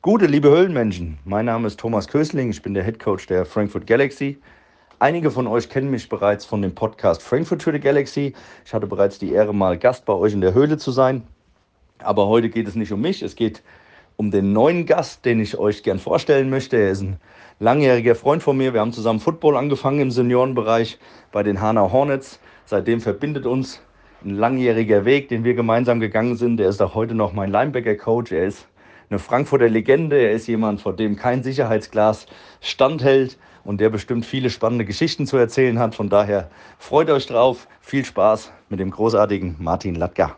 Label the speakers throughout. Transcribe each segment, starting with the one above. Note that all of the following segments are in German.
Speaker 1: Gute, liebe Höhlenmenschen, mein Name ist Thomas Kösling, ich bin der Head Coach der Frankfurt Galaxy. Einige von euch kennen mich bereits von dem Podcast Frankfurt to the Galaxy. Ich hatte bereits die Ehre, mal Gast bei euch in der Höhle zu sein. Aber heute geht es nicht um mich, es geht um den neuen Gast, den ich euch gern vorstellen möchte. Er ist ein langjähriger Freund von mir. Wir haben zusammen Football angefangen im Seniorenbereich bei den Hanau Hornets. Seitdem verbindet uns ein langjähriger Weg, den wir gemeinsam gegangen sind. Er ist auch heute noch mein Linebacker-Coach. Er ist eine Frankfurter Legende. Er ist jemand, vor dem kein Sicherheitsglas standhält und der bestimmt viele spannende Geschichten zu erzählen hat. Von daher freut euch drauf. Viel Spaß mit dem großartigen Martin Latka.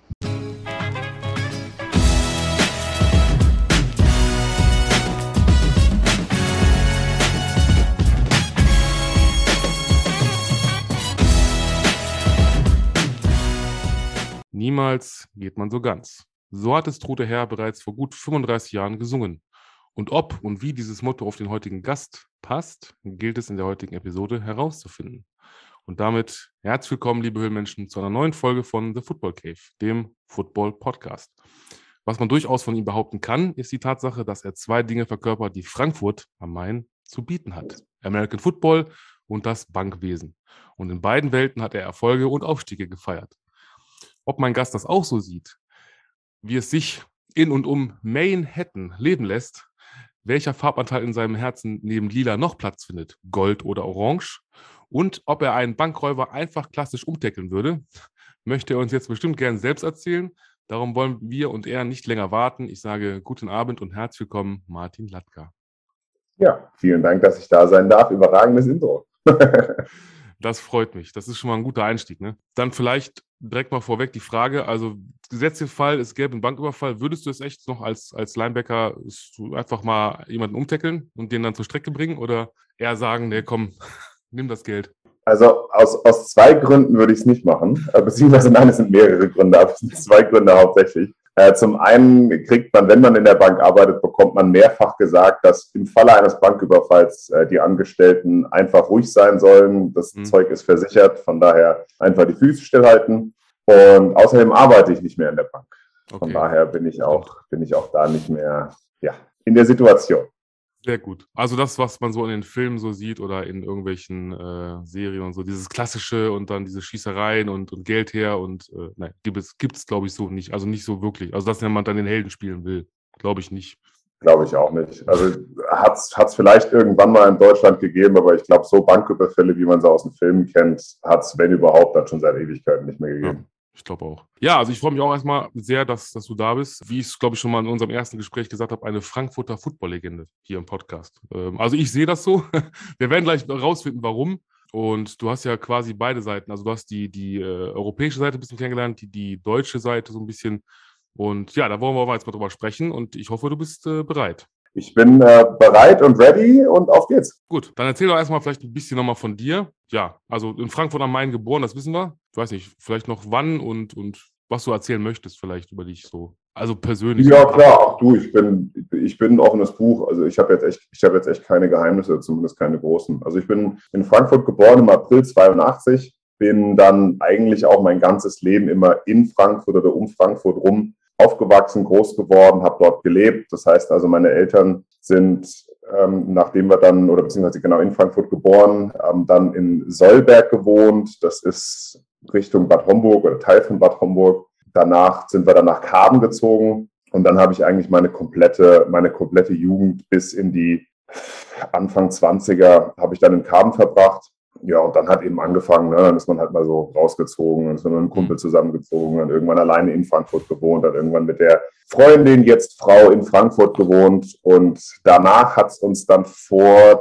Speaker 2: Niemals geht man so ganz. So hat es Trute Herr bereits vor gut 35 Jahren gesungen. Und ob und wie dieses Motto auf den heutigen Gast passt, gilt es in der heutigen Episode herauszufinden. Und damit herzlich willkommen, liebe Höhlenmenschen, zu einer neuen Folge von The Football Cave, dem Football-Podcast. Was man durchaus von ihm behaupten kann, ist die Tatsache, dass er zwei Dinge verkörpert, die Frankfurt am Main zu bieten hat. American Football und das Bankwesen. Und in beiden Welten hat er Erfolge und Aufstiege gefeiert. Ob mein Gast das auch so sieht, wie es sich in und um Manhattan leben lässt, welcher Farbanteil in seinem Herzen neben Lila noch Platz findet, Gold oder Orange, und ob er einen Bankräuber einfach klassisch umtackeln würde, möchte er uns jetzt bestimmt gern selbst erzählen. Darum wollen wir und er nicht länger warten. Ich sage guten Abend und herzlich willkommen, Martin Latka.
Speaker 3: Ja, vielen Dank, dass ich da sein darf. Überragendes Intro.
Speaker 2: Das freut mich. Das ist schon mal ein guter Einstieg, ne? Dann vielleicht direkt mal vorweg die Frage, also gesetzter Fall, es gäbe einen Banküberfall, würdest du es echt noch als Linebacker einfach mal jemanden umtackeln und den dann zur Strecke bringen oder eher sagen, nee, komm, nimm das Geld?
Speaker 3: Also aus zwei Gründen würde ich es nicht machen, beziehungsweise nein, es sind mehrere Gründe, aber es sind zwei Gründe hauptsächlich. Zum einen kriegt man, wenn man in der Bank arbeitet, bekommt man mehrfach gesagt, dass im Falle eines Banküberfalls die Angestellten einfach ruhig sein sollen. Das Zeug ist versichert, von daher einfach die Füße stillhalten. Und außerdem arbeite ich nicht mehr in der Bank. Von daher bin ich auch da nicht mehr in der Situation.
Speaker 2: Sehr gut. Also das, was man so in den Filmen so sieht oder in irgendwelchen Serien und so, dieses Klassische und dann diese Schießereien und Geld her und nein, gibt es glaube ich so nicht. Also nicht so wirklich. Also dass jemand dann den Helden spielen will, glaube ich nicht.
Speaker 3: Glaube ich auch nicht. Also hat's vielleicht irgendwann mal in Deutschland gegeben, aber ich glaube, so Banküberfälle, wie man sie aus den Filmen kennt, hat's, wenn überhaupt, dann schon seit Ewigkeiten nicht mehr gegeben.
Speaker 2: Ja. Ich glaube auch. Ja, also ich freue mich auch erstmal sehr, dass du da bist. Wie ich es, glaube ich, schon mal in unserem ersten Gespräch gesagt habe, eine Frankfurter Football-Legende hier im Podcast. Also ich sehe das so. Wir werden gleich rausfinden, warum. Und du hast ja quasi beide Seiten. Also du hast die europäische Seite ein bisschen kennengelernt, die deutsche Seite so ein bisschen. Und ja, da wollen wir jetzt mal drüber sprechen. Und ich hoffe, du bist bereit.
Speaker 3: Ich bin bereit und ready und auf geht's.
Speaker 2: Gut, dann erzähl doch erstmal vielleicht ein bisschen nochmal von dir. Ja, also in Frankfurt am Main geboren, das wissen wir. Ich weiß nicht, vielleicht noch wann und was du erzählen möchtest vielleicht über dich so. Also persönlich.
Speaker 3: Ja, klar, auch du, ich bin ein offenes Buch. Also ich habe jetzt echt keine Geheimnisse, zumindest keine großen. Also ich bin in Frankfurt geboren im April 82, bin dann eigentlich auch mein ganzes Leben immer in Frankfurt oder um Frankfurt rum aufgewachsen, groß geworden, habe dort gelebt. Das heißt also, meine Eltern sind, nachdem wir dann, oder beziehungsweise genau in Frankfurt geboren, dann in Sollberg gewohnt. Das ist Richtung Bad Homburg oder Teil von Bad Homburg. Danach sind wir dann nach Karben gezogen und dann habe ich eigentlich meine komplette Jugend bis in die Anfang 20er habe ich dann in Karben verbracht. Ja, und dann hat eben angefangen, ne, dann ist man halt mal so rausgezogen, dann ist man mit einem Kumpel zusammengezogen, dann irgendwann alleine in Frankfurt gewohnt, dann irgendwann mit der Freundin, jetzt Frau, in Frankfurt gewohnt. Und danach hat es uns dann vor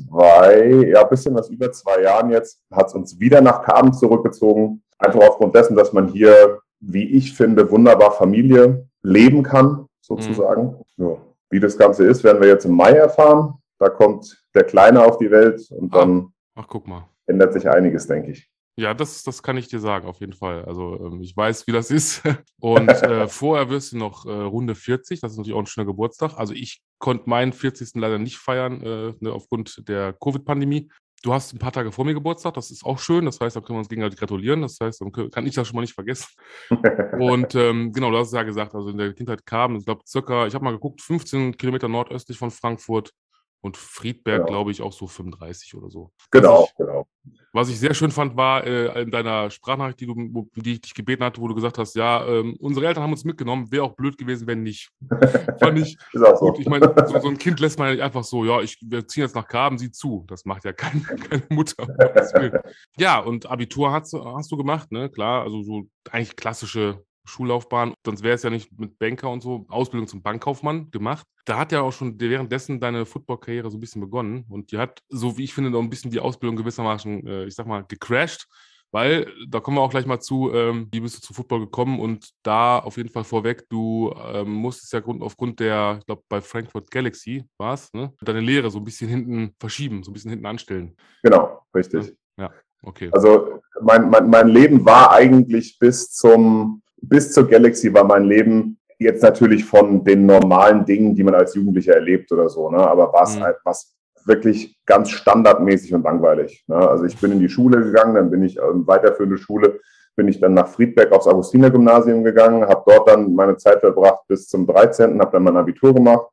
Speaker 3: bisschen was über 2 Jahren jetzt, hat es uns wieder nach Karben zurückgezogen. Einfach aufgrund dessen, dass man hier, wie ich finde, wunderbar Familie leben kann, sozusagen. Ja. Wie das Ganze ist, werden wir jetzt im Mai erfahren. Da kommt der Kleine auf die Welt und dann
Speaker 2: guck mal.
Speaker 3: Ändert sich einiges, denke ich.
Speaker 2: Ja, das kann ich dir sagen, auf jeden Fall. Also ich weiß, wie das ist. Und vorher wirst du noch Runde 40. Das ist natürlich auch ein schöner Geburtstag. Also ich konnte meinen 40. leider nicht feiern, aufgrund der Covid-Pandemie. Du hast ein paar Tage vor mir Geburtstag, das ist auch schön. Das heißt, da können wir uns gegenseitig gratulieren. Das heißt, dann kann ich das schon mal nicht vergessen. Und genau, du hast es ja gesagt, also in der Kindheit kam, ich glaube, ich habe mal geguckt, 15 Kilometer nordöstlich von Frankfurt und Friedberg,
Speaker 3: Genau.
Speaker 2: glaube ich, auch so 35 oder so.
Speaker 3: Genau.
Speaker 2: Was ich sehr schön fand, war in deiner Sprachnachricht, die ich dich gebeten hatte, wo du gesagt hast, ja, unsere Eltern haben uns mitgenommen, wäre auch blöd gewesen, wenn nicht. Fand ich
Speaker 3: Ist auch so.
Speaker 2: gut. Ich meine, so ein Kind lässt man ja nicht einfach so, ja, wir ziehen jetzt nach Graben, sieh zu. Das macht ja keine Mutter. Um Gottes Willen. Ja, und Abitur hast du gemacht, ne? Klar, also so eigentlich klassische Schullaufbahn, sonst wäre es ja nicht mit Banker und so, Ausbildung zum Bankkaufmann gemacht. Da hat ja auch schon währenddessen deine Football-Karriere so ein bisschen begonnen und die hat, so wie ich finde, noch ein bisschen die Ausbildung gewissermaßen, ich sag mal, gecrashed, weil, da kommen wir auch gleich mal zu, wie bist du zu Football gekommen und da auf jeden Fall vorweg, du musstest ja aufgrund der, ich glaube bei Frankfurt Galaxy war es, ne, deine Lehre so ein bisschen hinten verschieben, so ein bisschen hinten anstellen.
Speaker 3: Genau, richtig.
Speaker 2: Ja, okay.
Speaker 3: Also mein Leben war eigentlich bis zur Galaxy war mein Leben jetzt natürlich von den normalen Dingen, die man als Jugendlicher erlebt oder so, ne? Aber was wirklich ganz standardmäßig und langweilig. Ne? Also ich bin in die Schule gegangen, dann bin ich weiterführende Schule, bin ich dann nach Friedberg aufs Augustiner-Gymnasium gegangen, habe dort dann meine Zeit verbracht bis zum 13., habe dann mein Abitur gemacht,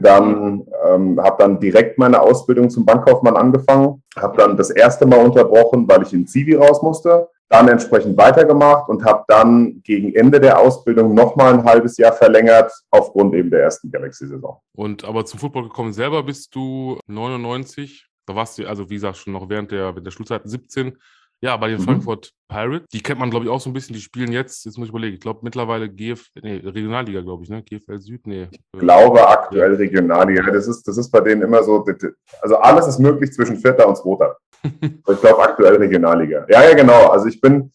Speaker 3: habe dann direkt meine Ausbildung zum Bankkaufmann angefangen, habe dann das erste Mal unterbrochen, weil ich in Zivi raus musste, dann entsprechend weitergemacht und habe dann gegen Ende der Ausbildung nochmal ein halbes Jahr verlängert, aufgrund eben der ersten Galaxy-Saison.
Speaker 2: Und aber zum Football gekommen selber bist du 99, da warst du, also wie gesagt, schon noch während der Schulzeit 17, ja, bei den Frankfurt Pirates. Die kennt man, glaube ich, auch so ein bisschen, die spielen jetzt muss ich überlegen, ich glaube mittlerweile Regionalliga, glaube ich, ne? GFL Süd, nee.
Speaker 3: Ich glaube aktuell Regionalliga, das ist bei denen immer so, also alles ist möglich zwischen 4. und 2. Ich glaube aktuell Regionalliga. Ja, genau. Also ich bin,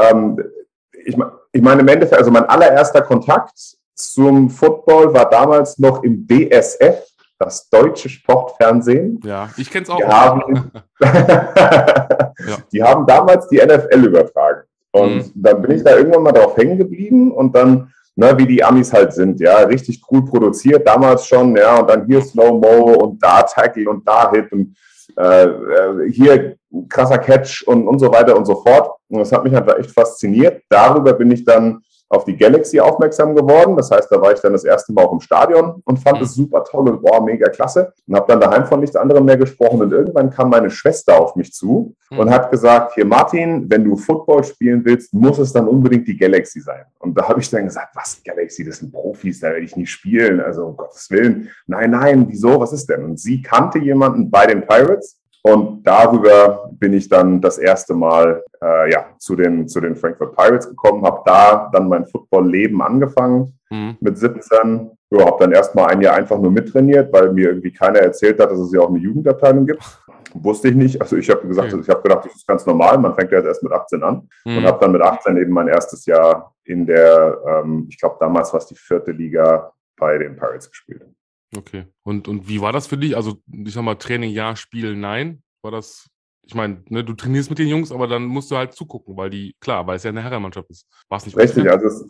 Speaker 3: ich meine im Endeffekt, also mein allererster Kontakt zum Football war damals noch im DSF, das Deutsche Sportfernsehen.
Speaker 2: Ja, ich kenne es auch.
Speaker 3: Die haben damals die NFL übertragen. Und dann bin ich da irgendwann mal drauf hängen geblieben und dann, wie die Amis halt sind, ja, richtig cool produziert, damals schon, ja, und dann hier Slow-Mo und da Tackle und da Hit und hier krasser Catch und so weiter und so fort. Und das hat mich halt echt fasziniert. Darüber bin ich dann auf die Galaxy aufmerksam geworden. Das heißt, da war ich dann das erste Mal auch im Stadion und fand es super toll und mega klasse. Und habe dann daheim von nichts anderem mehr gesprochen. Und irgendwann kam meine Schwester auf mich zu und hat gesagt, hier Martin, wenn du Football spielen willst, muss es dann unbedingt die Galaxy sein. Und da habe ich dann gesagt, was Galaxy, das sind Profis, da werde ich nie spielen. Also um Gottes Willen, nein, wieso, was ist denn? Und sie kannte jemanden bei den Pirates. Und darüber bin ich dann das erste Mal zu den Frankfurt Pirates gekommen, habe da dann mein Football-Leben angefangen mit 17. Ja, habe dann erstmal ein Jahr einfach nur mittrainiert, weil mir irgendwie keiner erzählt hat, dass es ja auch eine Jugendabteilung gibt. Wusste ich nicht. Also ich habe gedacht, das ist ganz normal. Man fängt ja jetzt erst mit 18 an und habe dann mit 18 eben mein erstes Jahr in der, ich glaube damals war es die 4. Liga bei den Pirates gespielt.
Speaker 2: Okay. Und wie war das für dich? Also, ich sag mal, Training ja, Spiel nein. War das, ich meine, ne, du trainierst mit den Jungs, aber dann musst du halt zugucken, weil es ja eine Herrenmannschaft ist. War es nicht
Speaker 3: richtig? Also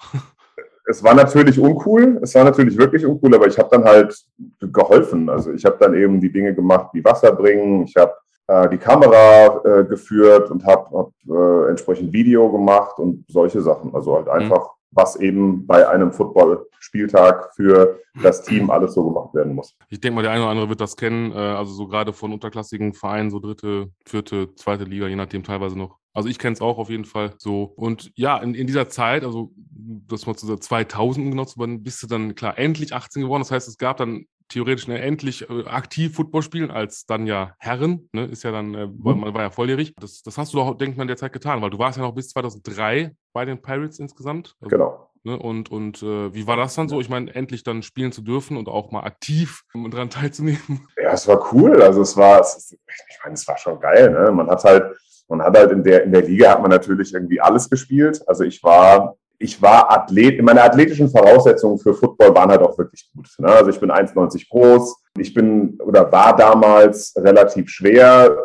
Speaker 3: es war natürlich uncool, es war natürlich wirklich uncool, aber ich habe dann halt geholfen. Also ich habe dann eben die Dinge gemacht, wie Wasser bringen, ich habe die Kamera geführt und habe entsprechend Video gemacht und solche Sachen. Also halt einfach, was eben bei einem Football-Spieltag für das Team alles so gemacht werden muss.
Speaker 2: Ich denke mal, der eine oder andere wird das kennen, also so gerade von unterklassigen Vereinen, so 3., 4., 2. Liga, je nachdem teilweise noch. Also ich kenne es auch auf jeden Fall so. Und ja, in dieser Zeit, also das mal zu 2000 genutzt, bist du dann klar endlich 18 geworden. Das heißt, es gab dann theoretisch endlich aktiv Football spielen als dann ja Herren, ne, ist ja dann, man war ja volljährig. Das hast du doch, denke ich mal, in der Zeit getan, weil du warst ja noch bis 2003 bei den Pirates insgesamt. Also,
Speaker 3: genau.
Speaker 2: Ne, und wie war das dann so? Ich meine, endlich dann spielen zu dürfen und auch mal aktiv daran teilzunehmen.
Speaker 3: Ja, es war cool. Also es war schon geil. Ne? Man hat halt in der Liga hat man natürlich irgendwie alles gespielt. Also ich war Athlet. Meine athletischen Voraussetzungen für Football waren halt auch wirklich gut. Ne? Also ich bin 1,90 groß, Ich war damals relativ schwer,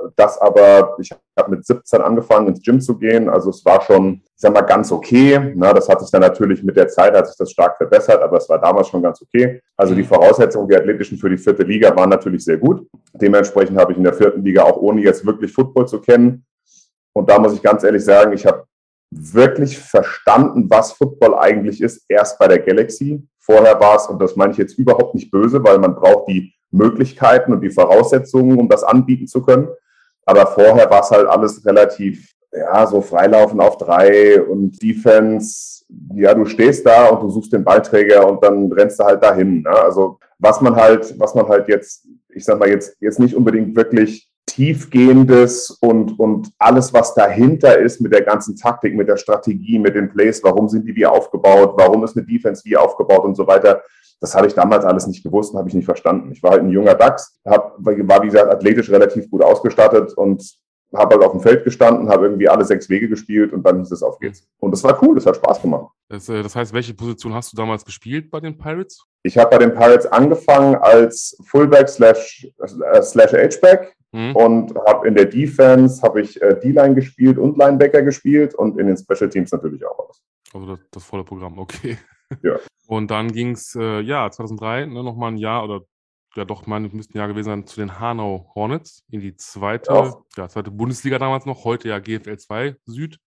Speaker 3: ich habe mit 17 angefangen, ins Gym zu gehen. Also es war schon, ich sag mal, ganz okay. Das hat sich dann natürlich mit der Zeit, hat sich das stark verbessert, aber es war damals schon ganz okay. Also die Voraussetzungen, die athletischen für die 4. Liga waren natürlich sehr gut. Dementsprechend habe ich in der 4. Liga, auch ohne jetzt wirklich Football zu kennen, und da muss ich ganz ehrlich sagen, ich habe wirklich verstanden, was Football eigentlich ist, erst bei der Galaxy. Vorher war es, und das meine ich jetzt überhaupt nicht böse, weil man braucht die Möglichkeiten und die Voraussetzungen, um das anbieten zu können. Aber vorher war es halt alles relativ, so Freilaufen auf 3 und Defense. Ja, du stehst da und du suchst den Ballträger und dann rennst du halt dahin. Ne? Also was man halt jetzt, ich sag mal jetzt nicht unbedingt wirklich tiefgehendes und alles, was dahinter ist mit der ganzen Taktik, mit der Strategie, mit den Plays, warum sind die wie aufgebaut, warum ist eine Defense wie aufgebaut und so weiter. Das habe ich damals alles nicht gewusst und habe ich nicht verstanden. Ich war halt ein junger Dachs, war, wie gesagt, athletisch relativ gut ausgestattet und habe halt auf dem Feld gestanden, habe irgendwie alle 6 Wege gespielt und dann hieß es, auf geht's. Und das war cool, das hat Spaß gemacht.
Speaker 2: Das heißt, welche Position hast du damals gespielt bei den Pirates?
Speaker 3: Ich habe bei den Pirates angefangen als Fullback slash H-Back und habe in der Defense D-Line gespielt und Linebacker gespielt und in den Special Teams natürlich auch was.
Speaker 2: Also das volle Programm, okay.
Speaker 3: Ja.
Speaker 2: Und dann ging es 2003 nochmal ein Jahr oder müsste ein Jahr gewesen sein, zu den Hanau Hornets in die zweite Bundesliga damals noch, heute ja GFL 2 Süd.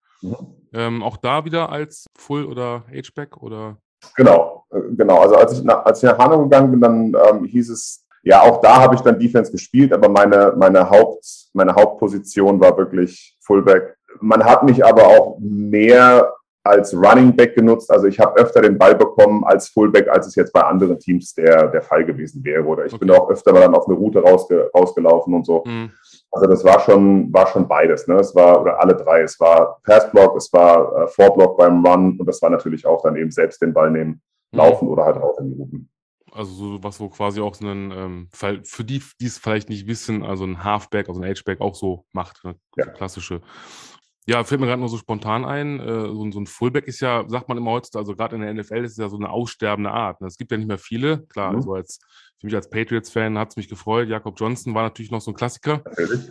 Speaker 2: Auch da wieder als Full- oder H-Back oder? Genau.
Speaker 3: Also als ich nach Hanau gegangen bin, dann hieß es, ja, auch da habe ich dann Defense gespielt, aber meine Hauptposition war wirklich Fullback. Man hat mich aber auch mehr als Running Back genutzt. Also ich habe öfter den Ball bekommen als Fullback, als es jetzt bei anderen Teams der Fall gewesen wäre. Oder ich bin auch öfter mal dann auf eine Route rausgelaufen und so. Also das war schon beides. Ne? Es war, oder alle 3. Es war Passblock, es war Vorblock beim Run und das war natürlich auch dann eben selbst den Ball nehmen, laufen oder halt auch in die Routen.
Speaker 2: Also so was, wo quasi auch so ein, für die es vielleicht nicht wissen, also ein Halfback, also ein H-Back auch so macht, ne? Ja. So klassische. Ja, fällt mir gerade nur so spontan ein, so ein Fullback ist ja, sagt man immer heutzutage, also gerade in der NFL ist es ja so eine aussterbende Art. Ne? Es gibt ja nicht mehr viele, klar, also für mich als Patriots-Fan hat es mich gefreut, Jakob Johnson war natürlich noch so ein Klassiker.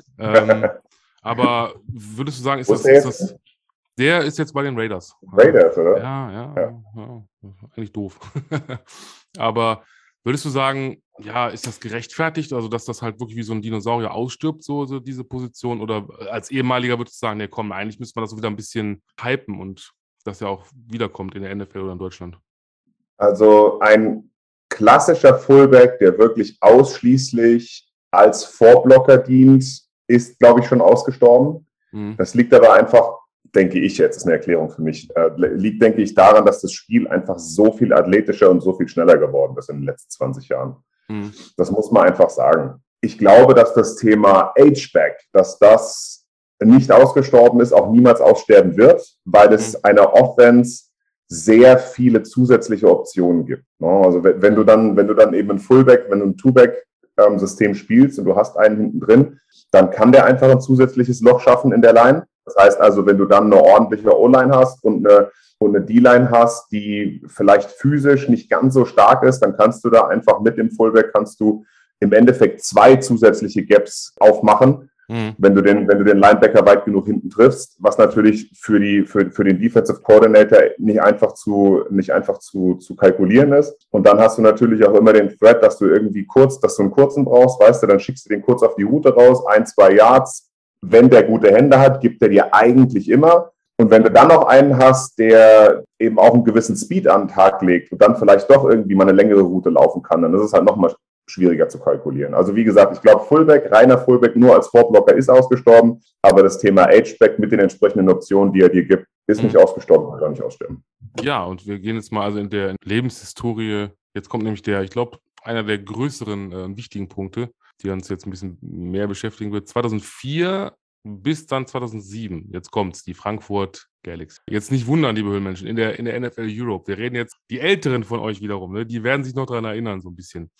Speaker 2: Aber würdest du sagen, der ist jetzt bei den Raiders.
Speaker 3: Raiders, oder?
Speaker 2: Ja. Eigentlich doof. Aber würdest du sagen, ja, ist das gerechtfertigt, also dass das halt wirklich wie so ein Dinosaurier ausstirbt, so diese Position? Oder als ehemaliger würdest du sagen, nee, komm, eigentlich müsste man das so wieder ein bisschen hypen und dass er auch wiederkommt in der NFL oder in Deutschland?
Speaker 3: Also ein klassischer Fullback, der wirklich ausschließlich als Vorblocker dient, ist, glaube ich, schon ausgestorben. Das liegt aber einfach, denke ich jetzt, ist eine Erklärung für mich, liegt, denke ich, daran, dass das Spiel einfach so viel athletischer und so viel schneller geworden ist in den letzten 20 Jahren. Das muss man einfach sagen. Ich glaube, dass das Thema H-Back, dass das nicht ausgestorben ist, auch niemals aussterben wird, weil es einer Offense sehr viele zusätzliche Optionen gibt. Also wenn du dann eben ein Fullback, wenn du ein Two-Back-System spielst und du hast einen hinten drin, dann kann der einfach ein zusätzliches Loch schaffen in der Line. Das heißt also, wenn du dann eine ordentliche O-Line hast und eine D-Line hast, die vielleicht physisch nicht ganz so stark ist, dann kannst du da einfach mit dem Fullback im Endeffekt 2 zusätzliche Gaps aufmachen, wenn du den Linebacker weit genug hinten triffst, was natürlich für den Defensive Coordinator nicht einfach zu kalkulieren ist. Und dann hast du natürlich auch immer den Threat, dass du einen kurzen brauchst, weißt du, dann schickst du den kurz auf die Route raus, 1-2 Yards. Wenn der gute Hände hat, gibt er dir eigentlich immer. Und wenn du dann noch einen hast, der eben auch einen gewissen Speed an den Tag legt und dann vielleicht doch irgendwie mal eine längere Route laufen kann, dann ist es halt nochmal schwieriger zu kalkulieren. Also wie gesagt, ich glaube, reiner Fullback nur als Vorblocker ist ausgestorben, aber das Thema H-Back mit den entsprechenden Optionen, die er dir gibt, ist nicht ausgestorben, kann nicht aussterben.
Speaker 2: Ja, und wir gehen jetzt mal also in der Lebenshistorie, jetzt kommt nämlich ich glaube, einer der größeren wichtigen Punkte, die uns jetzt ein bisschen mehr beschäftigen wird. 2004 bis dann 2007, jetzt kommt's, die Frankfurt Galaxy. Jetzt nicht wundern, liebe Höhlenmenschen, in der NFL Europe. Wir reden jetzt, die Älteren von euch wiederum, ne, die werden sich noch daran erinnern, so ein bisschen.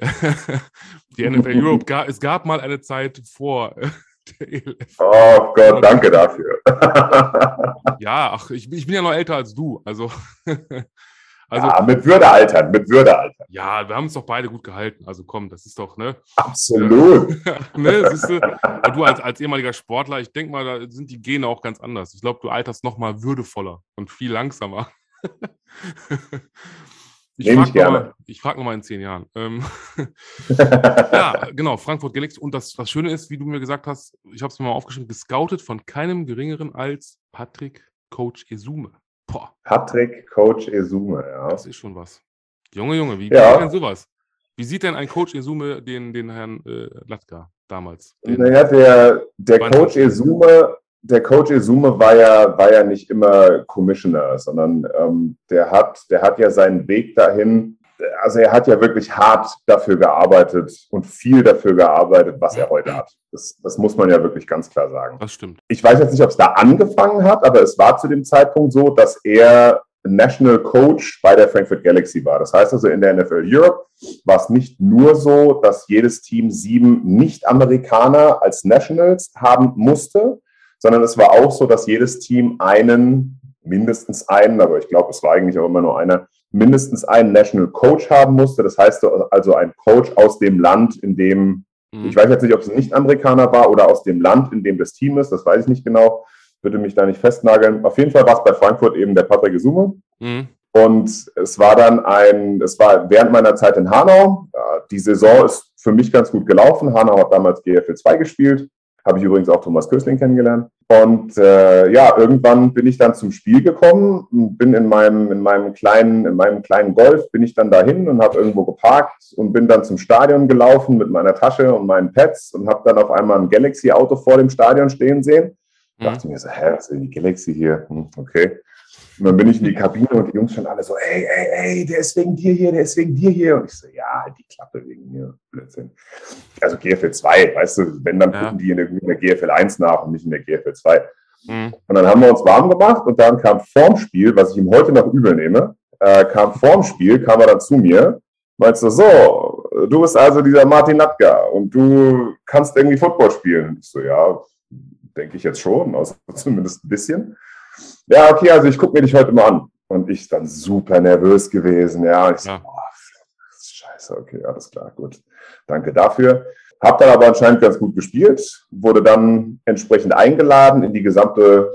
Speaker 2: Die NFL Europe, es gab mal eine Zeit vor der ELF.
Speaker 3: Oh Gott, danke dafür.
Speaker 2: Ja, ich bin ja noch älter als du, also Also,
Speaker 3: ja, mit Würde altern, mit Würde altern.
Speaker 2: ja, wir haben uns doch beide gut gehalten. Also komm, das ist doch, ne?
Speaker 3: Absolut.
Speaker 2: Ne, siehst du? Aber du als ehemaliger Sportler, ich denke mal, da sind die Gene auch ganz anders. Ich glaube, du alterst noch mal würdevoller und viel langsamer.
Speaker 3: Nehme ich gerne.
Speaker 2: Ich frage nochmal in 10 Jahren. Ja, genau, Frankfurt Galaxy. Und das Schöne ist, wie du mir gesagt hast, ich habe es mir mal aufgeschrieben, gescoutet von keinem Geringeren als Patrick Coach Esume. Boah,
Speaker 3: Patrick Coach Esume, ja.
Speaker 2: das ist schon was. Junge, wie
Speaker 3: Ja.
Speaker 2: geht denn sowas? Wie sieht denn ein Coach Esume den Herrn Latka damals?
Speaker 3: Naja, der Coach Esume, war ja nicht immer Commissioner, sondern der hat ja seinen Weg dahin, also er hat ja wirklich hart dafür gearbeitet und viel dafür gearbeitet, was er heute hat. Das muss man ja wirklich ganz klar sagen.
Speaker 2: Das stimmt.
Speaker 3: Ich weiß jetzt nicht, ob es da angefangen hat, aber es war zu dem Zeitpunkt so, dass er National Coach bei der Frankfurt Galaxy war. Das heißt also, in der NFL Europe war es nicht nur so, dass jedes Team 7 Nicht-Amerikaner als Nationals haben musste, sondern es war auch so, dass jedes Team mindestens einen, aber ich glaube, es war eigentlich auch immer nur einer, mindestens einen National Coach haben musste. Das heißt also ein Coach aus dem Land, in dem, ich weiß jetzt nicht, ob es ein Nicht-Amerikaner war oder aus dem Land, in dem das Team ist, das weiß ich nicht genau. Würde mich da nicht festnageln. Auf jeden Fall war es bei Frankfurt eben der Patrick Esume. Und es war während meiner Zeit in Hanau. Die Saison ist für mich ganz gut gelaufen. Hanau hat damals GFL 2 gespielt. Habe ich übrigens auch Thomas Kösling kennengelernt. Und irgendwann bin ich dann zum Spiel gekommen, bin in meinem kleinen Golf, bin ich dann dahin und habe irgendwo geparkt und bin dann zum Stadion gelaufen mit meiner Tasche und meinen Pads und habe dann auf einmal ein Galaxy-Auto vor dem Stadion stehen sehen. Dachte mir so, was ist denn die Galaxy hier? Okay. Und dann bin ich in die Kabine und die Jungs schon alle so, ey, der ist wegen dir hier, der ist wegen dir hier. Und ich so, ja, halt die Klappe wegen mir. Blödsinn. Also GFL 2, weißt du, wenn, dann gucken die in der GFL 1 nach und nicht in der GFL 2. Und dann haben wir uns warm gemacht und dann kam vorm Spiel, was ich ihm heute noch übel nehme, kam er dann zu mir, meinst du, so, du bist also dieser Martin Latka und du kannst irgendwie Football spielen. Und ich so, ja, denke ich jetzt schon, also zumindest ein bisschen. Ja, okay, also ich gucke mir dich heute mal an. Und ich dann super nervös gewesen. Ja, und ich so, scheiße, okay, alles klar, gut. Danke dafür. Hab dann aber anscheinend ganz gut gespielt, wurde dann entsprechend eingeladen in die gesamte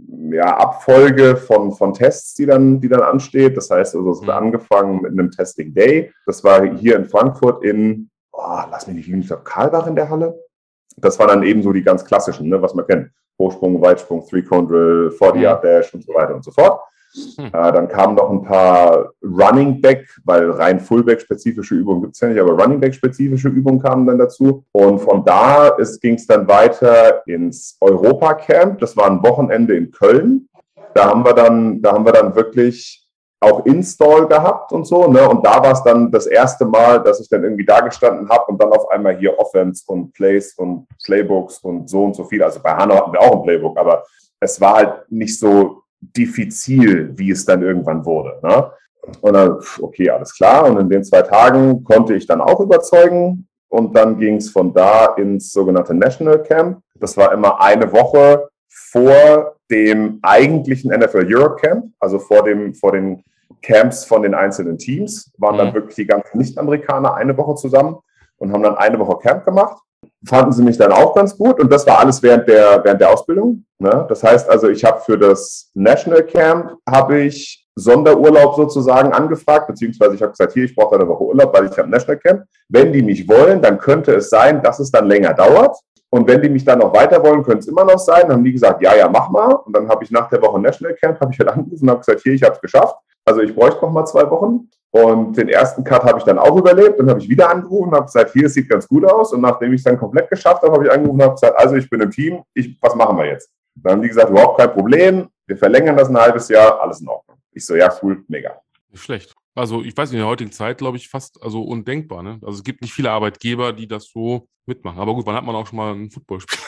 Speaker 3: Abfolge von Tests, die dann ansteht. Das heißt, also es hat angefangen mit einem Testing Day. Das war hier in Frankfurt lass mich nicht lügen, ich glaube Karlbach in der Halle. Das waren dann eben so die ganz klassischen, ne, was man kennt. Hochsprung, Weitsprung, Three-Cone-Drill, 40-Yard-Dash und so weiter und so fort. Dann kamen noch ein paar Running Back, weil rein Fullback-spezifische Übungen gibt es ja nicht, aber Running Back-spezifische Übungen kamen dann dazu. Und von da ging es dann weiter ins Europa-Camp. Das war ein Wochenende in Köln. Da haben wir dann wirklich auch Install gehabt und so, ne? Und da war es dann das erste Mal, dass ich dann irgendwie da gestanden habe und dann auf einmal hier Offense und Plays und Playbooks und so viel. Also bei Hanau hatten wir auch ein Playbook, aber es war halt nicht so diffizil, wie es dann irgendwann wurde, ne? Und dann, okay, alles klar. Und in den 2 Tagen konnte ich dann auch überzeugen. Und dann ging es von da ins sogenannte National Camp. Das war immer eine Woche vor dem eigentlichen NFL Europe Camp, also vor den Camps von den einzelnen Teams, waren dann wirklich die ganzen Nicht-Amerikaner eine Woche zusammen und haben dann eine Woche Camp gemacht. Fanden sie mich dann auch ganz gut und das war alles während der Ausbildung. Ne? Das heißt also, ich habe für das National Camp Sonderurlaub sozusagen angefragt, beziehungsweise ich habe gesagt, hier, ich brauche eine Woche Urlaub, weil ich habe National Camp. Wenn die mich wollen, dann könnte es sein, dass es dann länger dauert. Und wenn die mich dann noch weiter wollen, könnte es immer noch sein. Dann haben die gesagt, ja, mach mal. Und dann habe ich nach der Woche National Camp, halt angerufen und habe gesagt, hier, ich habe es geschafft. Also ich bräuchte noch mal 2 Wochen. Und den ersten Cut habe ich dann auch überlebt. Dann habe ich wieder angerufen und habe gesagt, hier, es sieht ganz gut aus. Und nachdem ich es dann komplett geschafft habe, habe ich angerufen und habe gesagt, also ich bin im Team, was machen wir jetzt? Dann haben die gesagt, überhaupt kein Problem. Wir verlängern das ein halbes Jahr, alles in Ordnung. Ich so, ja, cool, mega.
Speaker 2: Nicht schlecht. Also ich weiß nicht, in der heutigen Zeit, glaube ich, fast undenkbar. Ne? Also es gibt nicht viele Arbeitgeber, die das so mitmachen. Aber gut, wann hat man auch schon mal einen Footballspieler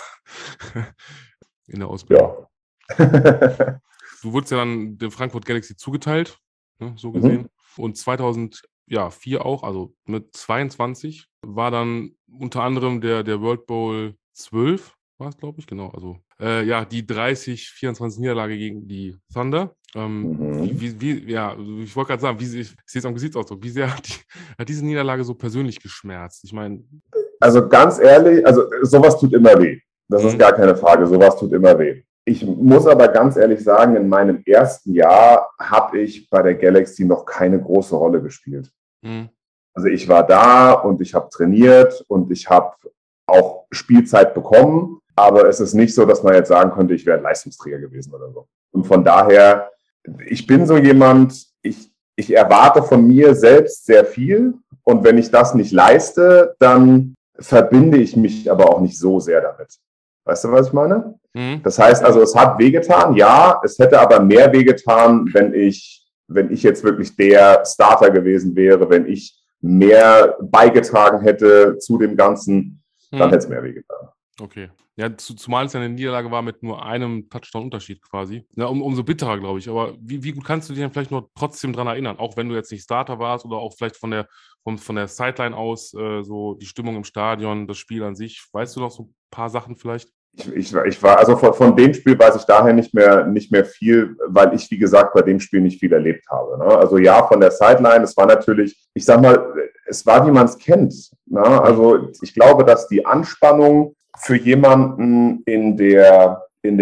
Speaker 2: in der Ausbildung?
Speaker 3: Ja.
Speaker 2: Du wurdest ja dann dem Frankfurt Galaxy zugeteilt, ne, so gesehen. Und 2004 auch, also mit 22, war dann unter anderem der World Bowl 12, war es, glaube ich, genau. Also die 30-24 Niederlage gegen die Thunder. Ich wollte gerade sagen, ich sehe es am Gesichtsausdruck, wie sehr hat diese Niederlage so persönlich geschmerzt? Ich meine...
Speaker 3: Also ganz ehrlich, also sowas tut immer weh. Das ist gar keine Frage, sowas tut immer weh. Ich muss aber ganz ehrlich sagen, in meinem ersten Jahr habe ich bei der Galaxy noch keine große Rolle gespielt. Also ich war da und ich habe trainiert und ich habe auch Spielzeit bekommen, aber es ist nicht so, dass man jetzt sagen könnte, ich wäre Leistungsträger gewesen oder so. Und von daher, ich bin so jemand, ich erwarte von mir selbst sehr viel und wenn ich das nicht leiste, dann verbinde ich mich aber auch nicht so sehr damit. Weißt du, was ich meine? Das heißt also, es hat wehgetan, ja, es hätte aber mehr wehgetan, wenn ich jetzt wirklich der Starter gewesen wäre, wenn ich mehr beigetragen hätte zu dem Ganzen, dann hätte es mehr wehgetan.
Speaker 2: Okay. Ja, zumal es ja eine Niederlage war mit nur einem Touchdown-Unterschied quasi. Ja, umso bitterer, glaube ich. Aber wie gut kannst du dich dann vielleicht nur trotzdem dran erinnern? Auch wenn du jetzt nicht Starter warst oder auch vielleicht von der Sideline aus, so die Stimmung im Stadion, das Spiel an sich. Weißt du noch so ein paar Sachen vielleicht?
Speaker 3: Ich war, also von dem Spiel weiß ich daher nicht mehr viel, weil ich, wie gesagt, bei dem Spiel nicht viel erlebt habe. Ne? Also ja, von der Sideline, es war natürlich, ich sag mal, es war, wie man es kennt. Ne? Also ich glaube, dass die Anspannung für jemanden in der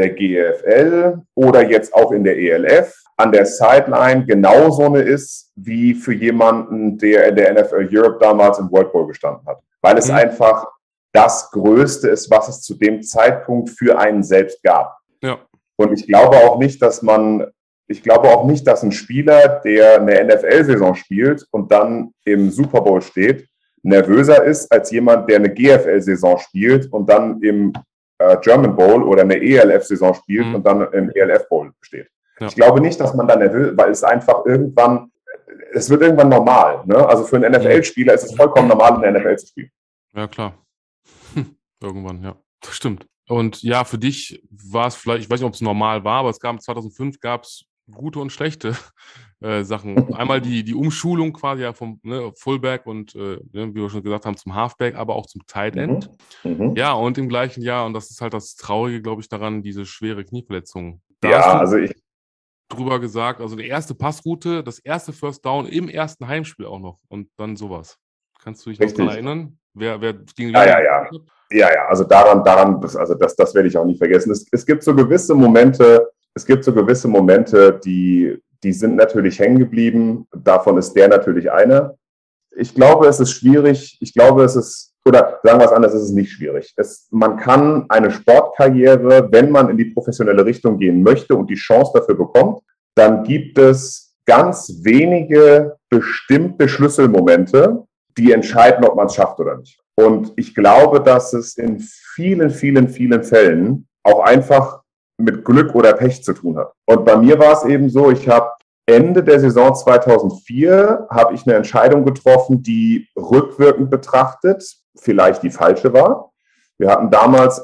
Speaker 3: GFL oder jetzt auch in der ELF an der Sideline genauso eine ist, wie für jemanden, der in der NFL Europe damals im World Bowl gestanden hat. Weil es einfach das Größte ist, was es zu dem Zeitpunkt für einen selbst gab. Ja. Und ich glaube auch nicht, dass ein Spieler, der eine NFL-Saison spielt und dann im Super Bowl steht, nervöser ist als jemand, der eine GFL-Saison spielt und dann im German Bowl oder eine ELF-Saison spielt und dann im ELF Bowl steht. Ja. Ich glaube nicht, dass man da nervös, weil es einfach es wird irgendwann normal. Ne? Also für einen NFL-Spieler ist es vollkommen normal, in der NFL zu spielen.
Speaker 2: Ja, klar. Irgendwann, ja. Das stimmt. Und ja, für dich war es vielleicht, ich weiß nicht, ob es normal war, aber 2005 gab es gute und schlechte Sachen. Einmal die Umschulung quasi ja vom Fullback und wie wir schon gesagt haben, zum Halfback, aber auch zum Tight End. Ja, und im gleichen Jahr, und das ist halt das Traurige, glaube ich, daran, diese schwere Knieverletzung. Drüber gesagt, also die erste Passroute, das erste First Down im ersten Heimspiel auch noch und dann sowas. Kannst du dich noch daran erinnern? Wer gegen
Speaker 3: Ja, also daran, das werde ich auch nicht vergessen. Es gibt so gewisse Momente, die sind natürlich hängen geblieben. Davon ist der natürlich eine. Ich glaube, es ist schwierig. Oder sagen wir es anders, es ist nicht schwierig. Man kann eine Sportkarriere, wenn man in die professionelle Richtung gehen möchte und die Chance dafür bekommt, dann gibt es ganz wenige bestimmte Schlüsselmomente, die entscheiden, ob man es schafft oder nicht. Und ich glaube, dass es in vielen, vielen, vielen Fällen auch einfach mit Glück oder Pech zu tun hat. Und bei mir war es eben so, ich habe Ende der Saison 2004 habe ich eine Entscheidung getroffen, die rückwirkend betrachtet vielleicht die falsche war. Wir hatten damals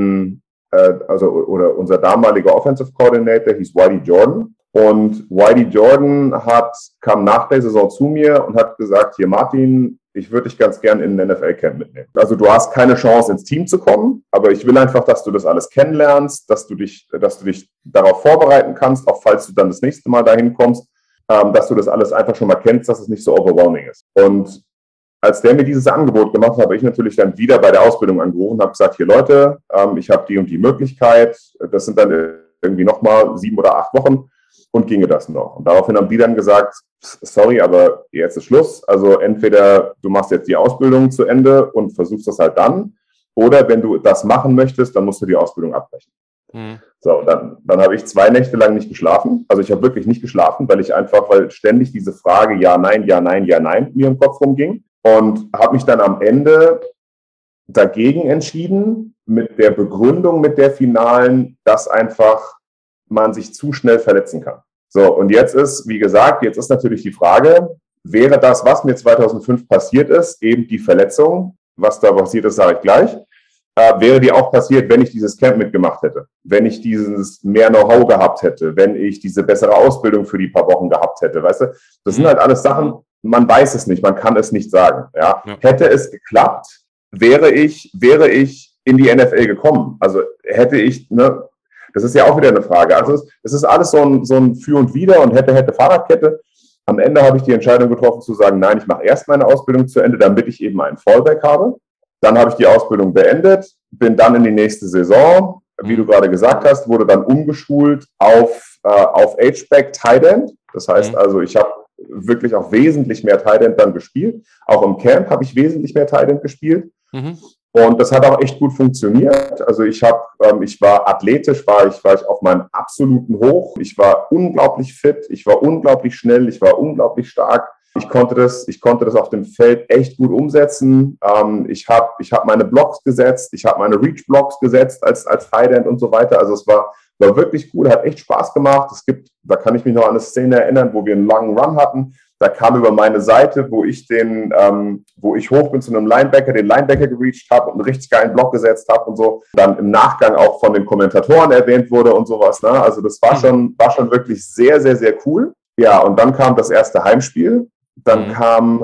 Speaker 3: unser damaliger Offensive Coordinator hieß Whitey Jordan. Und Whitey Jordan kam nach der Saison zu mir und hat gesagt, hier Martin, ich würde dich ganz gern in den NFL-Camp mitnehmen. Also du hast keine Chance ins Team zu kommen, aber ich will einfach, dass du das alles kennenlernst, dass du dich darauf vorbereiten kannst, auch falls du dann das nächste Mal dahin kommst, dass du das alles einfach schon mal kennst, dass es nicht so overwhelming ist. Und als der mir dieses Angebot gemacht hat, habe ich natürlich dann wieder bei der Ausbildung angerufen und habe gesagt, hier Leute, ich habe die und die Möglichkeit, das sind dann irgendwie nochmal 7 oder 8 Wochen und ginge das noch. Und daraufhin haben die dann gesagt, sorry, aber jetzt ist Schluss. Also entweder du machst jetzt die Ausbildung zu Ende und versuchst das halt dann, oder wenn du das machen möchtest, dann musst du die Ausbildung abbrechen. So, dann habe ich 2 Nächte lang nicht geschlafen. Also ich habe wirklich nicht geschlafen, weil ständig diese Frage ja, nein, ja, nein, ja, nein mir im Kopf rumging. Und habe mich dann am Ende dagegen entschieden, mit der Begründung, mit der finalen, dass einfach man sich zu schnell verletzen kann. So, und jetzt ist natürlich die Frage, wäre das, was mir 2005 passiert ist, eben die Verletzung, was da passiert ist, sage ich gleich, wäre die auch passiert, wenn ich dieses Camp mitgemacht hätte, wenn ich dieses mehr Know-how gehabt hätte, wenn ich diese bessere Ausbildung für die paar Wochen gehabt hätte, weißt du? Das sind halt alles Sachen, man weiß es nicht, man kann es nicht sagen. Ja? Hätte es geklappt, wäre ich in die NFL gekommen? Also hätte ich, ne, das ist ja auch wieder eine Frage. Also es ist alles so ein Für und Wider und hätte Fahrradkette. Am Ende habe ich die Entscheidung getroffen zu sagen, nein, ich mache erst meine Ausbildung zu Ende, damit ich eben einen Fallback habe. Dann habe ich die Ausbildung beendet, bin dann in die nächste Saison, wie du gerade gesagt hast, wurde dann umgeschult auf H-Back Tight End. Das heißt also, ich habe wirklich auch wesentlich mehr Tight End dann gespielt. Auch im Camp habe ich wesentlich mehr Tight End gespielt. Und das hat auch echt gut funktioniert. Also ich war athletisch, war ich auf meinem absoluten Hoch. Ich war unglaublich fit, ich war unglaublich schnell, ich war unglaublich stark. Ich konnte das auf dem Feld echt gut umsetzen. Ich hab meine Blocks gesetzt, ich habe meine Reach-Blocks gesetzt als Tight End und so weiter. Also es war wirklich cool, hat echt Spaß gemacht. Da kann ich mich noch an eine Szene erinnern, wo wir einen langen Run hatten. Da kam über meine Seite, wo ich hoch bin zu einem Linebacker, den Linebacker gereached habe und einen richtig geilen Block gesetzt habe und so. Dann im Nachgang auch von den Kommentatoren erwähnt wurde und sowas. Ne? Also das war schon wirklich sehr, sehr, sehr cool. Ja, und dann kam das erste Heimspiel. Dann kam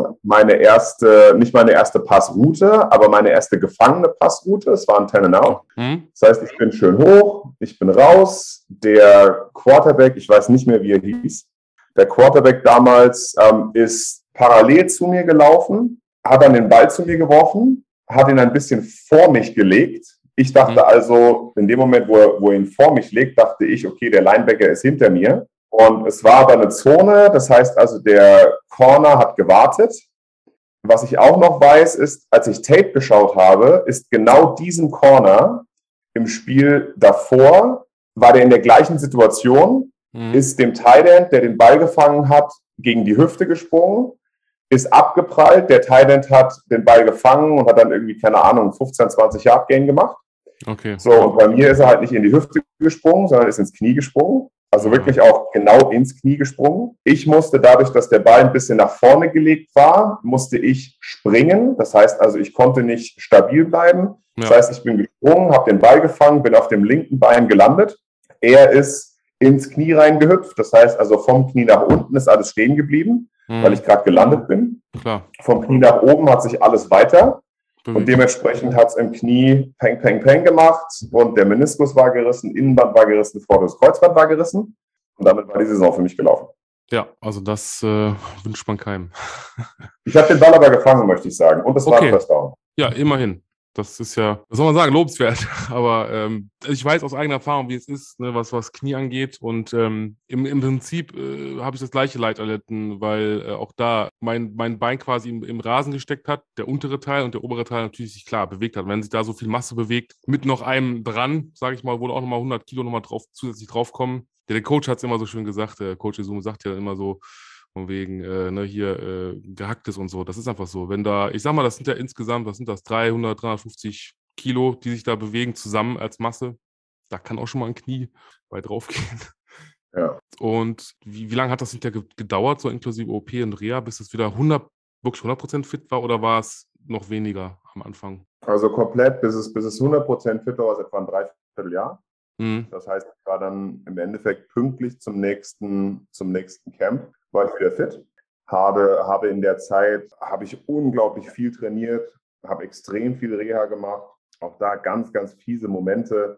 Speaker 3: nicht meine erste Passroute, aber meine erste gefangene Passroute. Es war ein 10-and-out. Das heißt, ich bin schön hoch, ich bin raus. Der Quarterback, ich weiß nicht mehr, wie er hieß, der Quarterback damals ist parallel zu mir gelaufen, hat dann den Ball zu mir geworfen, hat ihn ein bisschen vor mich gelegt. Ich dachte also, in dem Moment, wo er ihn vor mich legt, dachte ich, okay, der Linebacker ist hinter mir. Und es war aber eine Zone, das heißt also, der Corner hat gewartet. Was ich auch noch weiß, ist, als ich Tape geschaut habe, ist genau diesen Corner im Spiel davor, war der in der gleichen Situation, ist dem Tight End, der den Ball gefangen hat, gegen die Hüfte gesprungen, ist abgeprallt, der Tight End hat den Ball gefangen und hat dann irgendwie, keine Ahnung, 15, 20 Yard Gain gemacht.
Speaker 2: Okay.
Speaker 3: So, und bei mir ist er halt nicht in die Hüfte gesprungen, sondern ist ins Knie gesprungen. Also wirklich auch genau ins Knie gesprungen. Ich musste dadurch, dass der Ball ein bisschen nach vorne gelegt war, musste ich springen. Das heißt also, ich konnte nicht stabil bleiben. Das heißt, ich bin gesprungen, habe den Ball gefangen, bin auf dem linken Bein gelandet. Er ist ins Knie reingehüpft. Das heißt also, vom Knie nach unten ist alles stehen geblieben, weil ich gerade gelandet bin.
Speaker 2: Klar.
Speaker 3: Vom Knie nach oben hat sich alles weiter. Und dementsprechend hat es im Knie Peng, Peng, Peng gemacht und der Meniskus war gerissen, Innenband war gerissen, vorderes Kreuzband war gerissen. Und damit war die Saison für mich gelaufen.
Speaker 2: Ja, also das wünscht man keinem.
Speaker 3: Ich habe den Ball aber gefangen, möchte ich sagen. Und es war ein First Down.
Speaker 2: Ja, immerhin. Das ist ja, was soll man sagen, lobenswert. Aber ich weiß aus eigener Erfahrung, wie es ist, ne, was Knie angeht. Und im Prinzip habe ich das gleiche Leid erlitten, weil auch da mein Bein quasi im Rasen gesteckt hat, der untere Teil und der obere Teil natürlich sich klar bewegt hat. Wenn sich da so viel Masse bewegt, mit noch einem dran, sage ich mal, wo auch nochmal 100 Kilo nochmal zusätzlich draufkommen. Der Coach hat es immer so schön gesagt, der Coach Izumo sagt ja immer so, von wegen, gehacktes und so. Das ist einfach so. Wenn da, ich sag mal, das sind ja insgesamt, 300, 350 Kilo, die sich da bewegen, zusammen als Masse. Da kann auch schon mal ein Knie bei draufgehen.
Speaker 3: Ja.
Speaker 2: Und wie lange hat das hinterher gedauert, so inklusive OP und Reha, bis es wieder wirklich 100% fit war, oder war es noch weniger am Anfang?
Speaker 3: Also komplett, bis es 100% fit war, war es etwa ein Dreivierteljahr. Das heißt, ich war dann im Endeffekt pünktlich zum nächsten Camp, war ich wieder fit. Habe in der Zeit, ich unglaublich viel trainiert, habe extrem viel Reha gemacht. Auch da ganz, ganz fiese Momente.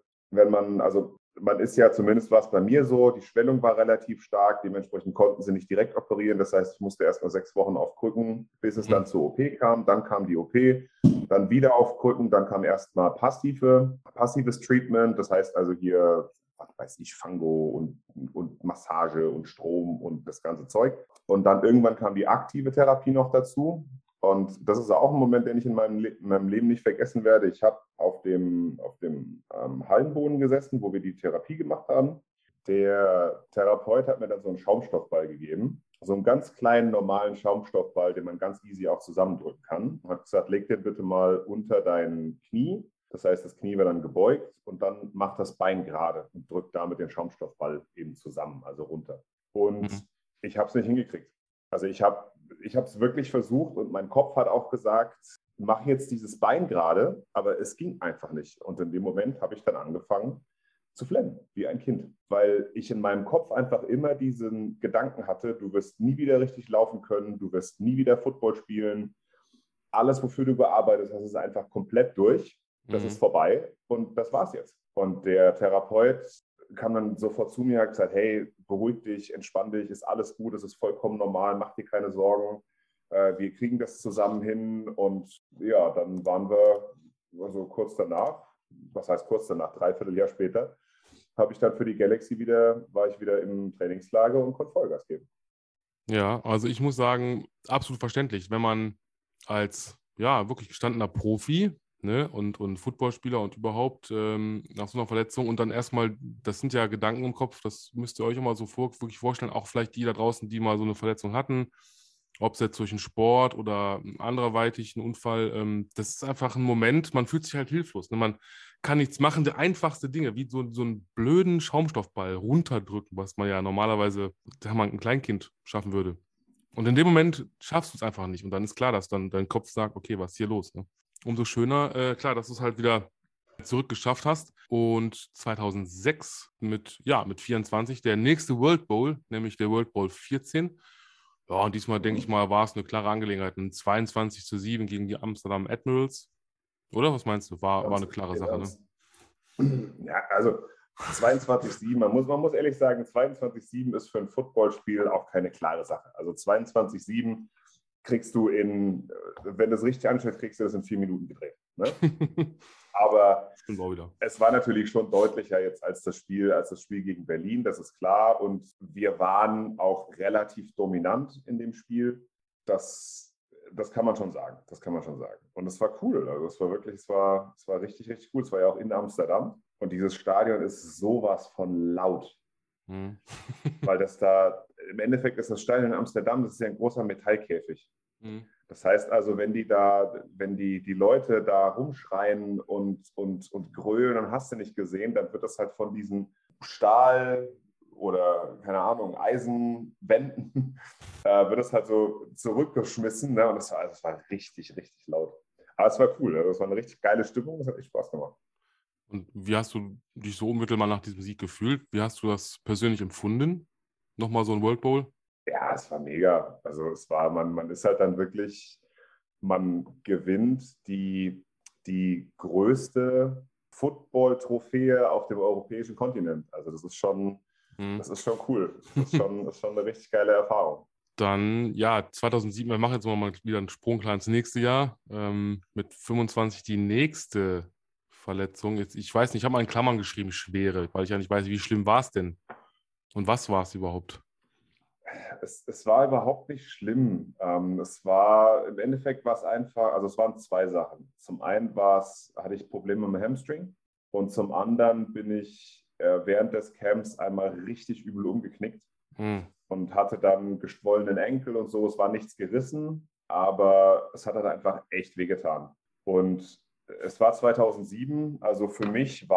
Speaker 3: Man ist ja, zumindest war es bei mir so, die Schwellung war relativ stark, dementsprechend konnten sie nicht direkt operieren. Das heißt, ich musste erst mal 6 Wochen auf Krücken, bis es dann zur OP kam. Dann kam die OP, dann wieder auf Krücken, dann kam erstmal passives Treatment. Das heißt also hier, was weiß ich, Fango und Massage und Strom und das ganze Zeug. Und dann irgendwann kam die aktive Therapie noch dazu. Und das ist auch ein Moment, den ich in meinem Leben nicht vergessen werde. Ich habe auf dem Hallenboden gesessen, wo wir die Therapie gemacht haben. Der Therapeut hat mir dann so einen Schaumstoffball gegeben. So einen ganz kleinen, normalen Schaumstoffball, den man ganz easy auch zusammendrücken kann. Und hat gesagt, leg den bitte mal unter dein Knie. Das heißt, das Knie wird dann gebeugt und dann macht das Bein gerade und drückt damit den Schaumstoffball eben zusammen, also runter. Und ich habe es nicht hingekriegt. Also ich habe es wirklich versucht und mein Kopf hat auch gesagt, mach jetzt dieses Bein gerade, aber es ging einfach nicht. Und in dem Moment habe ich dann angefangen zu flennen, wie ein Kind, weil ich in meinem Kopf einfach immer diesen Gedanken hatte, du wirst nie wieder richtig laufen können, du wirst nie wieder Football spielen. Alles, wofür du gearbeitet hast, ist einfach komplett durch. das
Speaker 2: Mhm.
Speaker 3: ist vorbei und das war's jetzt. Und der Therapeut kam dann sofort zu mir und hat gesagt, hey, beruhig dich, entspann dich, ist alles gut, es ist vollkommen normal, mach dir keine Sorgen, wir kriegen das zusammen hin. Und ja, dann waren wir also kurz danach, was heißt kurz danach, 3/4 Jahr später, habe ich dann für die Galaxy war ich wieder im Trainingslager und konnte Vollgas geben.
Speaker 2: Ja, also ich muss sagen, absolut verständlich, wenn man als ja wirklich gestandener Profi, ne, und Footballspieler und überhaupt nach so einer Verletzung und dann erstmal, das sind ja Gedanken im Kopf, das müsst ihr euch immer so wirklich vorstellen, auch vielleicht die da draußen, die mal so eine Verletzung hatten, ob es jetzt durch einen Sport oder ein anderweitig ein Unfall, das ist einfach ein Moment, man fühlt sich halt hilflos, ne? Man kann nichts machen, die einfachste Dinge, wie so einen blöden Schaumstoffball runterdrücken, was man ja normalerweise, da man ein Kleinkind schaffen würde. Und in dem Moment schaffst du es einfach nicht. Und dann ist klar, dass dann dein Kopf sagt, okay, was ist hier los? Ne? Umso schöner, klar, dass du es halt wieder zurückgeschafft hast. Und 2006 mit 24 der nächste World Bowl, nämlich der World Bowl 14. Ja, und diesmal denke ich mal, war es eine klare Angelegenheit. Ein 22:7 gegen die Amsterdam Admirals. Oder was meinst du? War eine klare Sache, ne?
Speaker 3: Ja, also 22:7, man muss ehrlich sagen, 22:7 ist für ein Footballspiel auch keine klare Sache. Also 22:7 kriegst du wenn du es richtig anstellst, kriegst du das in 4 Minuten gedreht. Ne? Aber
Speaker 2: Stimmt auch wieder.
Speaker 3: es war natürlich schon deutlicher jetzt als das Spiel gegen Berlin, das ist klar. Und wir waren auch relativ dominant in dem Spiel. Das kann man schon sagen. Das kann man schon sagen. Und es war cool. Also es war richtig, richtig cool. Es war ja auch in Amsterdam. Und dieses Stadion ist sowas von laut.
Speaker 2: Hm.
Speaker 3: Weil im Endeffekt ist das Stadion in Amsterdam, das ist ja ein großer Metallkäfig.
Speaker 2: Hm.
Speaker 3: Das heißt also, wenn die Leute da rumschreien und grölen, dann hast du nicht gesehen, dann wird das halt von diesen Stahl- oder, keine Ahnung, Eisenwänden, wird das halt so zurückgeschmissen. Ne? Und das war richtig, richtig laut. Aber es war cool. Also es war eine richtig geile Stimmung. Es hat echt Spaß gemacht.
Speaker 2: Und wie hast du dich so unmittelbar nach diesem Sieg gefühlt? Wie hast du das persönlich empfunden? Nochmal so ein World Bowl?
Speaker 3: Ja, es war mega. Also man ist halt dann wirklich, man gewinnt die größte Football-Trophäe auf dem europäischen Kontinent. Also
Speaker 2: Hm.
Speaker 3: das ist schon cool. Das ist schon eine richtig geile Erfahrung.
Speaker 2: Dann, ja, 2007, wir machen jetzt mal wieder einen Sprung klar ins nächste Jahr. Mit 25 die nächste Verletzung. Jetzt, ich weiß nicht, ich habe mal in Klammern geschrieben, schwere, weil ich ja nicht weiß, wie schlimm war es denn? Und was war es überhaupt?
Speaker 3: Es war überhaupt nicht schlimm. Im Endeffekt war es einfach, also es waren zwei Sachen. Zum einen hatte ich Probleme mit dem Hamstring und zum anderen bin ich während des Camps einmal richtig übel umgeknickt
Speaker 2: Hm.
Speaker 3: und hatte dann geschwollenen Enkel und so. Es war nichts gerissen, aber es hat halt einfach echt wehgetan. Und es war 2007, also für mich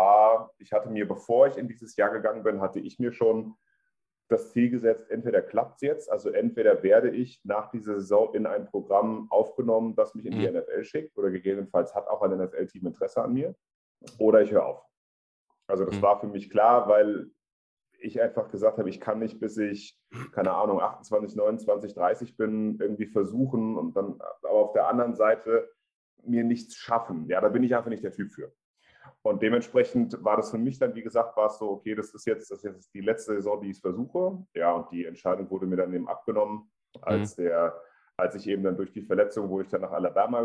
Speaker 3: bevor ich in dieses Jahr gegangen bin, hatte ich mir schon das Ziel gesetzt, entweder klappt es jetzt, also entweder werde ich nach dieser Saison in ein Programm aufgenommen, das mich in die
Speaker 2: Hm.
Speaker 3: NFL schickt oder gegebenenfalls hat auch ein NFL-Team Interesse an mir oder ich höre auf. Also das
Speaker 2: Hm.
Speaker 3: war für mich klar, weil ich einfach gesagt habe, ich kann nicht, bis ich, keine Ahnung, 28, 29, 30 bin, irgendwie versuchen und dann aber auf der anderen Seite mir nichts schaffen. Ja, da bin ich einfach nicht der Typ für. Und dementsprechend war das für mich dann, wie gesagt, war es so, okay, das ist jetzt die letzte Saison, die ich versuche. Ja, und die Entscheidung wurde mir dann eben abgenommen,
Speaker 2: Hm.
Speaker 3: als ich eben dann durch die Verletzung wurde ich dann nach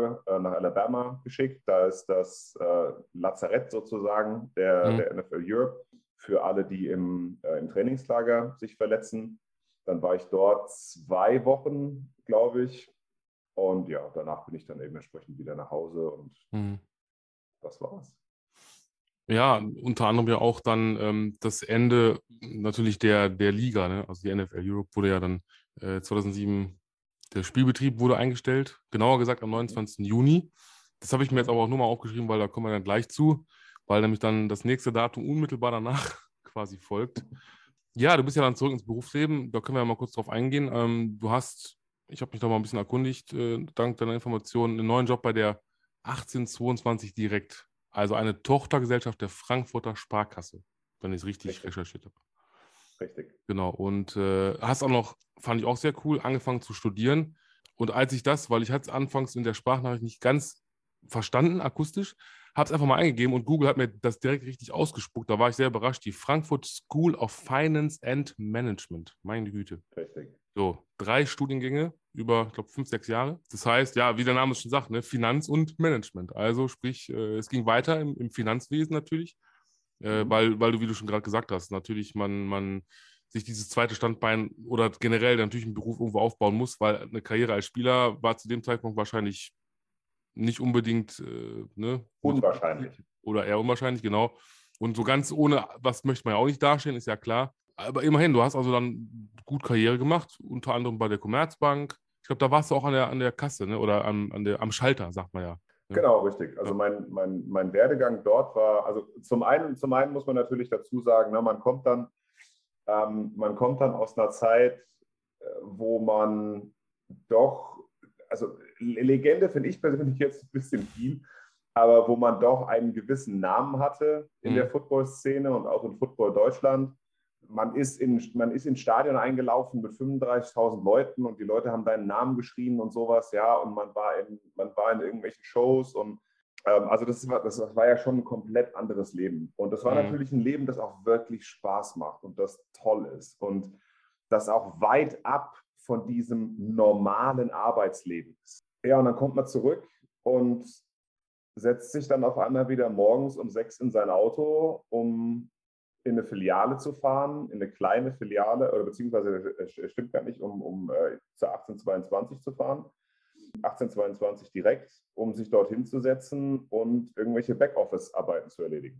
Speaker 3: Alabama geschickt. Da ist das Lazarett sozusagen
Speaker 2: Hm.
Speaker 3: der NFL Europe für alle, die im Trainingslager sich verletzen. Dann war ich dort 2 Wochen, glaube ich. Und ja, danach bin ich dann eben entsprechend wieder nach Hause und
Speaker 2: Hm.
Speaker 3: das war's.
Speaker 2: Ja, unter anderem ja auch dann das Ende natürlich der Liga, ne? Also die NFL Europe wurde ja dann 2007, der Spielbetrieb wurde eingestellt, genauer gesagt am 29. Juni. Das habe ich mir jetzt aber auch nur mal aufgeschrieben, weil da kommen wir dann gleich zu, weil nämlich dann das nächste Datum unmittelbar danach quasi folgt. Ja, du bist ja dann zurück ins Berufsleben, da können wir ja mal kurz drauf eingehen. Ich habe mich da mal ein bisschen erkundigt, dank deiner Informationen, einen neuen Job bei der 1822 direkt. Also eine Tochtergesellschaft der Frankfurter Sparkasse, wenn ich es richtig
Speaker 3: Richtig,
Speaker 2: recherchiert habe.
Speaker 3: richtig.
Speaker 2: Genau. Und hast auch noch, fand ich auch sehr cool, angefangen zu studieren. Und als ich das, weil ich hatte es anfangs in der Sprachnachricht nicht ganz verstanden, akustisch, habe es einfach mal eingegeben und Google hat mir das direkt richtig ausgespuckt. Da war ich sehr überrascht. Die Frankfurt School of Finance and Management. Meine Güte.
Speaker 3: Richtig.
Speaker 2: So, 3 Studiengänge über, ich glaube, 5, 6 Jahre. Das heißt, ja, wie der Name es schon sagt, ne, Finanz und Management. Also sprich, es ging weiter im Finanzwesen natürlich, weil du, wie du schon gerade gesagt hast, natürlich man sich dieses zweite Standbein oder generell natürlich einen Beruf irgendwo aufbauen muss, weil eine Karriere als Spieler war zu dem Zeitpunkt wahrscheinlich nicht unbedingt
Speaker 3: Unwahrscheinlich.
Speaker 2: oder eher unwahrscheinlich, genau. Und so ganz ohne, was möchte man ja auch nicht dastehen, ist ja klar. Aber immerhin, du hast also dann gut Karriere gemacht, unter anderem bei der Commerzbank. Ich glaube, da warst du auch an der Kasse, ne? Oder am Schalter, sagt man ja. Ne?
Speaker 3: Genau, richtig. Also mein Werdegang dort war, also zum einen muss man natürlich dazu sagen, ne, man kommt dann aus einer Zeit, wo man doch, also Legende finde ich persönlich jetzt ein bisschen viel, aber wo man doch einen gewissen Namen hatte in der Football-Szene und auch in Football Deutschland. Man ist ins Stadion eingelaufen mit 35.000 Leuten und die Leute haben deinen Namen geschrien und sowas, ja, und man war in irgendwelchen Shows und also das war ja schon ein komplett anderes Leben. Und das war natürlich ein Leben, das auch wirklich Spaß macht und das toll ist und das auch weit ab von diesem normalen Arbeitsleben ist. Ja, und dann kommt man zurück und setzt sich dann auf einmal wieder morgens um 6 in sein Auto, um in eine Filiale zu fahren, in eine kleine Filiale, oder beziehungsweise, stimmt gar nicht, um zur 1822 zu fahren. 1822 direkt, um sich dorthin zu setzen und irgendwelche Backoffice-Arbeiten zu erledigen.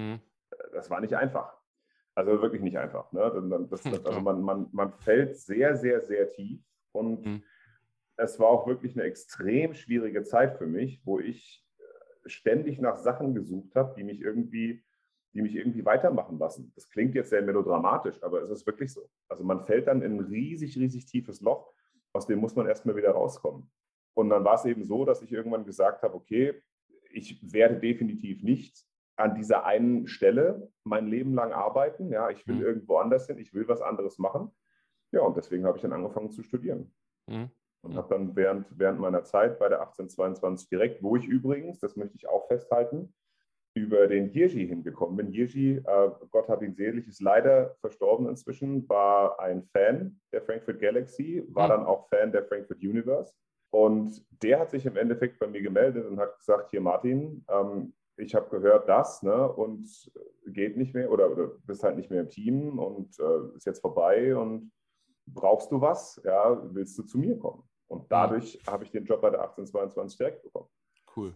Speaker 3: Das war nicht einfach. Also wirklich nicht einfach. Ne? Also man fällt sehr, sehr, sehr tief und es war auch wirklich eine extrem schwierige Zeit für mich, wo ich ständig nach Sachen gesucht habe, die mich irgendwie weitermachen lassen. Das klingt jetzt sehr melodramatisch, aber es ist wirklich so. Also man fällt dann in ein riesig, riesig tiefes Loch, aus dem muss man erstmal wieder rauskommen. Und dann war es eben so, dass ich irgendwann gesagt habe, okay, ich werde definitiv nicht an dieser einen Stelle mein Leben lang arbeiten. Ja, ich will irgendwo anders hin, ich will was anderes machen. Ja, und deswegen habe ich dann angefangen zu studieren. Und habe dann während meiner Zeit bei der 1822 direkt, wo ich übrigens, das möchte ich auch festhalten, über den Jiří hingekommen bin. Jiří, Gott hab ihn selig, ist leider verstorben inzwischen, war ein Fan der Frankfurt Galaxy, war dann auch Fan der Frankfurt Universe. Und der hat sich im Endeffekt bei mir gemeldet und hat gesagt, hier Martin, ich habe gehört das, ne, und geht nicht mehr oder bist halt nicht mehr im Team und ist jetzt vorbei und brauchst du was? Ja, willst du zu mir kommen? Und dadurch habe ich den Job bei der 1822 direkt bekommen.
Speaker 2: Cool.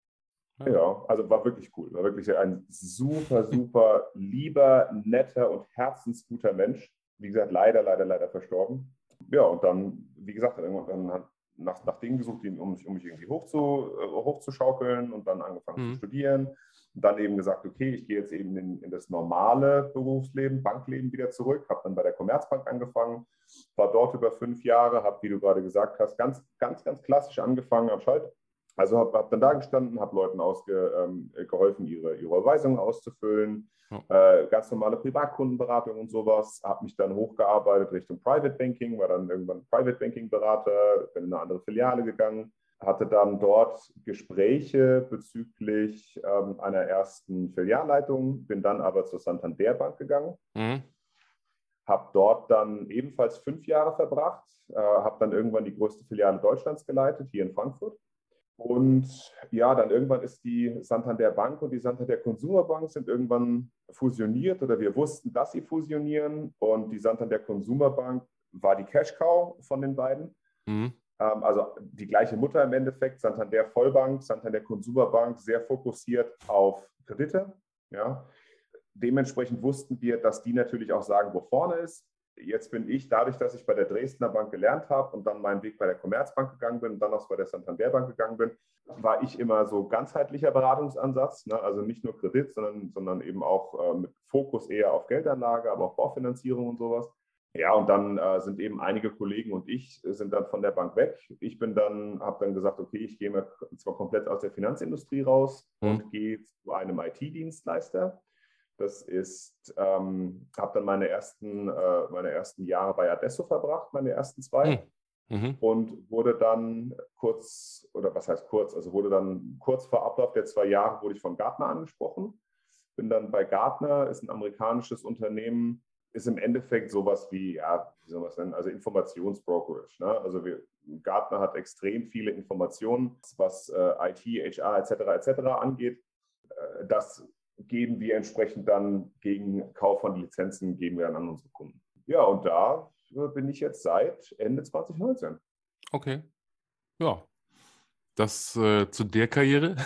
Speaker 3: Ja, also war wirklich cool. War wirklich ein super, super lieber, netter und herzensguter Mensch. Wie gesagt, leider verstorben. Ja, und dann, wie gesagt, dann hat nach Dingen gesucht, um mich irgendwie hochzuschaukeln und dann angefangen zu studieren. Und dann eben gesagt, okay, ich gehe jetzt eben in das normale Berufsleben, Bankleben wieder zurück. Habe dann bei der Commerzbank angefangen, war dort über 5 Jahre, habe, wie du gerade gesagt hast, ganz klassisch angefangen am Schalter. Also habe dann da gestanden, habe Leuten geholfen, ihre Überweisungen auszufüllen, ganz normale Privatkundenberatung und sowas, habe mich dann hochgearbeitet Richtung Private Banking, war dann irgendwann Private Banking Berater, bin in eine andere Filiale gegangen, hatte dann dort Gespräche bezüglich einer ersten Filialleitung, bin dann aber zur Santander Bank gegangen. Habe dort dann ebenfalls 5 Jahre verbracht, habe dann irgendwann die größte Filiale Deutschlands geleitet, hier in Frankfurt. Und ja, dann irgendwann ist die Santander Bank und die Santander Consumer Bank sind irgendwann fusioniert oder wir wussten, dass sie fusionieren. Und die Santander Consumer Bank war die Cash Cow von den beiden. Also die gleiche Mutter im Endeffekt, Santander Vollbank, Santander Consumer Bank, sehr fokussiert auf Kredite. Ja. Dementsprechend wussten wir, dass die natürlich auch sagen, wo vorne ist. Jetzt bin ich, dadurch, dass ich bei der Dresdner Bank gelernt habe und dann meinen Weg bei der Commerzbank gegangen bin und dann auch bei der Santander Bank gegangen bin, war ich immer so ganzheitlicher Beratungsansatz, ne? Also nicht nur Kredit, sondern eben auch mit Fokus eher auf Geldanlage, aber auch Baufinanzierung und sowas. Ja, und dann sind eben einige Kollegen und ich sind dann von der Bank weg. Ich habe dann gesagt, okay, ich gehe mal zwar komplett aus der Finanzindustrie raus und gehe zu einem IT-Dienstleister. Das ist, habe dann meine ersten Jahre bei Adesso verbracht, meine ersten 2.
Speaker 2: Mhm.
Speaker 3: und wurde dann wurde dann kurz vor Ablauf der 2 Jahre wurde ich von Gartner angesprochen. Bin dann bei Gartner, ist ein amerikanisches Unternehmen, ist im Endeffekt sowas wie, ja, wie soll man es nennen, also Informationsbrokerage. Ne? Also Gartner hat extrem viele Informationen, was IT, HR etc. angeht. Das geben wir entsprechend dann gegen Kauf von Lizenzen, geben wir dann an unsere Kunden. Ja, und da bin ich jetzt seit Ende 2019.
Speaker 2: Okay. Ja, das zu der Karriere.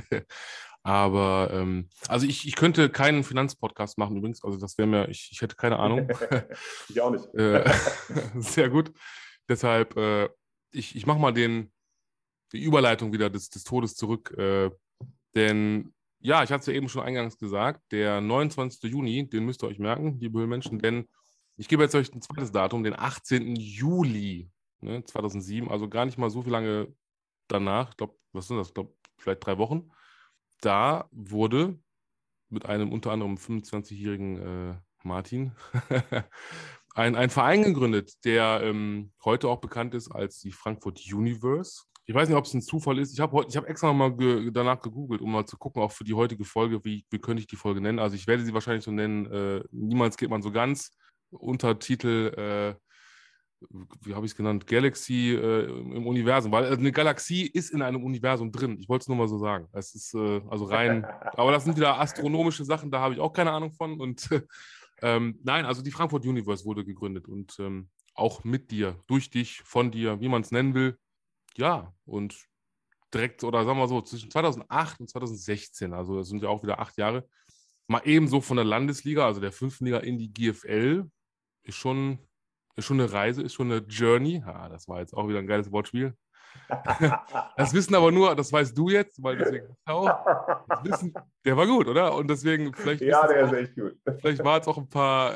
Speaker 2: Aber also ich könnte keinen Finanzpodcast machen übrigens. Also das wäre mir, ich hätte keine Ahnung.
Speaker 3: Ich auch nicht.
Speaker 2: Sehr gut. Deshalb, ich mache mal die Überleitung wieder des Todes zurück. Denn ja, ich hatte es ja eben schon eingangs gesagt, der 29. Juni, den müsst ihr euch merken, liebe Höhlenmenschen, denn ich gebe jetzt euch ein zweites Datum, den 18. Juli 2007, also gar nicht mal so viel lange danach, ich glaube, was sind das? Ich glaube, vielleicht 3 Wochen. Da wurde mit einem unter anderem 25-jährigen Martin ein Verein gegründet, der heute auch bekannt ist als die Frankfurt Universe. Ich weiß nicht, ob es ein Zufall ist. Ich hab extra nochmal danach gegoogelt, um mal zu gucken, auch für die heutige Folge, wie könnte ich die Folge nennen. Also ich werde sie wahrscheinlich so nennen, Niemals geht man so ganz. Untertitel, wie habe ich es genannt? Galaxy im Universum, weil eine Galaxie ist in einem Universum drin. Ich wollte es nur mal so sagen. Es ist also rein, aber das sind wieder astronomische Sachen, da habe ich auch keine Ahnung von. Und nein, also die Frankfurt Universe wurde gegründet und auch mit dir, durch dich, von dir, wie man es nennen will. Ja, und direkt, oder sagen wir so, zwischen 2008 und 2016, also das sind ja auch wieder 8 Jahre, mal ebenso von der Landesliga, also der 5. Liga in die GFL, ist schon, ist schon eine Reise, ist schon eine Journey. Ah, das war jetzt auch wieder ein geiles Wortspiel. Das wissen aber nur, das weißt du jetzt, weil deswegen auch. Das Wissen, der war gut, oder? Und deswegen, vielleicht wissen
Speaker 3: Ja,
Speaker 2: es
Speaker 3: der ist
Speaker 2: auch,
Speaker 3: echt gut.
Speaker 2: vielleicht war es auch ein paar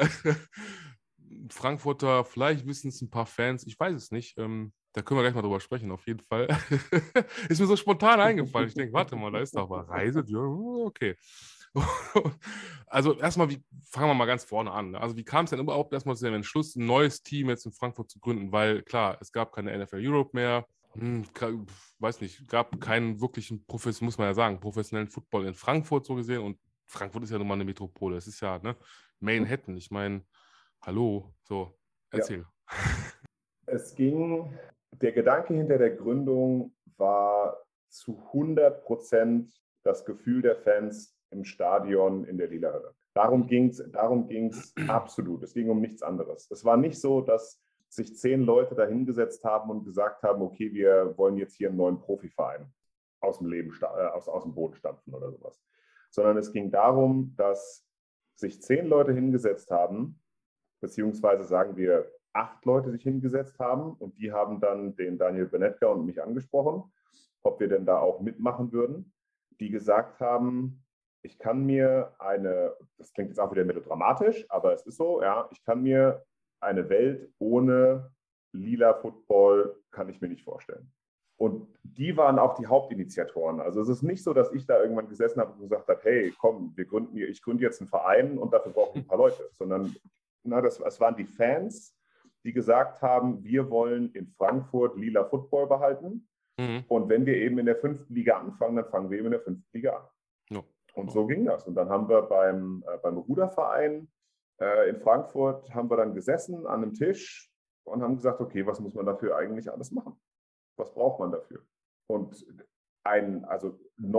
Speaker 2: Frankfurter, vielleicht wissen es ein paar Fans, ich weiß es nicht. Da können wir gleich mal drüber sprechen, auf jeden Fall. Ist mir so spontan eingefallen. Ich denke, warte mal, da ist doch mal Reise. Ja, okay. Also erstmal, fangen wir mal ganz vorne an. Also wie kam es denn überhaupt erstmal zu dem Entschluss, ein neues Team jetzt in Frankfurt zu gründen? Weil klar, es gab keine NFL Europe mehr. Weiß nicht, gab keinen wirklichen muss man ja sagen, professionellen Football in Frankfurt so gesehen. Und Frankfurt ist ja nun mal eine Metropole. Es ist ja, ne, Manhattan. Ich meine, hallo, so,
Speaker 3: Ja.
Speaker 2: erzähl.
Speaker 3: Der Gedanke hinter der Gründung war zu 100% das Gefühl der Fans im Stadion in der Lila Hölle. Darum ging's absolut. Es ging um nichts anderes. Es war nicht so, dass sich 10 Leute da hingesetzt haben und gesagt haben, okay, wir wollen jetzt hier einen neuen Profiverein aus dem Boden stampfen oder sowas. Sondern es ging darum, dass sich 10 Leute hingesetzt haben, beziehungsweise sagen wir 8 Leute sich hingesetzt haben und die haben dann den Daniel Benetka und mich angesprochen, ob wir denn da auch mitmachen würden, die gesagt haben, ich kann mir das klingt jetzt auch wieder melodramatisch, aber es ist so, ja, ich kann mir eine Welt ohne lila Football, kann ich mir nicht vorstellen. Und die waren auch die Hauptinitiatoren. Also es ist nicht so, dass ich da irgendwann gesessen habe und gesagt habe, hey, komm, ich gründe jetzt einen Verein und dafür brauche ich ein paar Leute, sondern es waren die Fans, die gesagt haben, wir wollen in Frankfurt lila Football behalten.
Speaker 2: Mhm.
Speaker 3: Und wenn wir eben in der 5. Liga anfangen, dann fangen wir eben in der 5. Liga an.
Speaker 2: No.
Speaker 3: Und so ging das. Und dann haben wir beim Ruderverein in Frankfurt haben wir dann gesessen an einem Tisch und haben gesagt, okay, was muss man dafür eigentlich alles machen? Was braucht man dafür? Und also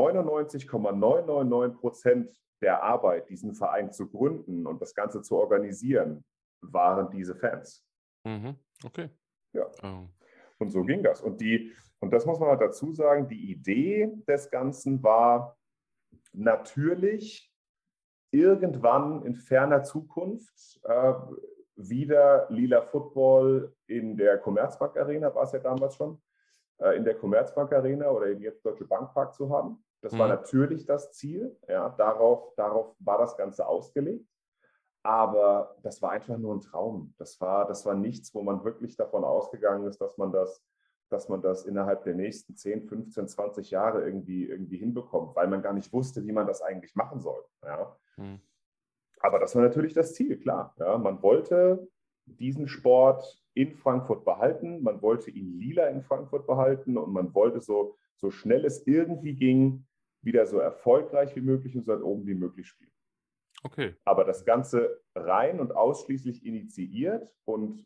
Speaker 3: 99,999% der Arbeit, diesen Verein zu gründen und das Ganze zu organisieren, waren diese Fans.
Speaker 2: Mhm. Okay.
Speaker 3: Ja. Und so ging das. Und das muss man halt dazu sagen, die Idee des Ganzen war natürlich irgendwann in ferner Zukunft wieder lila Football in der Commerzbank Arena, war es ja damals schon, in der Commerzbank Arena oder eben jetzt Deutsche Bank Park zu haben. Das war natürlich das Ziel. Ja, darauf war das Ganze ausgelegt. Aber das war einfach nur ein Traum. Das war nichts, wo man wirklich davon ausgegangen ist, dass man das innerhalb der nächsten 10, 15, 20 Jahre irgendwie hinbekommt, weil man gar nicht wusste, wie man das eigentlich machen soll. Ja. Aber das war natürlich das Ziel, klar. Ja. Man wollte diesen Sport in Frankfurt behalten, man wollte ihn lila in Frankfurt behalten und man wollte so schnell es irgendwie ging, wieder so erfolgreich wie möglich und so weit oben wie möglich spielen.
Speaker 2: Okay.
Speaker 3: Aber das Ganze rein und ausschließlich initiiert und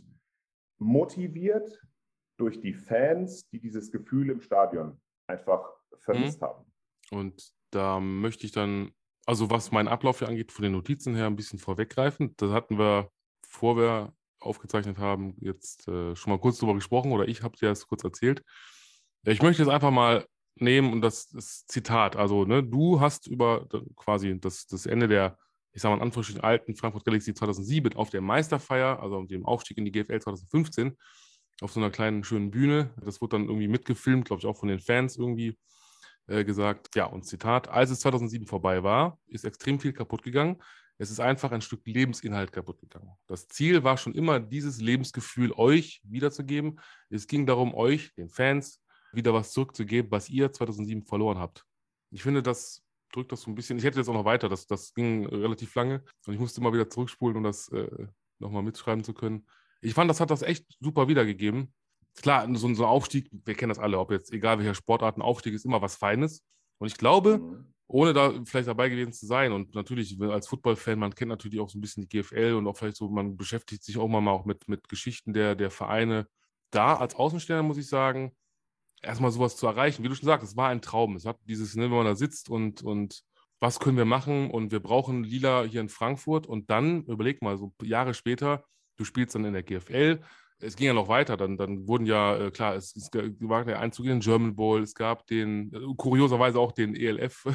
Speaker 3: motiviert durch die Fans, die dieses Gefühl im Stadion einfach vermisst haben.
Speaker 2: Und da möchte ich dann, also was meinen Ablauf hier angeht, von den Notizen her ein bisschen vorweggreifen. Das hatten wir, bevor wir aufgezeichnet haben, jetzt schon mal kurz drüber gesprochen oder ich habe dir das kurz erzählt. Ich möchte jetzt einfach mal nehmen und das Zitat, also ne, du hast über quasi das Ende der, ich sage mal in Anführungsstrichen, alten Frankfurt Galaxy 2007 auf der Meisterfeier, also dem Aufstieg in die GFL 2015, auf so einer kleinen schönen Bühne. Das wurde dann irgendwie mitgefilmt, glaube ich auch von den Fans irgendwie gesagt. Ja, und Zitat, als es 2007 vorbei war, ist extrem viel kaputt gegangen. Es ist einfach ein Stück Lebensinhalt kaputt gegangen. Das Ziel war schon immer, dieses Lebensgefühl euch wiederzugeben. Es ging darum, euch, den Fans, wieder was zurückzugeben, was ihr 2007 verloren habt. Ich finde, das drückt das so ein bisschen. Ich hätte jetzt auch noch weiter, das ging relativ lange und ich musste immer wieder zurückspulen, um das nochmal mitschreiben zu können. Ich fand, das hat das echt super wiedergegeben. Klar, so ein Aufstieg, wir kennen das alle, ob jetzt, egal welcher Sportart, ein Aufstieg ist immer was Feines. Und ich glaube, ohne da vielleicht dabei gewesen zu sein und natürlich als Football-Fan, man kennt natürlich auch so ein bisschen die GFL und auch vielleicht so, man beschäftigt sich auch mal auch mit Geschichten der Vereine. Da als Außenstehender muss ich sagen, erstmal sowas zu erreichen, wie du schon sagst, es war ein Traum. Es hat dieses, ne, wenn man da sitzt und was können wir machen und wir brauchen Lila hier in Frankfurt und dann, überleg mal, so Jahre später, du spielst dann in der GFL, es ging ja noch weiter, dann wurden ja, klar, es war der Einzug in den German Bowl, es gab den, kurioserweise auch den ELF,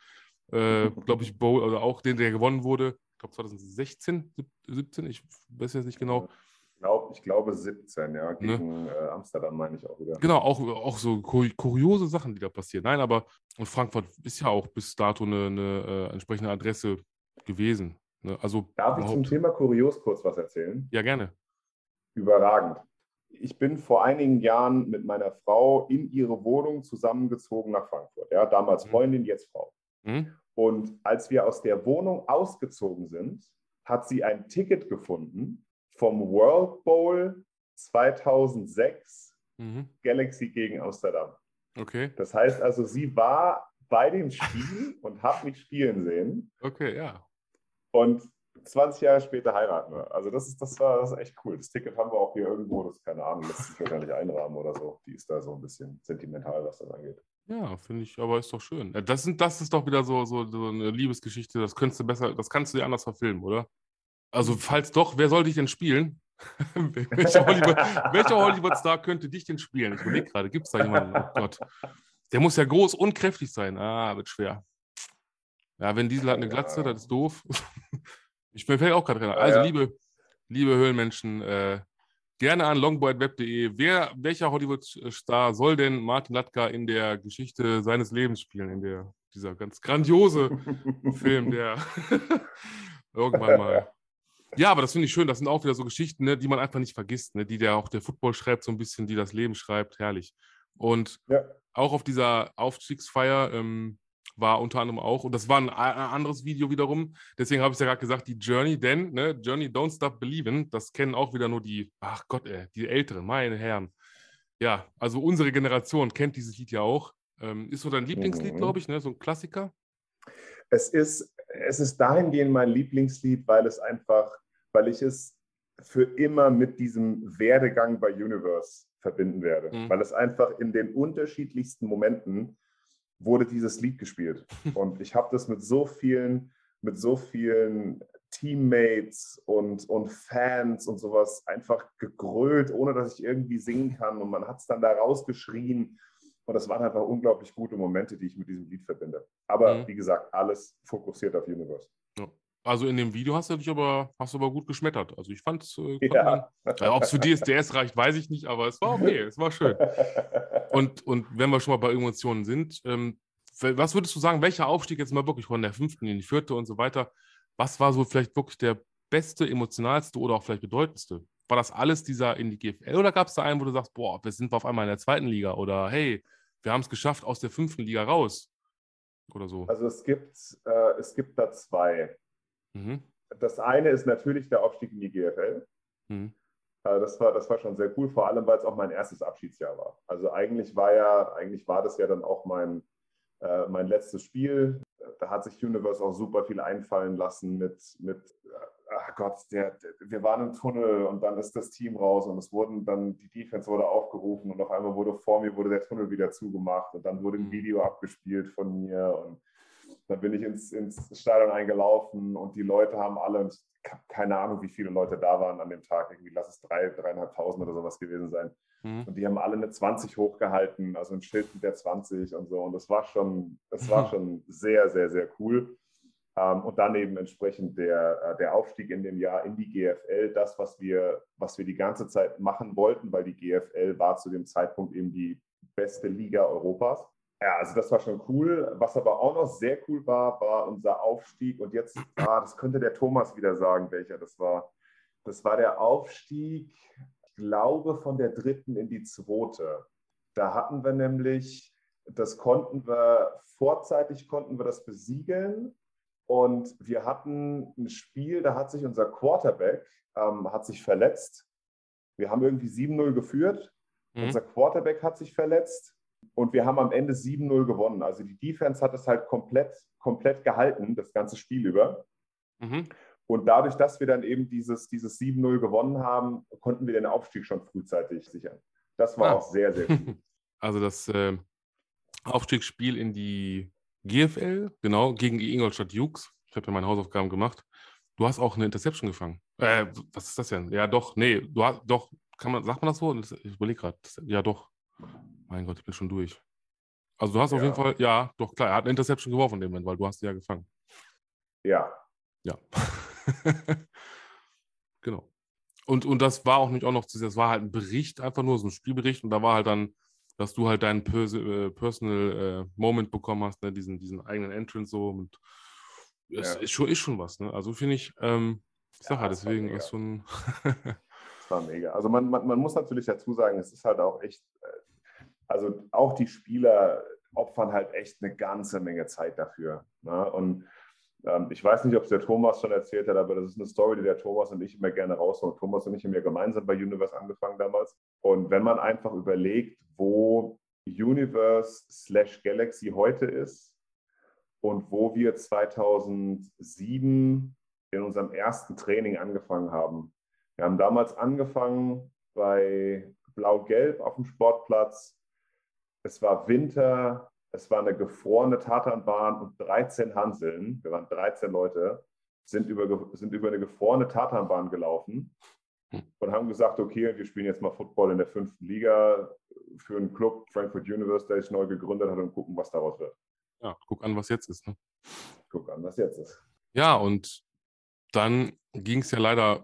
Speaker 2: glaube ich, Bowl, oder auch den, der gewonnen wurde, ich glaube 2016, 17, ich weiß jetzt nicht genau.
Speaker 3: Ich glaube 17, ja,
Speaker 2: Ne?
Speaker 3: gegen Amsterdam meine ich auch wieder.
Speaker 2: Genau, auch so kuriose Sachen, die da passieren. Nein, aber und Frankfurt ist ja auch bis dato eine entsprechende Adresse gewesen. Ne? Also
Speaker 3: Darf ich zum
Speaker 2: überhaupt.
Speaker 3: Thema Kurios kurz was erzählen?
Speaker 2: Ja, gerne.
Speaker 3: Überragend. Ich bin vor einigen Jahren mit meiner Frau in ihre Wohnung zusammengezogen nach Frankfurt. Ja, damals Freundin, jetzt Frau.
Speaker 2: Mhm.
Speaker 3: Und als wir aus der Wohnung ausgezogen sind, hat sie ein Ticket gefunden vom World Bowl 2006 Galaxy gegen Amsterdam.
Speaker 2: Okay.
Speaker 3: Das heißt also, sie war bei dem Spiel und hat mich spielen sehen.
Speaker 2: Okay, ja.
Speaker 3: Und 20 Jahre später heiraten wir. Also das ist echt cool. Das Ticket haben wir auch hier irgendwo, das keine Ahnung, lässt sich wahrscheinlich einrahmen oder so. Die ist da so ein bisschen sentimental, was das angeht.
Speaker 2: Ja, finde ich, aber ist doch schön. Das ist doch wieder so eine Liebesgeschichte, das könntest du besser, das kannst du dir anders verfilmen, oder? Also, falls doch, wer soll dich denn spielen? Welcher Hollywood-Star könnte dich denn spielen? Ich überlege gerade, gibt es da jemanden? Oh Gott. Der muss ja groß und kräftig sein. Ah, wird schwer. Ja, Vin Diesel hat eine Glatze, das ist doof. Mir fällt auch gerade rein. Also, liebe Höhlenmenschen, gerne an longboardweb.de. Welcher Hollywood-Star soll denn Martin Latka in der Geschichte seines Lebens spielen? Dieser ganz grandiose Film, der irgendwann mal. Ja, aber das finde ich schön. Das sind auch wieder so Geschichten, ne, die man einfach nicht vergisst, ne, die auch der Football schreibt, so ein bisschen, die das Leben schreibt. Herrlich. Und auch auf dieser Aufstiegsfeier war unter anderem auch, und das war ein anderes Video wiederum, deswegen habe ich ja gerade gesagt, die Journey, denn ne, Journey Don't Stop Believin', das kennen auch wieder nur die, ach Gott, die Älteren, meine Herren. Ja, also unsere Generation kennt dieses Lied ja auch. Ist so dein Lieblingslied, glaube ich, ne, so ein Klassiker?
Speaker 3: Es ist dahingehend mein Lieblingslied, weil ich es für immer mit diesem Werdegang bei Universe verbinden werde. Weil es einfach in den unterschiedlichsten Momenten wurde dieses Lied gespielt. Und ich habe das mit so vielen Teammates und Fans und sowas einfach gegrölt, ohne dass ich irgendwie singen kann. Und man hat es dann da rausgeschrien. Und das waren einfach unglaublich gute Momente, die ich mit diesem Lied verbinde. Aber wie gesagt, alles fokussiert auf Universe.
Speaker 2: Ja. Also in dem Video hast du aber gut geschmettert. Also ich fand es,
Speaker 3: Ja.
Speaker 2: ob es für DSDS reicht, weiß ich nicht, aber es war okay, es war schön. Und wenn wir schon mal bei Emotionen sind, was würdest du sagen, welcher Aufstieg jetzt mal wirklich von der 5. in die 4. und so weiter, was war so vielleicht wirklich der beste, emotionalste oder auch vielleicht bedeutendste? War das alles dieser in die GFL oder gab es da einen, wo du sagst, boah, wir sind auf einmal in der 2. Liga oder hey, wir haben es geschafft aus der 5. Liga raus oder so?
Speaker 3: Also es gibt da zwei. Das eine ist natürlich der Aufstieg in die GFL. Also das war schon sehr cool, vor allem, weil es auch mein erstes Abschiedsjahr war. Also eigentlich war das ja dann auch mein letztes Spiel. Da hat sich Universe auch super viel einfallen lassen ach Gott, wir waren im Tunnel und dann ist das Team raus und die Defense wurde aufgerufen und auf einmal wurde der Tunnel wieder zugemacht und dann wurde ein Video abgespielt von mir und dann bin ich ins Stadion eingelaufen und die Leute haben alle, ich habe keine Ahnung, wie viele Leute da waren an dem Tag, irgendwie lass es 3.500 oder sowas gewesen sein. Und die haben alle eine 20 hochgehalten, also ein Schild mit der 20 und so. Und das war schon sehr, sehr, sehr cool. Und dann eben entsprechend der Aufstieg in dem Jahr in die GFL, das, was wir die ganze Zeit machen wollten, weil die GFL war zu dem Zeitpunkt eben die beste Liga Europas. Ja, also das war schon cool. Was aber auch noch sehr cool war unser Aufstieg. Und jetzt, das könnte der Thomas wieder sagen, welcher das war. Das war der Aufstieg, ich glaube, von der 3. in die 2. Da hatten wir nämlich, vorzeitig konnten wir das besiegeln. Und wir hatten ein Spiel, da hat sich unser Quarterback hat sich verletzt. Wir haben irgendwie 7-0 geführt. Unser Quarterback hat sich verletzt. Und wir haben am Ende 7-0 gewonnen. Also die Defense hat es halt komplett gehalten, das ganze Spiel über. Und dadurch, dass wir dann eben dieses 7-0 gewonnen haben, konnten wir den Aufstieg schon frühzeitig sichern. Das war auch sehr, sehr cool.
Speaker 2: Also das Aufstiegsspiel in die GFL, genau, gegen die Ingolstadt Jukes. Ich habe ja meine Hausaufgaben gemacht. Du hast auch eine Interception gefangen. Was ist das denn? Ja, doch, nee, sagt man das so? Ich überlege gerade. Ja, doch. Mein Gott, ich bin schon durch. Also du hast auf jeden Fall, ja, doch klar, er hat eine Interception geworfen in dem Moment, weil du hast sie ja gefangen.
Speaker 3: Ja.
Speaker 2: Ja. Genau. Und das war auch nicht auch noch, das war halt ein Bericht, einfach nur so ein Spielbericht und da war halt dann, dass du halt deinen Personal Moment bekommen hast, ne, diesen eigenen Entrance so und ist schon was, ne? Also finde ich, Sache, deswegen ist so ein
Speaker 3: Das war mega. Also man muss natürlich dazu sagen, es ist halt auch echt, also auch die Spieler opfern halt echt eine ganze Menge Zeit dafür. Ne? Und ich weiß nicht, ob es der Thomas schon erzählt hat, aber das ist eine Story, die der Thomas und ich immer gerne rausholen. Thomas und ich haben ja gemeinsam bei Universe angefangen damals. Und wenn man einfach überlegt, wo Universe/Galaxy heute ist und wo wir 2007 in unserem ersten Training angefangen haben. Wir haben damals angefangen bei Blau-Gelb auf dem Sportplatz. Es war Winter, es war eine gefrorene Tatanbahn und 13 Hanseln, wir waren 13 Leute, sind über eine gefrorene Tatanbahn gelaufen und haben gesagt, okay, wir spielen jetzt mal Football in der 5. Liga für einen Club, Frankfurt Universe, der sich neu gegründet hat und gucken, was daraus wird.
Speaker 2: Ja, guck an, was jetzt ist, ne?
Speaker 3: Guck an, was jetzt ist.
Speaker 2: Ja, und dann ging es ja leider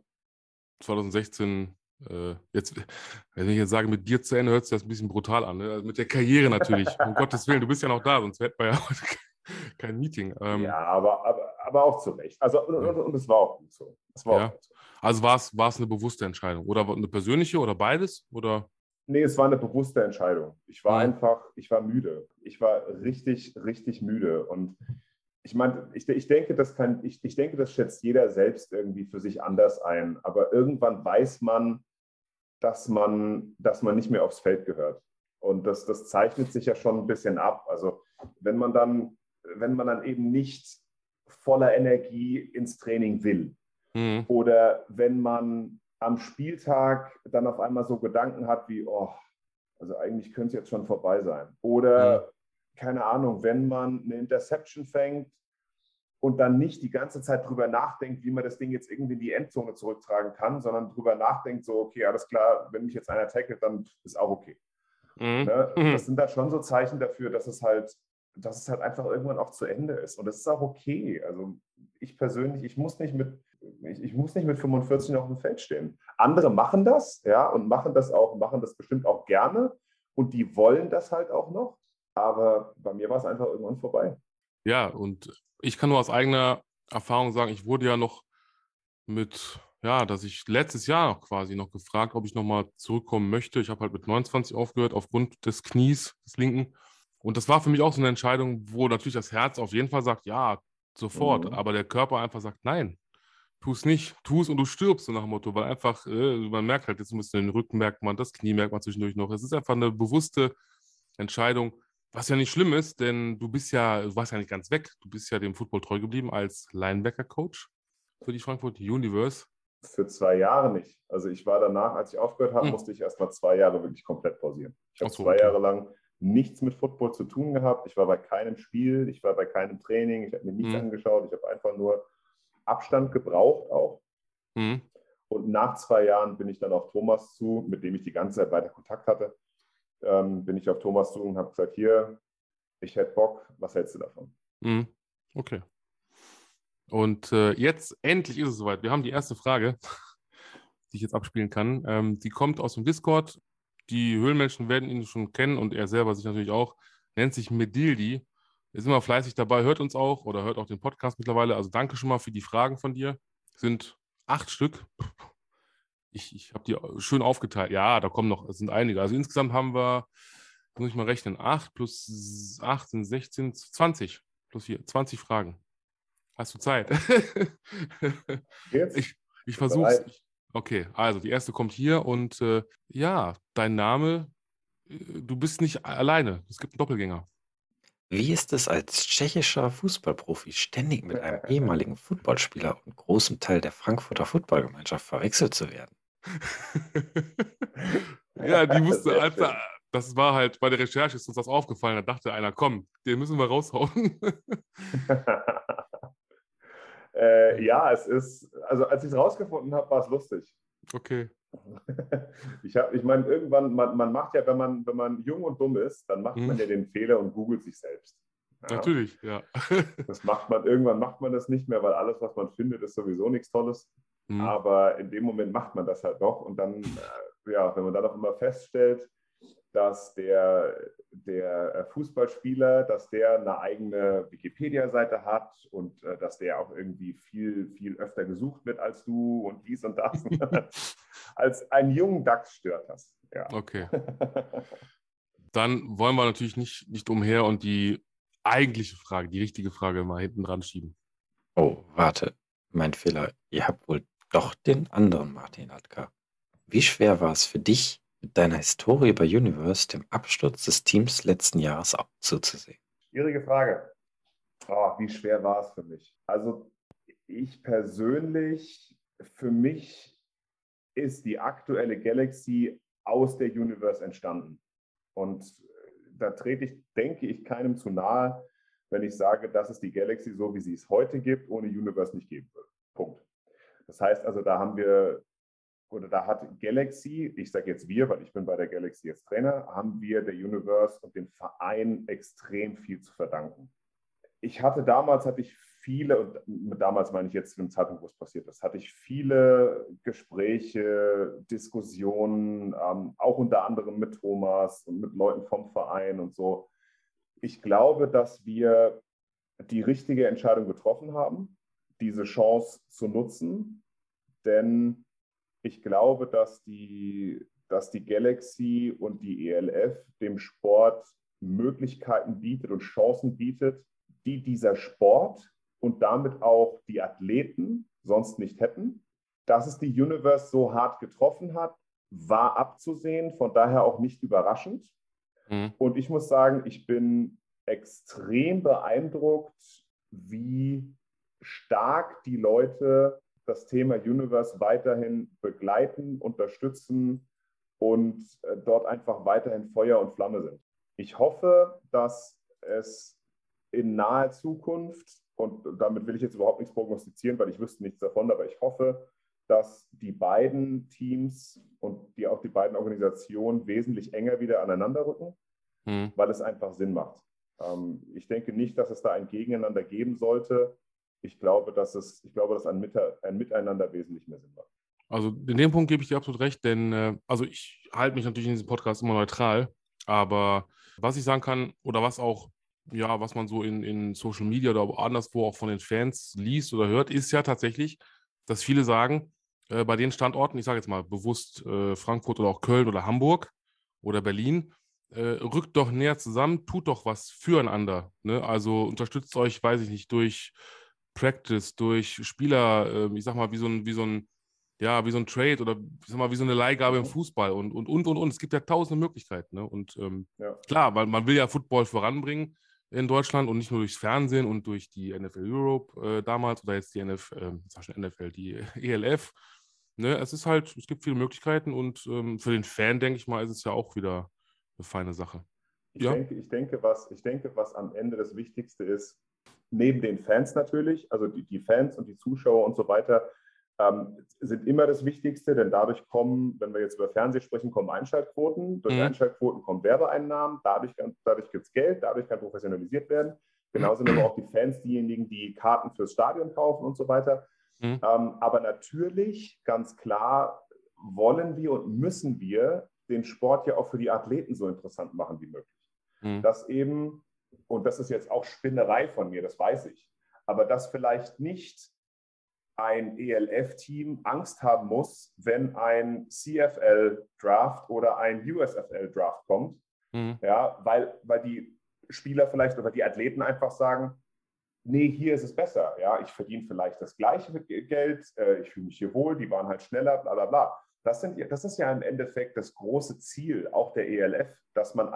Speaker 2: 2016 jetzt, wenn ich jetzt sage, mit dir zu Ende, hört sich das ein bisschen brutal an. Ne? Also mit der Karriere natürlich. Um Gottes Willen, du bist ja noch da, sonst hätten wir ja heute kein Meeting.
Speaker 3: Ja, aber auch zu Recht. Also, und es war auch gut so.
Speaker 2: Also war es eine bewusste Entscheidung? Oder eine persönliche oder beides? Oder?
Speaker 3: Nee, es war eine bewusste Entscheidung. Ich war müde. Ich war richtig, richtig müde. Und ich meine, ich denke, das schätzt jeder selbst irgendwie für sich anders ein. Aber irgendwann weiß man, dass man nicht mehr aufs Feld gehört. Und das zeichnet sich ja schon ein bisschen ab. Also wenn man dann eben nicht voller Energie ins Training will oder wenn man am Spieltag dann auf einmal so Gedanken hat wie, also eigentlich könnte es jetzt schon vorbei sein. Oder, keine Ahnung, wenn man eine Interception fängt und dann nicht die ganze Zeit drüber nachdenkt, wie man das Ding jetzt irgendwie in die Endzone zurücktragen kann, sondern drüber nachdenkt, so, okay, alles klar, wenn mich jetzt einer tackelt, dann ist auch okay. Ne? Das sind da schon so Zeichen dafür, dass es halt einfach irgendwann auch zu Ende ist. Und das ist auch okay. Also ich persönlich, ich muss nicht mit 45 noch auf dem Feld stehen. Andere machen das, ja, und machen das bestimmt auch gerne. Und die wollen das halt auch noch. Aber bei mir war es einfach irgendwann vorbei.
Speaker 2: Ja, und ich kann nur aus eigener Erfahrung sagen, ich wurde ja noch dass ich letztes Jahr quasi noch gefragt, ob ich nochmal zurückkommen möchte. Ich habe halt mit 29 aufgehört, aufgrund des Knies, des linken. Und das war für mich auch so eine Entscheidung, wo natürlich das Herz auf jeden Fall sagt, ja, sofort. Aber der Körper einfach sagt, nein, tu es nicht, tu es und du stirbst, so nach dem Motto, weil einfach, man merkt halt jetzt ein bisschen den Rücken, merkt man, das Knie merkt man zwischendurch noch. Es ist einfach eine bewusste Entscheidung, was ja nicht schlimm ist, denn du warst ja nicht ganz weg. Du bist ja dem Football treu geblieben als Linebacker-Coach für die Frankfurt Universe.
Speaker 3: Für 2 Jahre nicht. Also ich war danach, als ich aufgehört habe, musste ich erst mal 2 Jahre wirklich komplett pausieren. Ich habe 2 Jahre lang nichts mit Football zu tun gehabt. Ich war bei keinem Spiel, ich war bei keinem Training, ich habe mir nichts angeschaut. Ich habe einfach nur Abstand gebraucht auch. Und nach 2 Jahren bin ich dann auf Thomas zu, mit dem ich die ganze Zeit weiter Kontakt hatte, bin ich auf Thomas zu und habe gesagt, hier, ich hätte Bock, was hältst du davon?
Speaker 2: Okay. Und jetzt endlich ist es soweit. Wir haben die erste Frage, die ich jetzt abspielen kann. Die kommt aus dem Discord. Die Höhlenmenschen werden ihn schon kennen und er selber sich natürlich auch. Nennt sich Medildi. Ist immer fleißig dabei, hört uns auch oder hört auch den Podcast mittlerweile. Also danke schon mal für die Fragen von dir. Sind 8 Stück. Ich habe die schön aufgeteilt. Ja, da kommen noch, es sind einige. Also insgesamt haben wir, muss ich mal rechnen, 8 plus 8 sind 16, 20 plus 4, 20 Fragen. Hast du Zeit?
Speaker 3: Jetzt?
Speaker 2: Ich versuche es. Okay, also die erste kommt hier und ja, dein Name, du bist nicht alleine. Es gibt einen Doppelgänger.
Speaker 4: Wie ist es als tschechischer Fußballprofi ständig mit einem ehemaligen Footballspieler und großem Teil der Frankfurter Footballgemeinschaft verwechselt zu werden?
Speaker 2: Ja, die musste, das war halt bei der Recherche, ist uns das aufgefallen. Da dachte einer, komm, den müssen wir raushauen.
Speaker 3: Ja, es ist, also als ich es rausgefunden habe, war es lustig.
Speaker 2: Okay.
Speaker 3: Ich meine, irgendwann, man macht ja, wenn man jung und dumm ist, dann macht man ja den Fehler und googelt sich selbst. Ja.
Speaker 2: Natürlich, ja.
Speaker 3: Irgendwann macht man das nicht mehr, weil alles, was man findet, ist sowieso nichts Tolles. Aber in dem Moment macht man das halt doch. Und dann, ja, wenn man dann auch immer feststellt, dass der Fußballspieler, dass der eine eigene Wikipedia-Seite hat und dass der auch irgendwie viel, viel öfter gesucht wird als du und dies und das, als einen jungen Dachs stört das. Ja.
Speaker 2: Okay. Dann wollen wir natürlich nicht umher und die eigentliche Frage, die richtige Frage mal hinten dran schieben.
Speaker 4: Oh, warte, mein Fehler. Ihr habt wohl doch den anderen Martin Latka. Wie schwer war es für dich, mit deiner Historie bei Universe dem Absturz des Teams letzten Jahres zuzusehen?
Speaker 3: Schwierige Frage. Oh, wie schwer war es für mich? Also ich persönlich, für mich ist die aktuelle Galaxy aus der Universe entstanden. Und da trete ich, denke ich, keinem zu nahe, wenn ich sage, dass es die Galaxy so, wie sie es heute gibt, ohne Universe nicht geben würde. Punkt. Das heißt also, da hat Galaxy, ich sage jetzt wir, weil ich bin bei der Galaxy jetzt Trainer, haben wir der Universe und dem Verein extrem viel zu verdanken. Damals hatte ich viele, und damals meine ich jetzt zu dem Zeitpunkt, wo es passiert ist, hatte ich viele Gespräche, Diskussionen, auch unter anderem mit Thomas und mit Leuten vom Verein und so. Ich glaube, dass wir die richtige Entscheidung getroffen haben, diese Chance zu nutzen, denn ich glaube, dass die Galaxy und die ELF dem Sport Möglichkeiten bietet und Chancen bietet, die dieser Sport und damit auch die Athleten sonst nicht hätten. Dass es die Universe so hart getroffen hat, war abzusehen, von daher auch nicht überraschend. Und ich muss sagen, ich bin extrem beeindruckt, wie stark die Leute das Thema Universe weiterhin begleiten, unterstützen und dort einfach weiterhin Feuer und Flamme sind. Ich hoffe, dass es in naher Zukunft, und damit will ich jetzt überhaupt nichts prognostizieren, weil ich wüsste nichts davon, aber ich hoffe, dass die beiden Teams und auch die beiden Organisationen wesentlich enger wieder aneinander rücken, weil es einfach Sinn macht. Ich denke nicht, dass es da ein Gegeneinander geben sollte. Ich glaube, dass ein Miteinander wesentlich mehr Sinn macht.
Speaker 2: Also in dem Punkt gebe ich dir absolut recht, denn also ich halte mich natürlich in diesem Podcast immer neutral, aber was ich sagen kann oder was man so in Social Media oder anderswo auch von den Fans liest oder hört, ist ja tatsächlich, dass viele sagen, bei den Standorten, ich sage jetzt mal bewusst Frankfurt oder auch Köln oder Hamburg oder Berlin, rückt doch näher zusammen, tut doch was füreinander. Ne? Also unterstützt euch, weiß ich nicht, durch Practice, durch Spieler, ich sag mal, wie so ein Trade oder ich sag mal, wie so eine Leihgabe im Fußball und. Es gibt ja tausende Möglichkeiten. Ne? Und klar, weil man will ja Football voranbringen in Deutschland und nicht nur durchs Fernsehen und durch die NFL Europe damals oder jetzt die NFL, die ELF. Ne? Es gibt viele Möglichkeiten und für den Fan, denke ich mal, ist es ja auch wieder eine feine Sache.
Speaker 3: Ich denke, was am Ende das Wichtigste ist, neben den Fans natürlich, also die Fans und die Zuschauer und so weiter, sind immer das Wichtigste, denn dadurch kommen, wenn wir jetzt über Fernsehen sprechen, kommen Einschaltquoten. Durch Einschaltquoten kommen Werbeeinnahmen, dadurch gibt es Geld, dadurch kann professionalisiert werden. Genauso sind aber auch die Fans diejenigen, die Karten fürs Stadion kaufen und so weiter. Aber natürlich, ganz klar, wollen wir und müssen wir den Sport ja auch für die Athleten so interessant machen wie möglich. Dass eben, und das ist jetzt auch Spinnerei von mir, das weiß ich, aber dass vielleicht nicht ein ELF-Team Angst haben muss, wenn ein CFL-Draft oder ein USFL-Draft kommt, ja, weil die Spieler vielleicht oder die Athleten einfach sagen, nee, hier ist es besser, ja, ich verdiene vielleicht das gleiche Geld, ich fühle mich hier wohl, die waren halt schneller, bla bla bla. Das ist ja im Endeffekt das große Ziel auch der ELF, dass man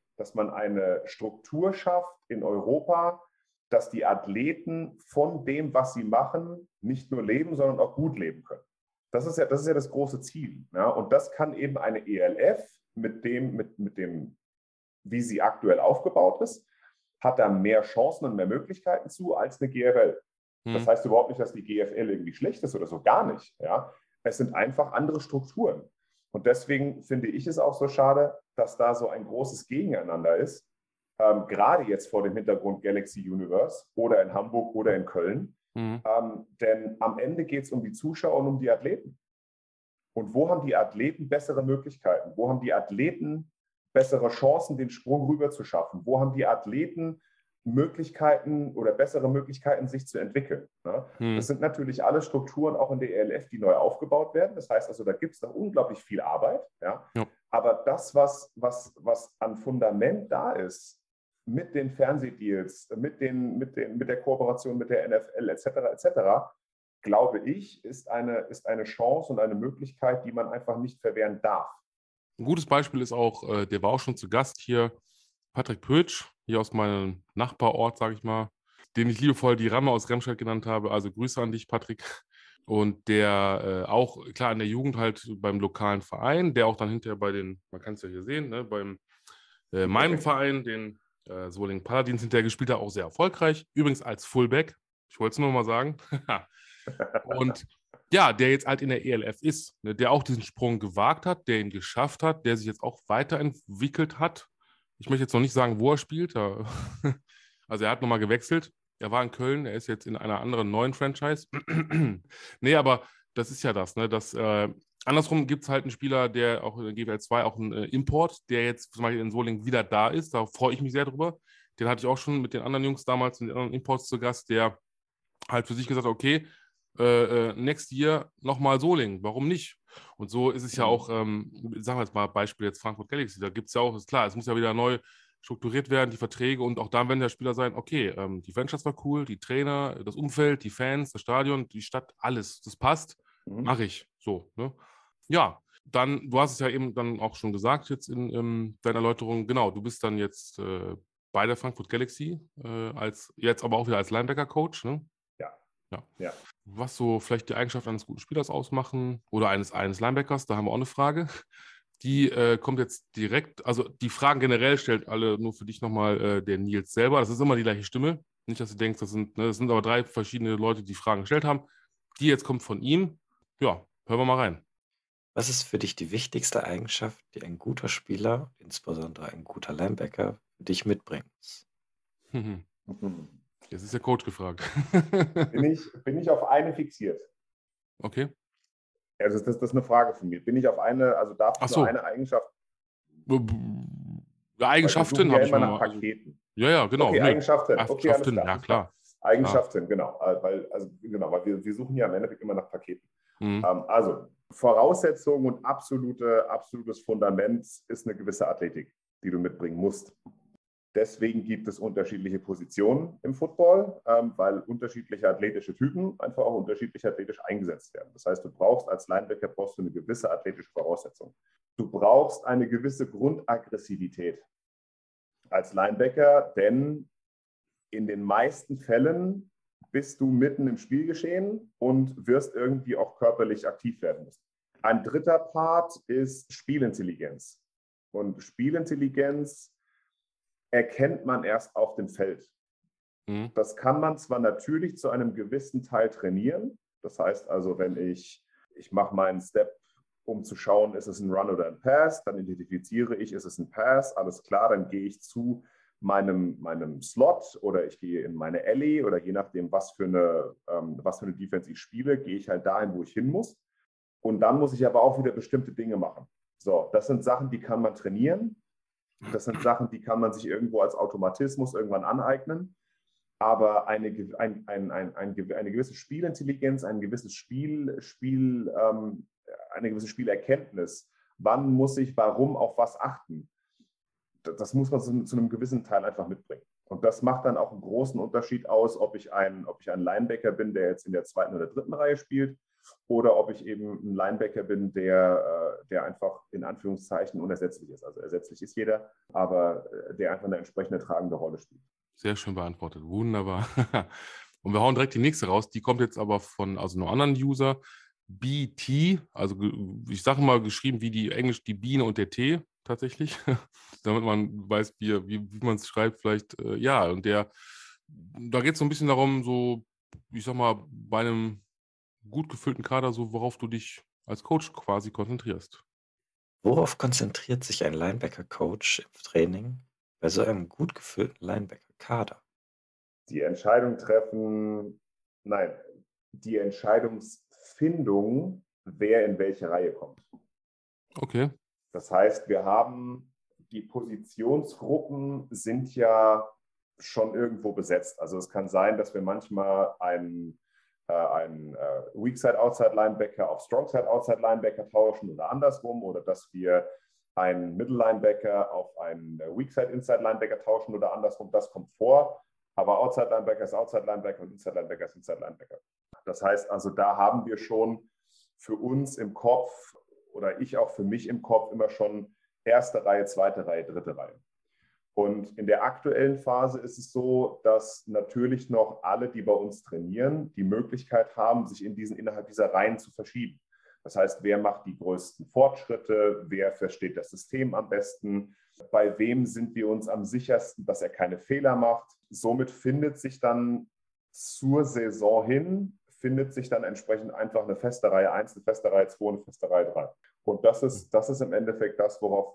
Speaker 3: eine Struktur schafft in Europa, dass die Athleten von dem, was sie machen, nicht nur leben, sondern auch gut leben können. Das ist ja das große Ziel. Ja? Und das kann eben eine ELF mit dem, wie sie aktuell aufgebaut ist, hat da mehr Chancen und mehr Möglichkeiten zu als eine GFL. Das heißt überhaupt nicht, dass die GFL irgendwie schlecht ist oder so, gar nicht. Ja? Es sind einfach andere Strukturen. Und deswegen finde ich es auch so schade, dass da so ein großes Gegeneinander ist, gerade jetzt vor dem Hintergrund Galaxy Universe oder in Hamburg oder in Köln. Denn am Ende geht es um die Zuschauer und um die Athleten. Und wo haben die Athleten bessere Möglichkeiten? Wo haben die Athleten bessere Chancen, den Sprung rüber zu schaffen? Wo haben die Athleten Möglichkeiten oder bessere Möglichkeiten, sich zu entwickeln? Ne? Das sind natürlich alle Strukturen auch in der ELF, die neu aufgebaut werden. Das heißt also, da gibt es noch unglaublich viel Arbeit. Ja? Ja. Aber das, was an Fundament da ist, mit den Fernsehdeals, mit der Kooperation mit der NFL etc., glaube ich, ist eine Chance und eine Möglichkeit, die man einfach nicht verwehren darf.
Speaker 2: Ein gutes Beispiel ist auch, der war auch schon zu Gast hier, Patrick Pötsch, hier aus meinem Nachbarort, sage ich mal, den ich liebevoll die Ramme aus Remscheid genannt habe. Also Grüße an dich, Patrick. Und der auch, klar, in der Jugend halt beim lokalen Verein, der auch dann hinterher man kann es ja hier sehen, ne, beim meinem Verein, den Solingen Paladins, hinterher gespielt hat, auch sehr erfolgreich. Übrigens als Fullback, ich wollte es nur mal sagen. Und ja, der jetzt halt in der ELF ist, ne, der auch diesen Sprung gewagt hat, der ihn geschafft hat, der sich jetzt auch weiterentwickelt hat. Ich möchte jetzt noch nicht sagen, wo er spielt. Also er hat nochmal gewechselt. Er war in Köln, er ist jetzt in einer anderen neuen Franchise. Nee, aber das ist ja das, ne? Andersrum gibt es halt einen Spieler, der auch in der GWL 2 auch einen Import, der jetzt zum Beispiel in Solingen wieder da ist. Da freue ich mich sehr drüber. Den hatte ich auch schon mit den anderen Jungs damals, mit den anderen Imports zu Gast, der halt für sich gesagt hat, okay, next year nochmal Solingen, warum nicht? Und so ist es ja auch, sagen wir jetzt mal Beispiel jetzt Frankfurt Galaxy, da gibt es ja auch, ist klar, es muss ja wieder neu strukturiert werden, die Verträge und auch dann werden der Spieler sein, okay, die Franchise war cool, die Trainer, das Umfeld, die Fans, das Stadion, die Stadt, alles, das passt, mache ich, so, ne? Ja, dann, du hast es ja eben dann auch schon gesagt jetzt in deiner Erläuterung, genau, du bist dann jetzt bei der Frankfurt Galaxy, jetzt aber auch wieder als Linebacker-Coach, ne? Ja. Was so vielleicht die Eigenschaften eines guten Spielers ausmachen oder eines Linebackers, da haben wir auch eine Frage. Die kommt jetzt direkt, also die Fragen generell stellt alle nur für dich nochmal der Nils selber. Das ist immer die gleiche Stimme. Nicht, dass du denkst, das sind aber 3 verschiedene Leute, die Fragen gestellt haben. Die jetzt kommt von ihm. Ja, hören wir mal rein.
Speaker 4: Was ist für dich die wichtigste Eigenschaft, die ein guter Spieler, insbesondere ein guter Linebacker, für dich mitbringt?
Speaker 2: Jetzt ist der Coach gefragt.
Speaker 3: Bin ich auf eine fixiert?
Speaker 2: Okay.
Speaker 3: Also das ist eine Frage von mir. Bin ich auf eine, also darf ich nur eine Eigenschaft?
Speaker 2: Ja, Eigenschaften habe ich
Speaker 3: immer nach Paketen.
Speaker 2: Ja, genau.
Speaker 3: Okay, Eigenschaften. Okay, alles klar.
Speaker 2: Ja, klar.
Speaker 3: Eigenschaften, genau. Weil wir suchen ja im Endeffekt immer nach Paketen. Also Voraussetzung und absolutes Fundament ist eine gewisse Athletik, die du mitbringen musst. Deswegen gibt es unterschiedliche Positionen im Football, weil unterschiedliche athletische Typen einfach auch unterschiedlich athletisch eingesetzt werden. Das heißt, du brauchst als Linebacker eine gewisse athletische Voraussetzung. Du brauchst eine gewisse Grundaggressivität als Linebacker, denn in den meisten Fällen bist du mitten im Spielgeschehen und wirst irgendwie auch körperlich aktiv werden müssen. Ein dritter Part ist Spielintelligenz. Und Spielintelligenz erkennt man erst auf dem Feld. Das kann man zwar natürlich zu einem gewissen Teil trainieren. Das heißt also, wenn ich mache meinen Step, um zu schauen, ist es ein Run oder ein Pass, dann identifiziere ich, ist es ein Pass, alles klar, dann gehe ich zu meinem Slot oder ich gehe in meine Alley oder je nachdem, was für eine Defense ich spiele, gehe ich halt dahin, wo ich hin muss. Und dann muss ich aber auch wieder bestimmte Dinge machen. So, das sind Sachen, die kann man trainieren. Das sind Sachen, die kann man sich irgendwo als Automatismus irgendwann aneignen. Aber eine gewisse Spielintelligenz, eine gewisse Spielerkenntnis, wann muss ich warum auf was achten, das muss man zu einem gewissen Teil einfach mitbringen. Und das macht dann auch einen großen Unterschied aus, ob ich ein Linebacker bin, der jetzt in der 2. oder 3. Reihe spielt, oder ob ich eben ein Linebacker bin, der einfach in Anführungszeichen unersetzlich ist. Also ersetzlich ist jeder, aber der einfach eine entsprechende tragende Rolle spielt.
Speaker 2: Sehr schön beantwortet. Wunderbar. Und wir hauen direkt die nächste raus. Die kommt jetzt aber von einem anderen User. BT, also ich sage mal geschrieben wie die Englisch, die Biene und der T tatsächlich, damit man weiß, wie man es schreibt vielleicht. Ja, und da geht es so ein bisschen darum, so, ich sag mal, bei einem gut gefüllten Kader, so worauf du dich als Coach quasi konzentrierst.
Speaker 4: Worauf konzentriert sich ein Linebacker-Coach im Training bei so einem gut gefüllten Linebacker-Kader?
Speaker 3: Die Entscheidungsfindung, wer in welche Reihe kommt.
Speaker 2: Okay.
Speaker 3: Das heißt, die Positionsgruppen sind ja schon irgendwo besetzt. Also es kann sein, dass wir manchmal einen Weak-Side-Outside-Linebacker auf Strong-Side-Outside-Linebacker tauschen oder andersrum, oder dass wir einen Middle-Linebacker auf einen Weak-Side-Inside-Linebacker tauschen oder andersrum. Das kommt vor, aber Outside-Linebacker ist Outside-Linebacker und Inside-Linebacker ist Inside-Linebacker. Das heißt also, da haben wir schon für uns im Kopf oder ich auch für mich im Kopf immer schon 1. Reihe, 2. Reihe, 3. Reihe. Und in der aktuellen Phase ist es so, dass natürlich noch alle, die bei uns trainieren, die Möglichkeit haben, sich innerhalb dieser Reihen zu verschieben. Das heißt, wer macht die größten Fortschritte, wer versteht das System am besten, bei wem sind wir uns am sichersten, dass er keine Fehler macht. Somit findet sich dann zur Saison hin, entsprechend einfach eine feste Reihe 1, eine feste Reihe 2 und eine feste Reihe 3. Und das ist im Endeffekt das, worauf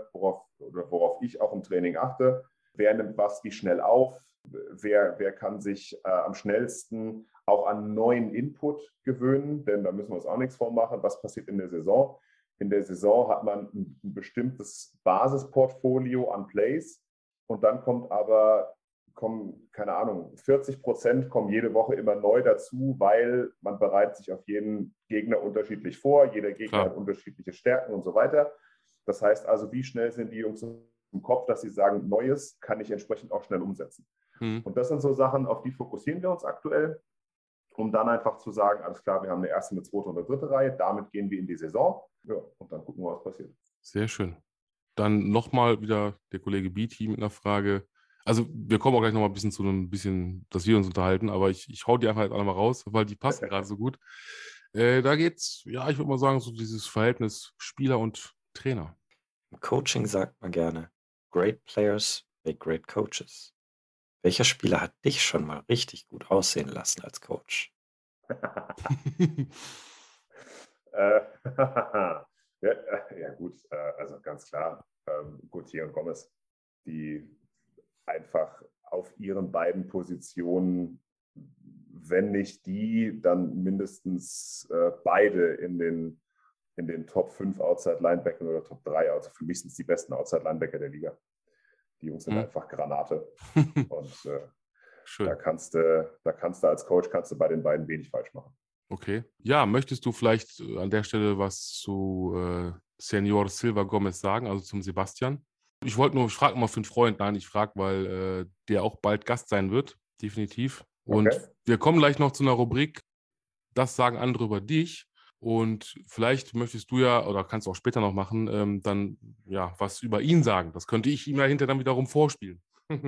Speaker 3: ich auch im Training achte. Wer nimmt was wie schnell auf? Wer kann sich am schnellsten auch an neuen Input gewöhnen? Denn da müssen wir uns auch nichts vormachen. Was passiert in der Saison? In der Saison hat man ein bestimmtes Basisportfolio an Plays und dann kommen, keine Ahnung, 40% kommen jede Woche immer neu dazu, weil man bereitet sich auf jeden Gegner unterschiedlich vor. Jeder Gegner hat unterschiedliche Stärken und so weiter. Das heißt also, wie schnell sind die Jungs im Kopf, dass sie sagen, Neues kann ich entsprechend auch schnell umsetzen. Und das sind so Sachen, auf die fokussieren wir uns aktuell, um dann einfach zu sagen, alles klar, wir haben eine 1., eine 2. und eine 3. Reihe, damit gehen wir in die Saison. Ja, und dann gucken wir, was passiert.
Speaker 2: Sehr schön. Dann nochmal wieder der Kollege BT mit einer Frage. Also wir kommen auch gleich nochmal ein bisschen zu einem bisschen, dass wir uns unterhalten, aber ich hau die einfach jetzt alle mal raus, weil die passen gerade so gut. Da geht's, ja, ich würde mal sagen, so dieses Verhältnis Spieler und Trainer.
Speaker 4: Im Coaching sagt man gerne, great players make great coaches. Welcher Spieler hat dich schon mal richtig gut aussehen lassen als Coach?
Speaker 3: Ja gut, also ganz klar, Gauthier und Gomez, die einfach auf ihren beiden Positionen, wenn nicht die, dann mindestens beide in den Top 5 Outside-Linebackern oder Top 3. Also für mich sind es die besten Outside-Linebacker der Liga. Die Jungs sind einfach Granate. Und da kannst du als Coach bei den beiden wenig falsch machen.
Speaker 2: Okay. Ja, möchtest du vielleicht an der Stelle was zu Senor Silva Gomez sagen, also zum Sebastian? Ich frage mal für einen Freund, nein, ich frage, weil der auch bald Gast sein wird, definitiv. Und
Speaker 3: Okay.
Speaker 2: wir kommen gleich noch zu einer Rubrik, das sagen andere über dich. Und vielleicht möchtest du ja, oder kannst du auch später noch machen, dann ja was über ihn sagen. Das könnte ich ihm ja hinterher dann wiederum vorspielen.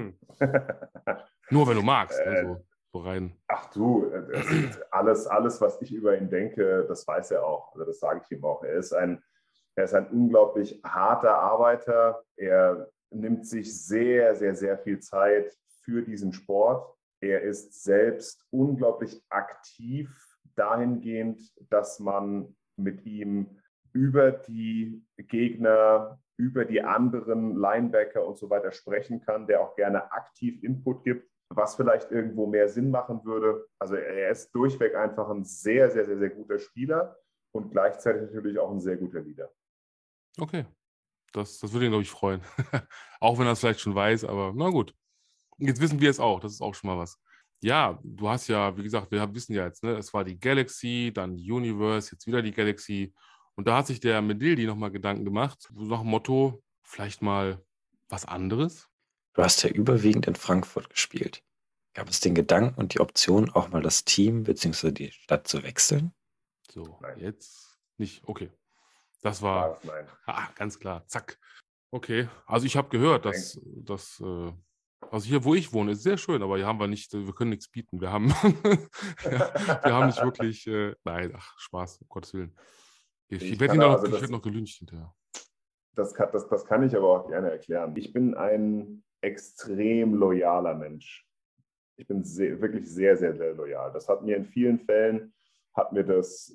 Speaker 2: Nur wenn du magst, ne? So rein.
Speaker 3: Ach du, alles, was ich über ihn denke, das weiß er auch. Also das sage ich ihm auch. Er ist ein unglaublich harter Arbeiter. Er nimmt sich sehr, sehr, sehr viel Zeit für diesen Sport. Er ist selbst unglaublich aktiv dahingehend, dass man mit ihm über die Gegner, über die anderen Linebacker und so weiter sprechen kann, der auch gerne aktiv Input gibt, was vielleicht irgendwo mehr Sinn machen würde. Also er ist durchweg einfach ein sehr, sehr, sehr, sehr guter Spieler und gleichzeitig natürlich auch ein sehr guter Leader.
Speaker 2: Okay. Das würde ihn, glaube ich, freuen. Auch wenn er es vielleicht schon weiß, aber na gut. Jetzt wissen wir es auch. Das ist auch schon mal was. Ja, du hast ja, wie gesagt, wir wissen ja jetzt, ne, es war die Galaxy, dann die Universe, jetzt wieder die Galaxy. Und da hat sich der Medildi nochmal Gedanken gemacht, so nach dem Motto, vielleicht mal was anderes.
Speaker 4: Du hast ja überwiegend in Frankfurt gespielt. Gab es den Gedanken und die Option, auch mal das Team bzw. die Stadt zu wechseln?
Speaker 2: So,
Speaker 3: Nein.
Speaker 2: jetzt nicht. Okay. Das war
Speaker 3: Nein.
Speaker 2: ganz klar. Zack. Okay. Also ich habe gehört, dass also hier, wo ich wohne, ist sehr schön, aber hier haben wir nicht, wir können nichts bieten. Wir haben, wir haben nicht wirklich, nein, ach, Spaß, um Gottes Willen. Ich werde werd noch gelüncht hinterher.
Speaker 3: Das kann ich aber auch gerne erklären. Ich bin ein extrem loyaler Mensch. Ich bin wirklich sehr, sehr, sehr loyal. Das hat mir in vielen Fällen, hat mir das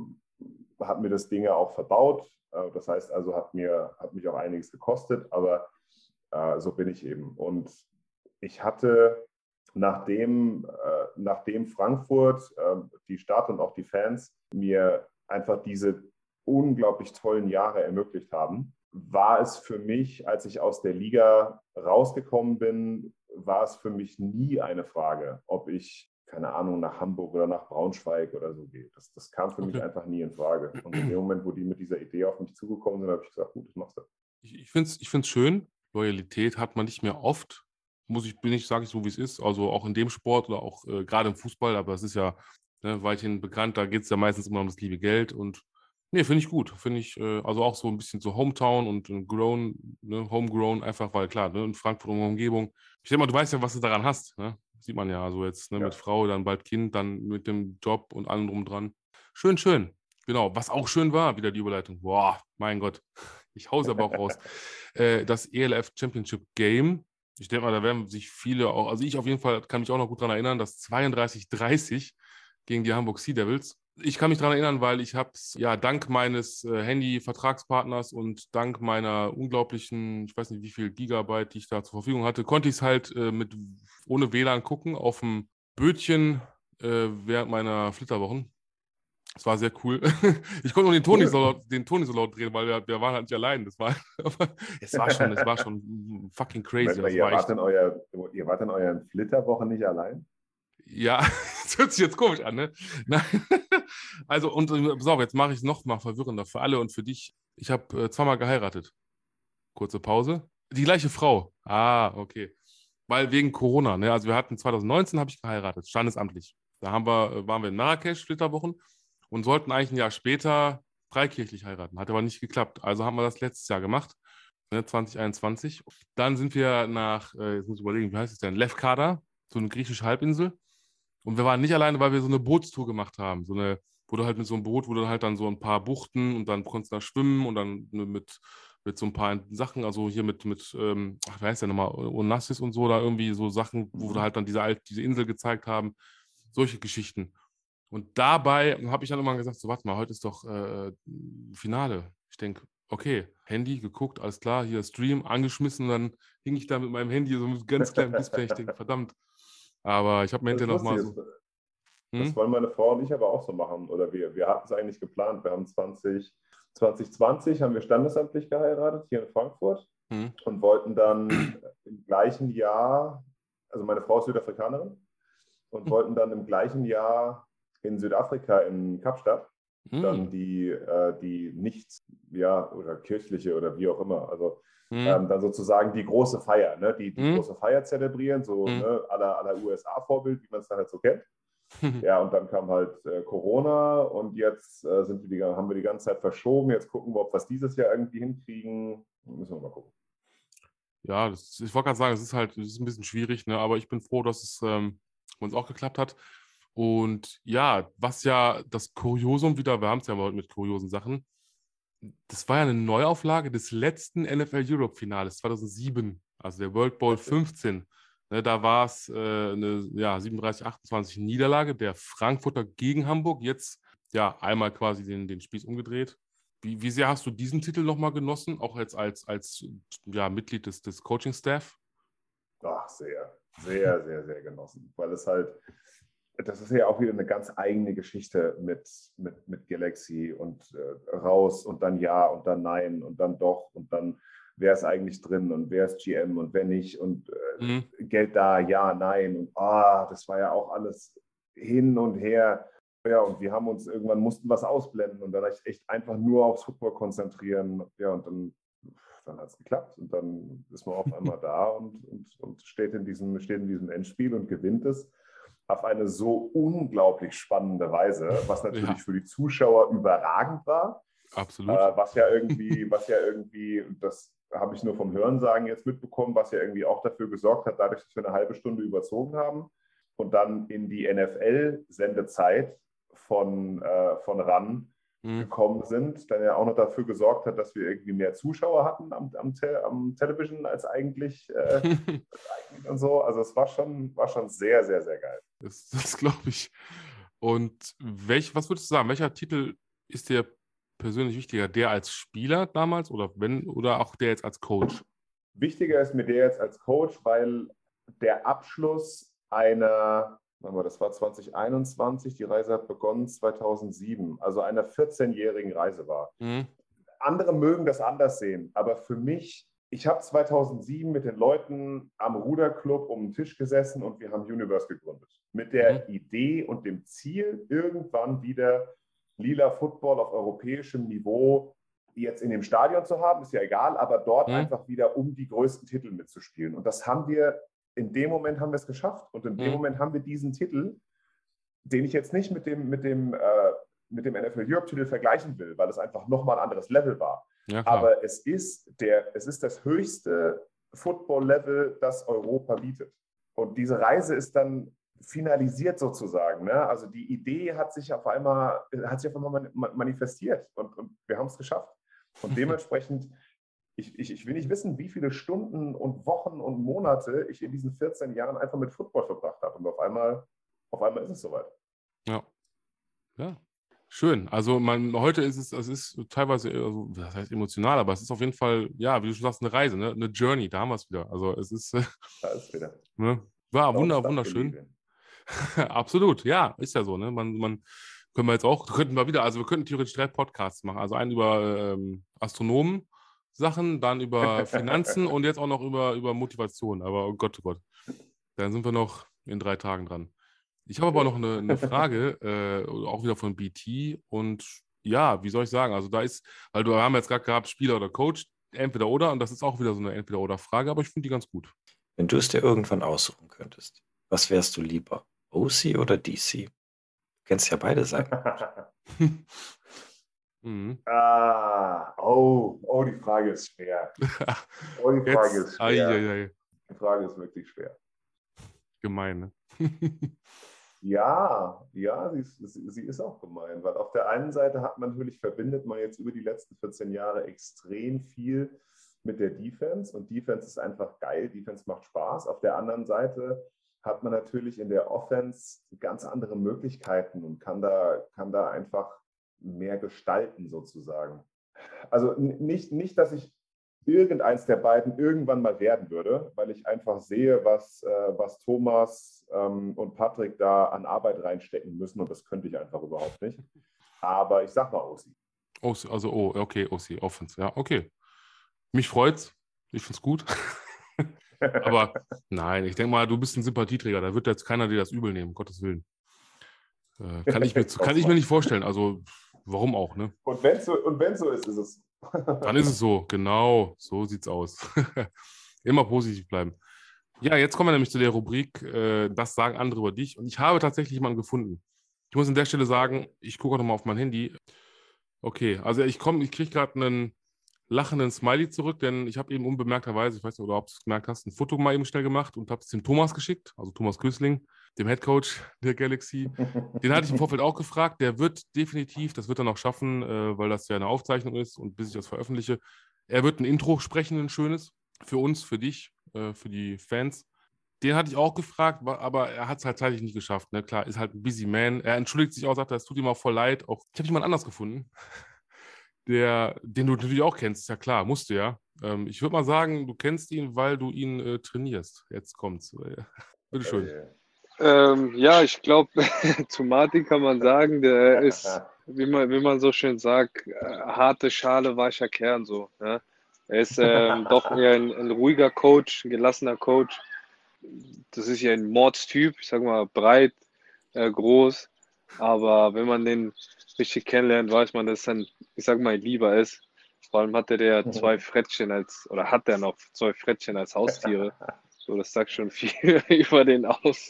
Speaker 3: Dinge auch verbaut. Das heißt also, hat mich auch einiges gekostet, aber so bin ich eben. Und ich hatte, nachdem Frankfurt, die Stadt und auch die Fans mir einfach diese unglaublich tollen Jahre ermöglicht haben, war es für mich, als ich aus der Liga rausgekommen bin, war es für mich nie eine Frage, ob ich, keine Ahnung, nach Hamburg oder nach Braunschweig oder so gehe. Das kam für mich einfach nie in Frage. Und in dem Moment, wo die mit dieser Idee auf mich zugekommen sind, habe ich gesagt, gut, das machst du.
Speaker 2: Ich finde es schön. Loyalität hat man nicht mehr oft. Sage ich so, wie es ist. Also auch in dem Sport oder auch gerade im Fußball, aber es ist ja weithin bekannt, da geht es ja meistens immer um das liebe Geld und nee, finde ich gut. Finde ich, also auch so ein bisschen so Hometown und Homegrown, einfach, weil klar, ne, in Frankfurt und Umgebung. Ich denke mal, du weißt ja, was du daran hast, ne? Sieht man ja, also jetzt
Speaker 3: Ja.
Speaker 2: mit Frau, dann bald Kind, dann mit dem Job und allem drum dran. Schön, schön. Genau, was auch schön war, wieder die Überleitung. Boah, mein Gott, ich hau's aber auch raus. Das ELF Championship Game. Ich denke mal, da werden sich viele auch, also ich auf jeden Fall kann mich auch noch gut daran erinnern, das 32-30 gegen die Hamburg Sea Devils. Ich kann mich daran erinnern, weil ich habe es ja dank meines Handy-Vertragspartners und dank meiner unglaublichen, ich weiß nicht wie viel Gigabyte, die ich da zur Verfügung hatte, konnte ich es halt ohne WLAN gucken auf dem Bötchen während meiner Flitterwochen. Das war sehr cool. Ich konnte nur den Ton nicht so laut drehen, weil wir waren halt nicht allein. Es war schon fucking crazy.
Speaker 3: Ihr wart in euren Flitterwochen nicht allein?
Speaker 2: Ja, das hört sich jetzt komisch an, ne? Nein. Also, und so, jetzt mache ich es noch mal verwirrender für alle und für dich. Ich habe zweimal geheiratet. Kurze Pause. Die gleiche Frau. Ah, okay. Weil wegen Corona, ne? Also wir hatten 2019 habe ich geheiratet, standesamtlich. Da waren wir in Marrakesch, Flitterwochen, und sollten eigentlich ein Jahr später freikirchlich heiraten. Hat aber nicht geklappt. Also haben wir das letztes Jahr gemacht, ne, 2021. Dann sind wir jetzt muss ich überlegen, wie heißt es denn? Lefkada, so eine griechische Halbinsel. Und wir waren nicht alleine, weil wir so eine Bootstour gemacht haben. Wo du halt mit so einem Boot, wo du halt dann so ein paar Buchten und dann konntest du da schwimmen und dann mit so ein paar Sachen, also hier ach, wer heißt der nochmal, Onassis und so, da irgendwie so Sachen, wo wir halt dann diese Insel gezeigt haben. Solche Geschichten. Und dabei habe ich dann immer gesagt, so warte mal, heute ist doch Finale. Ich denke, okay, Handy geguckt, alles klar, hier Stream angeschmissen und dann hing ich da mit meinem Handy so mit ganz kleinem Display. Ich denke, verdammt. Aber ich habe mir hinterher nochmal so...
Speaker 3: Das wollen meine Frau und ich aber auch so machen. Oder wir hatten es eigentlich geplant. Wir haben 2020 haben wir standesamtlich geheiratet hier in Frankfurt und wollten dann im gleichen Jahr, also meine Frau ist Südafrikanerin, und wollten dann im gleichen Jahr in Südafrika in Kapstadt dann die nicht, ja, oder kirchliche oder wie auch immer. Also dann sozusagen die große Feier, ne? Die große Feier zelebrieren, so ne? à la USA-Vorbild, wie man es dann halt so kennt. Ja, und dann kam halt Corona und jetzt haben wir die ganze Zeit verschoben. Jetzt gucken wir, ob wir es dieses Jahr irgendwie hinkriegen. Müssen wir mal gucken.
Speaker 2: Ja, ich wollte gerade sagen, es ist ein bisschen schwierig, ne? Aber ich bin froh, dass es bei uns auch geklappt hat. Und ja, was ja das Kuriosum wieder, wir haben es ja mal heute mit kuriosen Sachen, das war ja eine Neuauflage des letzten NFL Europe Finales 2007, also der World Bowl 15. Ne, da war es eine 37-28 Niederlage der Frankfurter gegen Hamburg. Jetzt ja einmal quasi den Spieß umgedreht. Wie sehr hast du diesen Titel nochmal genossen, auch jetzt als Mitglied des Coaching-Staff?
Speaker 3: Ach, sehr, sehr, sehr, sehr genossen, weil es halt, das ist ja auch wieder eine ganz eigene Geschichte mit Galaxy und raus und dann ja und dann nein und dann doch und dann wer ist eigentlich drin und wer ist GM und wer nicht und Geld da, ja, nein und das war ja auch alles hin und her. Ja, und wir haben uns mussten was ausblenden und dann echt einfach nur aufs Football konzentrieren. Ja, und dann hat es geklappt und dann ist man auf einmal da und steht in diesem Endspiel und gewinnt es auf eine so unglaublich spannende Weise, was natürlich für die Zuschauer überragend war.
Speaker 2: Absolut.
Speaker 3: Was ja irgendwie, das habe ich nur vom Hörensagen jetzt mitbekommen, was ja irgendwie auch dafür gesorgt hat, dadurch, dass wir eine halbe Stunde überzogen haben und dann in die NFL-Sendezeit von RAN gekommen sind, dann ja auch noch dafür gesorgt hat, dass wir irgendwie mehr Zuschauer hatten am Television als eigentlich und so. Also es war schon sehr, sehr, sehr geil.
Speaker 2: Das glaube ich. Und was würdest du sagen, welcher Titel ist dir persönlich wichtiger? Der als Spieler damals oder auch der jetzt als Coach?
Speaker 3: Wichtiger ist mir der jetzt als Coach, weil der Abschluss das war 2021, die Reise hat begonnen 2007, also einer 14-jährigen Reise war. Andere mögen das anders sehen, aber für mich, ich habe 2007 mit den Leuten am Ruderclub um den Tisch gesessen und wir haben Universe gegründet. Mit der Idee und dem Ziel, irgendwann wieder lila Football auf europäischem Niveau jetzt in dem Stadion zu haben, ist ja egal, aber dort einfach wieder um die größten Titel mitzuspielen. Und das haben wir in dem Moment haben wir es geschafft und in dem Moment haben wir diesen Titel, den ich jetzt nicht mit dem NFL Europe-Titel vergleichen will, weil es einfach nochmal ein anderes Level war. Ja, aber es ist das höchste Football-Level, das Europa bietet. Und diese Reise ist dann finalisiert sozusagen. Ne? Also die Idee hat sich auf einmal manifestiert und wir haben es geschafft. Und dementsprechend ich will nicht wissen, wie viele Stunden und Wochen und Monate ich in diesen 14 Jahren einfach mit Football verbracht habe. Und auf einmal ist es soweit.
Speaker 2: Ja. Schön. Also heute ist es teilweise, also, das heißt emotional, aber es ist auf jeden Fall, ja, wie du schon sagst, eine Reise, ne? Eine Journey, da haben wir es wieder. Also es ist,
Speaker 3: da ist wieder.
Speaker 2: Ne? War wunderschön. Absolut, ja, ist ja so, ne? Wir könnten theoretisch 3 Podcasts machen. Also einen über Astronomen, Sachen, dann über Finanzen und jetzt auch noch über Motivation. Aber oh Gott, dann sind wir noch in 3 Tagen dran. Ich habe aber noch eine Frage, auch wieder von BT. Und ja, wie soll ich sagen? Also weil wir haben jetzt gerade gehabt, Spieler oder Coach, entweder oder. Und das ist auch wieder so eine Entweder-oder-Frage, aber ich finde die ganz gut.
Speaker 4: Wenn du es dir irgendwann aussuchen könntest, was wärst du lieber? OC oder DC? Du kennst ja beide Seiten.
Speaker 3: Die Frage ist schwer. Die Frage ist wirklich schwer.
Speaker 2: Gemein, ne?
Speaker 3: Ja, sie ist auch gemein, weil auf der einen Seite verbindet man jetzt über die letzten 14 Jahre extrem viel mit der Defense und Defense ist einfach geil, Defense macht Spaß. Auf der anderen Seite hat man natürlich in der Offense ganz andere Möglichkeiten und kann da einfach mehr gestalten sozusagen. Also nicht, dass ich irgendeins der beiden irgendwann mal werden würde, weil ich einfach sehe, was Thomas und Patrick da an Arbeit reinstecken müssen und das könnte ich einfach überhaupt nicht. Aber ich sag mal OC.
Speaker 2: Okay, OC, Offense, ja, okay. Mich freut's, ich find's gut. Aber nein, ich denke mal, du bist ein Sympathieträger, da wird jetzt keiner dir das übel nehmen, um Gottes Willen. Kann ich mir nicht vorstellen. Also warum auch, ne?
Speaker 3: Und wenn so ist, ist es.
Speaker 2: Dann ist es so, genau, so sieht's aus. Immer positiv bleiben. Ja, jetzt kommen wir nämlich zu der Rubrik, das sagen andere über dich. Und ich habe tatsächlich jemanden gefunden. Ich muss an der Stelle sagen, ich gucke auch nochmal auf mein Handy. Okay, also ich kriege gerade einen lachenden Smiley zurück, denn ich habe eben unbemerkterweise, ich weiß nicht, ob du es gemerkt hast, ein Foto mal eben schnell gemacht und habe es dem Thomas geschickt, also Thomas Kösling, dem Headcoach der Galaxy. Den hatte ich im Vorfeld auch gefragt. Der wird definitiv, das wird er noch schaffen, weil das ja eine Aufzeichnung ist und bis ich das veröffentliche, er wird ein Intro sprechen, ein schönes, für uns, für dich, für die Fans. Den hatte ich auch gefragt, aber er hat es halt zeitlich nicht geschafft. Ne? Klar, ist halt ein busy man. Er entschuldigt sich auch, sagt, es tut ihm auch voll leid. Auch, ich habe jemand anders gefunden, den du natürlich auch kennst. Ist ja klar, musst du ja. Ich würde mal sagen, du kennst ihn, weil du ihn trainierst. Jetzt kommt's. Bitteschön.
Speaker 5: Ja, ich glaube, zu Martin kann man sagen, der ist, wie man so schön sagt, harte Schale, weicher Kern so. Ne? Er ist doch eher ein ruhiger Coach, ein gelassener Coach. Das ist ja ein Mordstyp, ich sag mal breit, groß. Aber wenn man den richtig kennenlernt, weiß man, dass dann, ich sag mal, lieber ist. Vor allem hatte der zwei Frettchen oder hat er noch zwei Frettchen als Haustiere. So, das sagt schon viel über den aus.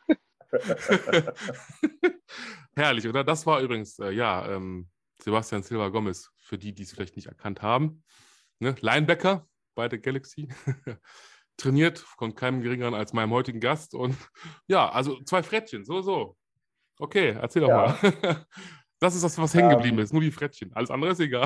Speaker 2: Herrlich, oder? Das war übrigens, Sebastian Silva Gomez, für die, die es vielleicht nicht erkannt haben. Ne? Linebacker bei der Galaxy. Trainiert von keinem geringeren als meinem heutigen Gast. Und ja, also zwei Frettchen, so. Okay, erzähl doch
Speaker 3: Ja.
Speaker 2: mal. Das ist das, was hängen geblieben ist, nur die Frettchen. Alles andere ist egal.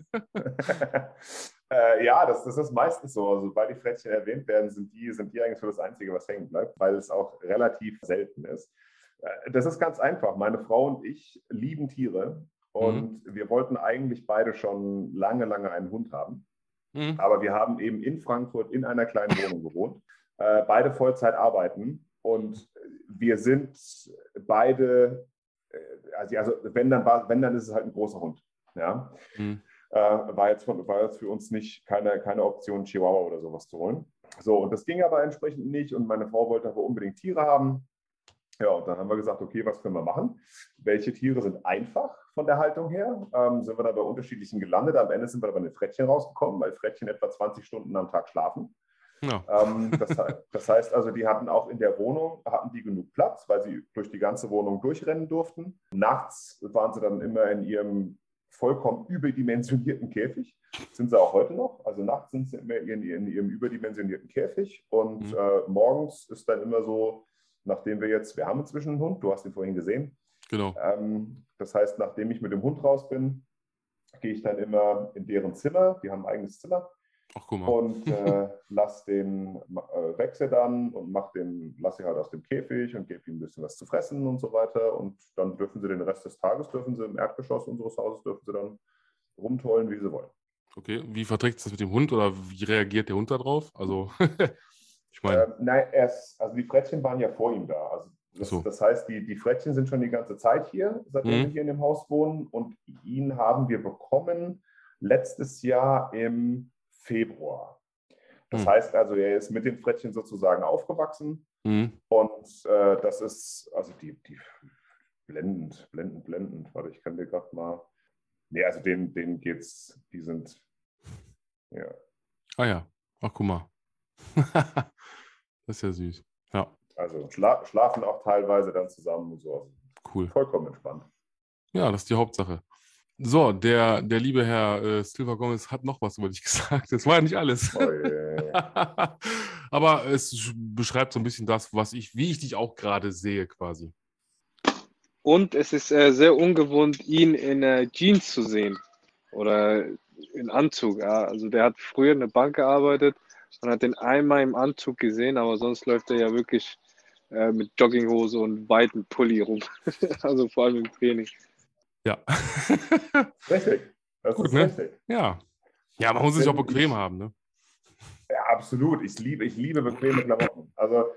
Speaker 3: Ja, das ist meistens so. Also, sobald die Frettchen erwähnt werden, sind die eigentlich so das Einzige, was hängen bleibt, weil es auch relativ selten ist. Das ist ganz einfach. Meine Frau und ich lieben Tiere und wir wollten eigentlich beide schon lange, lange einen Hund haben. Aber wir haben eben in Frankfurt in einer kleinen Wohnung gewohnt, beide Vollzeit arbeiten und wir sind beide, also wenn dann ist es halt ein großer Hund. Ja? War jetzt für uns keine Option, Chihuahua oder sowas zu holen. So, und das ging aber entsprechend nicht und meine Frau wollte aber unbedingt Tiere haben. Ja, und dann haben wir gesagt, okay, was können wir machen? Welche Tiere sind einfach von der Haltung her? Sind wir da bei unterschiedlichen gelandet. Am Ende sind wir da bei den Frettchen rausgekommen, weil Frettchen etwa 20 Stunden am Tag schlafen.
Speaker 2: Ja.
Speaker 3: Das heißt also, die hatten auch in der Wohnung, genug Platz, weil sie durch die ganze Wohnung durchrennen durften. Nachts waren sie dann immer in ihrem vollkommen überdimensionierten Käfig. Sind sie auch heute noch. Also nachts sind sie immer in ihrem überdimensionierten Käfig. Und morgens ist dann immer so, wir haben inzwischen einen Hund, du hast ihn vorhin gesehen.
Speaker 2: Genau.
Speaker 3: Das heißt, nachdem ich mit dem Hund raus bin, gehe ich dann immer in deren Zimmer. Die haben ein eigenes Zimmer.
Speaker 2: Ach, guck mal.
Speaker 3: Und wechsle dann und lasse sie halt aus dem Käfig und gebe ihm ein bisschen was zu fressen und so weiter. Und dann dürfen sie den Rest des Tages, im Erdgeschoss unseres Hauses, dürfen sie dann rumtollen, wie sie wollen.
Speaker 2: Okay, wie verträgt es das mit dem Hund oder wie reagiert der Hund darauf? Also, ich meine.
Speaker 3: Nein, also die Frettchen waren ja vor ihm da. Also das heißt, die Frettchen sind schon die ganze Zeit hier, seitdem wir hier in dem Haus wohnen. Und ihn haben wir bekommen letztes Jahr im Februar. Das heißt also, er ist mit den Frettchen sozusagen aufgewachsen. Und das ist, also die blendend. Warte, ich kann dir gerade mal. Nee, also denen geht's, die sind, ja.
Speaker 2: Ah ja, ach guck mal. Das ist ja süß. Ja.
Speaker 3: Also schlafen auch teilweise dann zusammen und so. Also
Speaker 2: cool.
Speaker 3: Vollkommen entspannt.
Speaker 2: Ja, das ist die Hauptsache. So, der liebe Herr Silva Gomez hat noch was über dich gesagt. Das war ja nicht alles.
Speaker 3: Oh, yeah.
Speaker 2: Aber es beschreibt so ein bisschen das, wie ich dich auch gerade sehe, quasi.
Speaker 5: Und es ist sehr ungewohnt, ihn in Jeans zu sehen oder in Anzug. Ja. Also der hat früher in der Bank gearbeitet und hat den einmal im Anzug gesehen, aber sonst läuft er ja wirklich mit Jogginghose und weiten Pulli rum. Also vor allem im Training.
Speaker 2: Ja.
Speaker 3: Richtig. Das
Speaker 2: Gut,
Speaker 3: ist
Speaker 2: ne?
Speaker 3: richtig.
Speaker 2: Ja. Ja, man muss sich auch bequem haben, ne?
Speaker 3: Ja, absolut. Ich liebe bequeme Klamotten. Also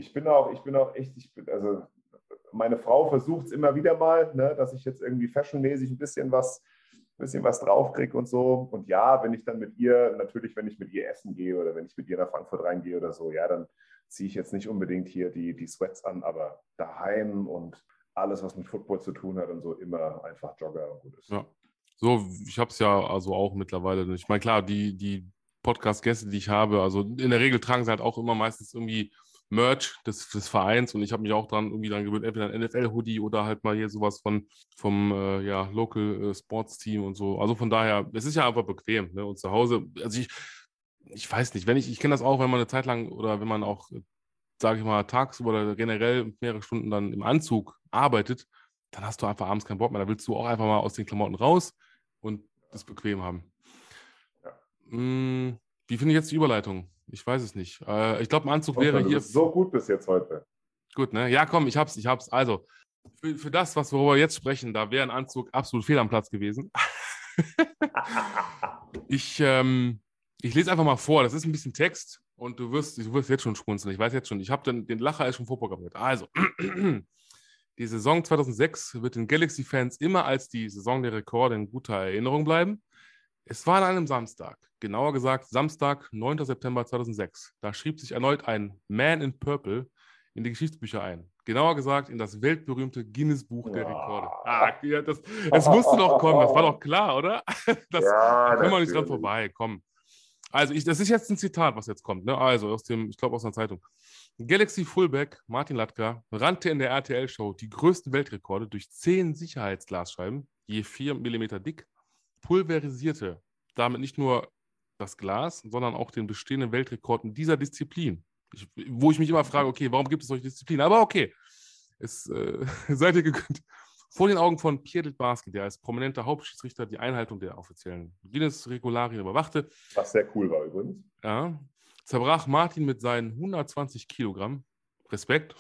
Speaker 3: also meine Frau versucht es immer wieder mal, ne, dass ich jetzt irgendwie fashionmäßig ein bisschen was draufkriege und so. Und ja, wenn ich mit ihr essen gehe oder wenn ich mit ihr nach Frankfurt reingehe oder so, ja, dann ziehe ich jetzt nicht unbedingt hier die Sweats an, aber daheim und alles, was mit Football zu tun hat und so, immer einfach Jogger und gut ist.
Speaker 2: Ja. So, ich habe es ja also auch mittlerweile. Ich meine, klar, die Podcast-Gäste, die ich habe, also in der Regel tragen sie halt auch immer meistens irgendwie Merch des Vereins und ich habe mich auch dran gewöhnt, entweder ein NFL-Hoodie oder halt mal hier sowas vom Local Sports Team und so. Also von daher, es ist ja einfach bequem, ne? Und zu Hause, also ich weiß nicht, ich kenne das auch, wenn man eine Zeit lang oder wenn man auch, sage ich mal, tagsüber oder generell mehrere Stunden dann im Anzug arbeitet, dann hast du einfach abends keinen Bock mehr. Da willst du auch einfach mal aus den Klamotten raus und das bequem haben.
Speaker 3: Ja.
Speaker 2: Wie finde ich jetzt die Überleitung? Ich weiß es nicht. Ich glaube, ein Anzug wäre
Speaker 3: Du
Speaker 2: hier.
Speaker 3: bist so gut bis jetzt heute.
Speaker 2: Gut, ne? Ja, komm, ich hab's. Also, für das, worüber wir jetzt sprechen, da wäre ein Anzug absolut fehl am Platz gewesen. Ich lese einfach mal vor. Das ist ein bisschen Text und du wirst jetzt schon schmunzeln. Ich weiß jetzt schon. Ich habe den Lacher schon vorprogrammiert. Also, die Saison 2006 wird den Galaxy-Fans immer als die Saison der Rekorde in guter Erinnerung bleiben. Es war an einem Samstag, genauer gesagt Samstag, 9. September 2006. Da schrieb sich erneut ein Man in Purple in die Geschichtsbücher ein. Genauer gesagt in das weltberühmte Guinness-Buch der Rekorde. Ja, es musste doch kommen, das war doch klar, oder? Da können wir nicht dran vorbei, komm. Also, das ist jetzt ein Zitat, was jetzt kommt, ne? Also, ich glaube, aus einer Zeitung. Galaxy Fullback Martin Latka rannte in der RTL-Show die größten Weltrekorde durch 10 Sicherheitsglasscheiben, je 4 Millimeter dick, pulverisierte damit nicht nur das Glas, sondern auch den bestehenden Weltrekord in dieser Disziplin. Wo ich mich immer frage, okay, warum gibt es solche Disziplinen? Aber okay, seid ihr gegönnt. Vor den Augen von Pierre Littbarski, der als prominenter Hauptschiedsrichter die Einhaltung der offiziellen Guinness-Regularien überwachte.
Speaker 3: Was sehr cool war übrigens.
Speaker 2: Ja, zerbrach Martin mit seinen 120 Kilogramm, Respekt,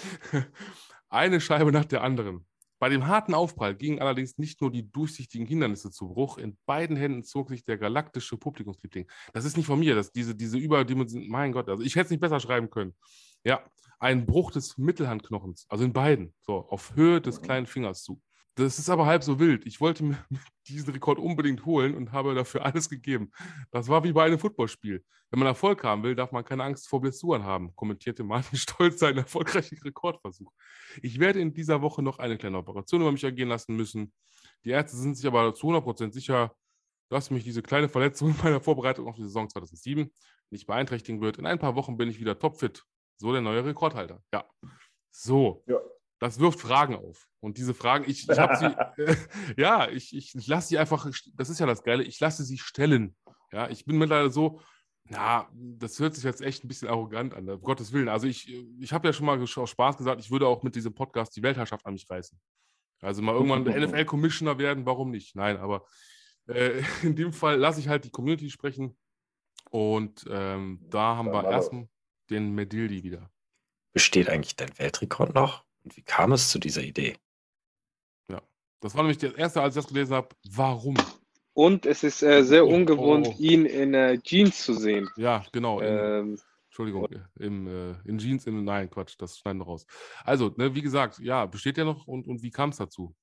Speaker 2: eine Scheibe nach der anderen. Bei dem harten Aufprall gingen allerdings nicht nur die durchsichtigen Hindernisse zu Bruch, in beiden Händen zog sich der galaktische Publikumsliebling. Das ist nicht von mir, diese Überdimension, mein Gott, also ich hätte es nicht besser schreiben können. Ja, ein Bruch des Mittelhandknochens, also in beiden, so auf Höhe des kleinen Fingers zu. Das ist aber halb so wild. Ich wollte mir diesen Rekord unbedingt holen und habe dafür alles gegeben. Das war wie bei einem Footballspiel. Wenn man Erfolg haben will, darf man keine Angst vor Blessuren haben, kommentierte Martin Stolz seinen erfolgreichen Rekordversuch. Ich werde in dieser Woche noch eine kleine Operation über mich ergehen lassen müssen. Die Ärzte sind sich aber zu 100% sicher, dass mich diese kleine Verletzung in meiner Vorbereitung auf die Saison 2007 nicht beeinträchtigen wird. In ein paar Wochen bin ich wieder topfit. So der neue Rekordhalter. Ja. So. Ja. Das wirft Fragen auf. Und diese Fragen, ich habe sie, ich lasse sie einfach, das ist ja das Geile, ich lasse sie stellen. Ja, ich bin mittlerweile so, das hört sich jetzt echt ein bisschen arrogant an, um Gottes Willen. Also ich habe ja schon mal aus Spaß gesagt, ich würde auch mit diesem Podcast die Weltherrschaft an mich reißen. Also mal irgendwann der NFL-Commissioner werden, warum nicht? Nein, aber in dem Fall lasse ich halt die Community sprechen. Und da haben wir erstmal den Medildi wieder.
Speaker 4: Besteht eigentlich dein Weltrekord noch? Und wie kam es zu dieser Idee?
Speaker 2: Ja, das war nämlich das Erste, als ich das gelesen habe. Warum?
Speaker 5: Und es ist sehr ungewohnt, ihn in Jeans zu sehen.
Speaker 2: Ja, genau. Entschuldigung, in Jeans, nein, Quatsch, das schneiden wir raus. Also, ne, wie gesagt, ja, besteht der noch und wie kam es dazu?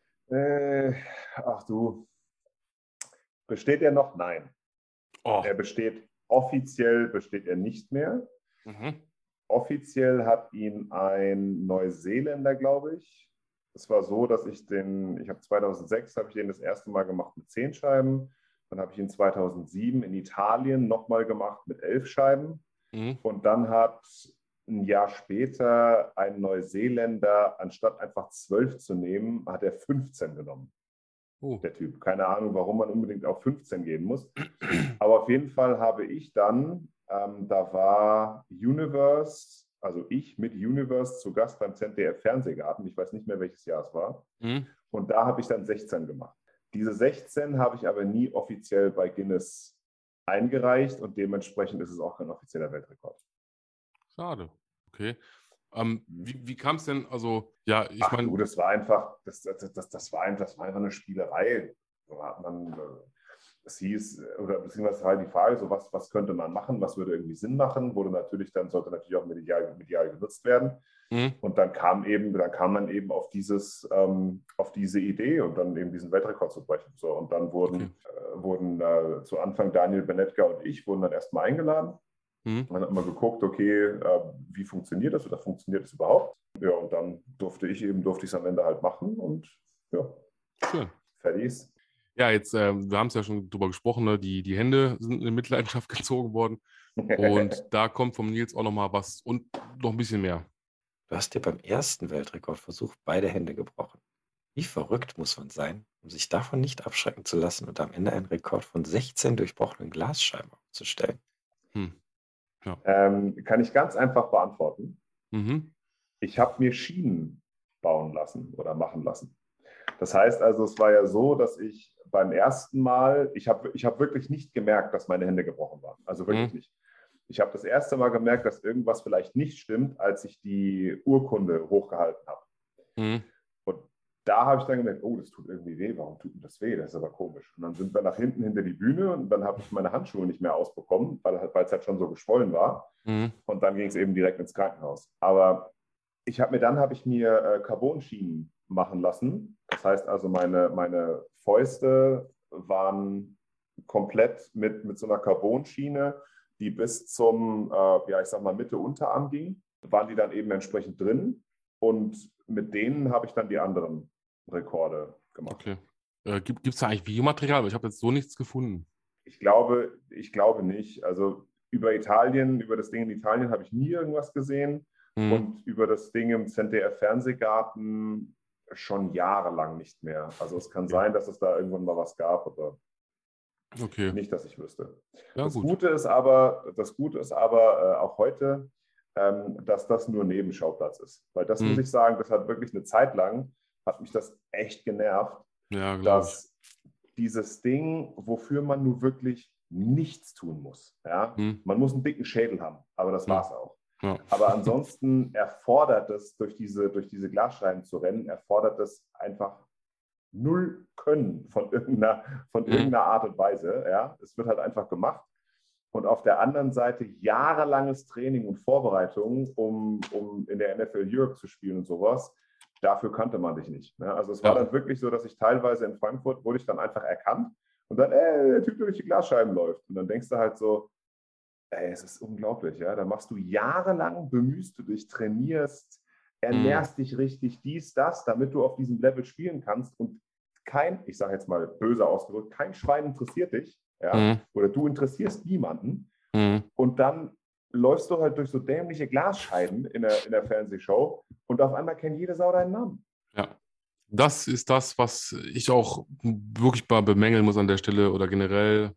Speaker 3: Besteht er noch? Nein. Offiziell besteht er nicht mehr.
Speaker 2: Mhm.
Speaker 3: Offiziell hat ihn ein Neuseeländer, glaube ich. Es war so, dass ich habe 2006 habe ich den das erste Mal gemacht mit 10 Scheiben. Dann habe ich ihn 2007 in Italien nochmal gemacht mit 11 Scheiben.
Speaker 2: Mhm.
Speaker 3: Und dann hat ein Jahr später ein Neuseeländer, anstatt einfach 12 zu nehmen, hat er 15 genommen. Der Typ. Keine Ahnung, warum man unbedingt auf 15 gehen muss. Aber auf jeden Fall habe ich dann, da war Universe, also ich mit Universe zu Gast beim ZDF-Fernsehgarten. Ich weiß nicht mehr, welches Jahr es war.
Speaker 2: Mhm.
Speaker 3: Und da habe ich dann 16 gemacht. Diese 16 habe ich aber nie offiziell bei Guinness eingereicht und dementsprechend ist es auch kein offizieller Weltrekord.
Speaker 2: Schade. Okay. Wie kam es denn, also, ja, ich meine...
Speaker 3: Das war einfach, das war einfach eine Spielerei. Es hieß, oder beziehungsweise halt die Frage, so was könnte man machen, was würde irgendwie Sinn machen, sollte natürlich auch medial genutzt werden.
Speaker 2: Mhm.
Speaker 3: Und dann kam man eben auf diese Idee und dann eben diesen Weltrekord zu brechen. So, und dann wurden zu Anfang Daniel Benetka und ich wurden dann erstmal eingeladen.
Speaker 2: Mhm.
Speaker 3: Man hat immer geguckt, okay, wie funktioniert das oder funktioniert es überhaupt? Ja, und dann durfte ich es am Ende halt machen und ja,
Speaker 2: Schön.
Speaker 3: fertig ist.
Speaker 2: Ja, jetzt, wir haben es ja schon drüber gesprochen, ne? Die Hände sind in Mitleidenschaft gezogen worden. Und da kommt vom Nils auch nochmal was und noch ein bisschen mehr.
Speaker 4: Du hast dir beim ersten Weltrekordversuch beide Hände gebrochen. Wie verrückt muss man sein, um sich davon nicht abschrecken zu lassen und am Ende einen Rekord von 16 durchbrochenen Glasscheiben aufzustellen?
Speaker 2: Hm. Ja.
Speaker 3: Kann ich ganz einfach beantworten.
Speaker 2: Mhm.
Speaker 3: Ich habe mir Schienen bauen lassen oder machen lassen. Das heißt also, es war ja so, dass ich beim ersten Mal, ich hab wirklich nicht gemerkt, dass meine Hände gebrochen waren. Also wirklich
Speaker 2: Mhm.
Speaker 3: nicht. Ich habe das erste Mal gemerkt, dass irgendwas vielleicht nicht stimmt, als ich die Urkunde hochgehalten habe.
Speaker 2: Mhm.
Speaker 3: Und da habe ich dann gemerkt, oh, das tut irgendwie weh. Warum tut mir das weh? Das ist aber komisch. Und dann sind wir nach hinten hinter die Bühne und dann habe ich meine Handschuhe nicht mehr ausbekommen, weil es halt schon so geschwollen war.
Speaker 2: Mhm.
Speaker 3: Und dann ging es eben direkt ins Krankenhaus. Aber habe ich mir Carbon-Schienen machen lassen. Das heißt also, meine Fäuste waren komplett mit so einer Carbon-Schiene, die bis zum, ja, ich sag mal, Mitte Unterarm ging, waren die dann eben entsprechend drin. Und mit denen habe ich dann die anderen Rekorde gemacht.
Speaker 2: Okay. Gibt es da eigentlich Videomaterial? Weil ich habe jetzt so nichts gefunden.
Speaker 3: Ich glaube nicht. Also über das Ding in Italien habe ich nie irgendwas gesehen.
Speaker 2: Mhm.
Speaker 3: Und über das Ding im ZDF-Fernsehgarten schon jahrelang nicht mehr. Also es kann sein, dass es da irgendwann mal was gab, aber
Speaker 2: Okay.
Speaker 3: nicht, dass ich wüsste.
Speaker 2: Ja,
Speaker 3: Das
Speaker 2: gut.
Speaker 3: Gute ist aber auch heute, dass das nur Nebenschauplatz ist. Weil das muss
Speaker 2: Mhm.
Speaker 3: ich sagen, das hat wirklich eine Zeit lang, hat mich das echt genervt,
Speaker 2: Ja, glaube ich.
Speaker 3: dass dieses Ding, wofür man nur wirklich nichts tun muss. Ja?
Speaker 2: Mhm.
Speaker 3: Man muss einen dicken Schädel haben, aber das
Speaker 2: Mhm.
Speaker 3: war's auch.
Speaker 2: Ja.
Speaker 3: Aber ansonsten erfordert es, durch diese Glasscheiben zu rennen, erfordert es einfach null Können von irgendeiner Art und Weise. Ja? Es wird halt einfach gemacht. Und auf der anderen Seite jahrelanges Training und Vorbereitung, um in der NFL Europe zu spielen und sowas. Dafür kannte man dich nicht. Ne? Also es war
Speaker 2: Ja.
Speaker 3: dann wirklich so, dass ich teilweise in Frankfurt wurde ich dann einfach erkannt und dann, der Typ, der durch die Glasscheiben läuft. Und dann denkst du halt so, es ist unglaublich, ja. Da machst du jahrelang, bemühst du dich, trainierst, ernährst dich richtig, dies, das, damit du auf diesem Level spielen kannst. Und ich sage jetzt mal böse ausgedrückt, kein Schwein interessiert dich, ja,
Speaker 2: Mhm.
Speaker 3: oder du interessierst niemanden.
Speaker 2: Mhm.
Speaker 3: Und dann läufst du halt durch so dämliche Glasscheiben in der Fernsehshow und auf einmal kennt jede Sau deinen Namen.
Speaker 2: Ja. Das ist das, was ich auch wirklich mal bemängeln muss an der Stelle oder generell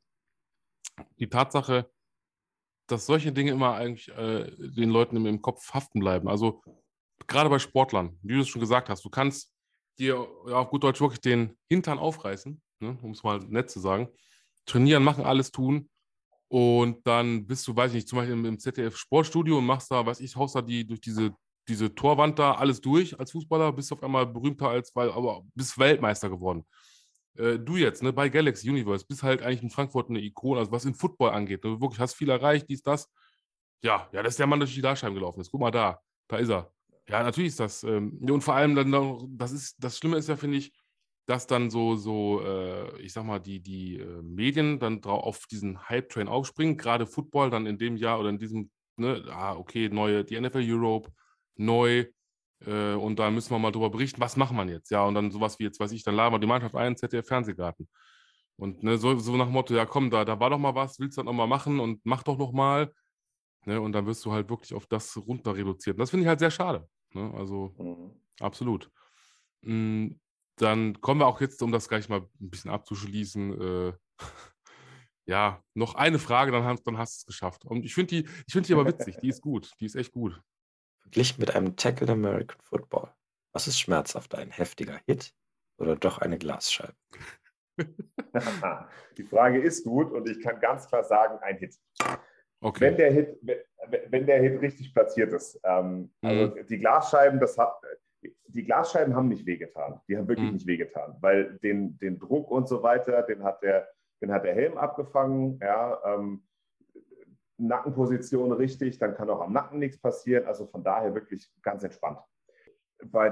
Speaker 2: die Tatsache, dass solche Dinge immer eigentlich den Leuten im Kopf haften bleiben. Also gerade bei Sportlern, wie du es schon gesagt hast, du kannst dir ja, auf gut Deutsch wirklich den Hintern aufreißen, ne, um es mal nett zu sagen, trainieren, machen, alles tun und dann bist du, weiß ich nicht, zum Beispiel im ZDF-Sportstudio und machst da, weiß ich, haust da durch diese Torwand da alles durch als Fußballer, bist auf einmal berühmter aber bist Weltmeister geworden. Du jetzt, ne, bei Galaxy Universe, bist halt eigentlich in Frankfurt eine Ikone, also was in Football angeht. Ne, du wirklich hast viel erreicht, dies, das. Ja, das ist der Mann, der durch die Glasscheiben gelaufen ist. Guck mal da ist er. Ja, natürlich ist das. Ja, und vor allem dann noch, das Schlimme ist ja, finde ich, dass dann ich sag mal, die Medien dann auf diesen Hype-Train aufspringen, gerade Football dann in dem Jahr oder in diesem, ne, okay, die NFL Europe, neu, und da müssen wir mal drüber berichten, was macht man jetzt? Ja, und dann sowas wie jetzt, weiß ich, dann laden wir die Mannschaft ein, ZDF-Fernsehgarten. Und ne, so nach dem Motto, ja komm, da war doch mal was, willst du das noch mal machen und mach doch noch mal. Ne, und dann wirst du halt wirklich auf das runter reduziert. Und das finde ich halt sehr schade. Ne? Also absolut. Dann kommen wir auch jetzt, um das gleich mal ein bisschen abzuschließen, ja, noch eine Frage, dann hast du es geschafft. Und ich find die aber witzig, die ist gut, die ist echt gut.
Speaker 4: Verglichen mit einem Tackle American Football. Was ist schmerzhafter, ein heftiger Hit oder doch eine Glasscheibe?
Speaker 3: Die Frage ist gut und ich kann ganz klar sagen, ein Hit.
Speaker 2: Okay.
Speaker 3: Wenn der Hit richtig platziert ist. Also die Glasscheiben, die Glasscheiben haben nicht wehgetan. Die haben wirklich nicht wehgetan, weil den Druck und so weiter, den hat der Helm abgefangen. Ja, Nackenposition richtig, dann kann auch am Nacken nichts passieren. Also von daher wirklich ganz entspannt. Bei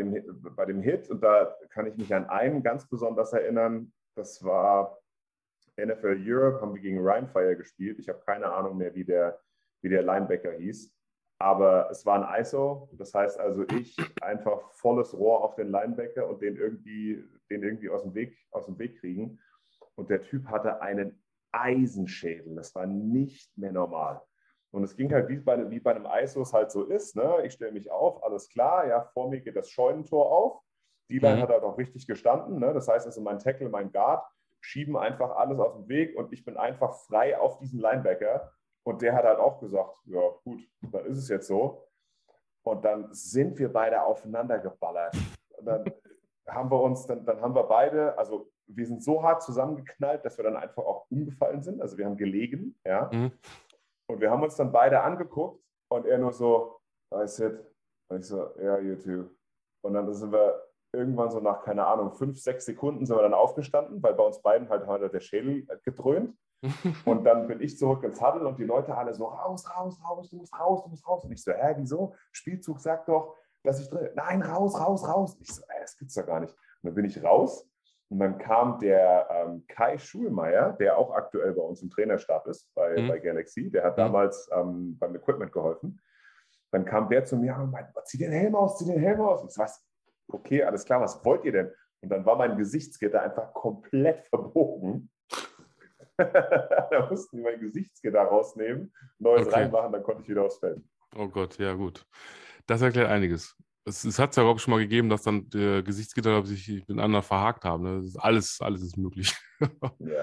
Speaker 3: dem Hit, und da kann ich mich an einen ganz besonders erinnern, das war NFL Europe haben wir gegen Rheinfire gespielt. Ich habe keine Ahnung mehr, wie der Linebacker hieß. Aber es war ein ISO. Das heißt also, ich einfach volles Rohr auf den Linebacker und den irgendwie aus dem Weg kriegen. Und der Typ hatte einen Eisenschädel. Das war nicht mehr normal. Und es ging halt wie bei einem ISO es halt so ist. Ne? Ich stelle mich auf, alles klar. Ja, vor mir geht das Scheunentor auf. Die Line hat halt auch richtig gestanden. Ne? Das heißt also, mein Tackle, mein Guard schieben einfach alles aus dem Weg und ich bin einfach frei auf diesen Linebacker. Und der hat halt auch gesagt, ja gut, dann ist es jetzt so. Und dann sind wir beide aufeinander geballert. Und dann haben wir beide, also wir sind so hart zusammengeknallt, dass wir dann einfach auch umgefallen sind. Also wir haben gelegen, ja.
Speaker 2: Mhm.
Speaker 3: Und wir haben uns dann beide angeguckt und er nur so, I sit. Und ich so, ja, you too. Und dann sind wir irgendwann so nach, keine Ahnung, 5, 6 Sekunden sind wir dann aufgestanden, weil bei uns beiden halt der Schädel gedröhnt. Und dann bin ich zurück ins Huddle und die Leute alle so, raus, du musst raus. Und ich so, wieso? Spielzug sagt doch, dass ich drin. Nein, raus. Ich so, das gibt's doch gar nicht. Und dann bin ich raus und dann kam der Kai Schulmeier, der auch aktuell bei uns im Trainerstab ist, bei Galaxy, der hat damals beim Equipment geholfen. Dann kam der zu mir und meinte, zieh den Helm aus. Ich so, was? Okay, alles klar, was wollt ihr denn? Und dann war mein Gesichtsgitter einfach komplett verbogen. Da mussten die mein Gesichtsgitter rausnehmen, neues reinmachen, dann konnte ich wieder aufs Feld.
Speaker 2: Oh Gott, ja gut. Das erklärt einiges. Es hat es ja, glaube ich, schon mal gegeben, dass dann der Gesichtsgitter sich miteinander verhakt haben. Ne? Das ist alles ist möglich.
Speaker 3: Ja.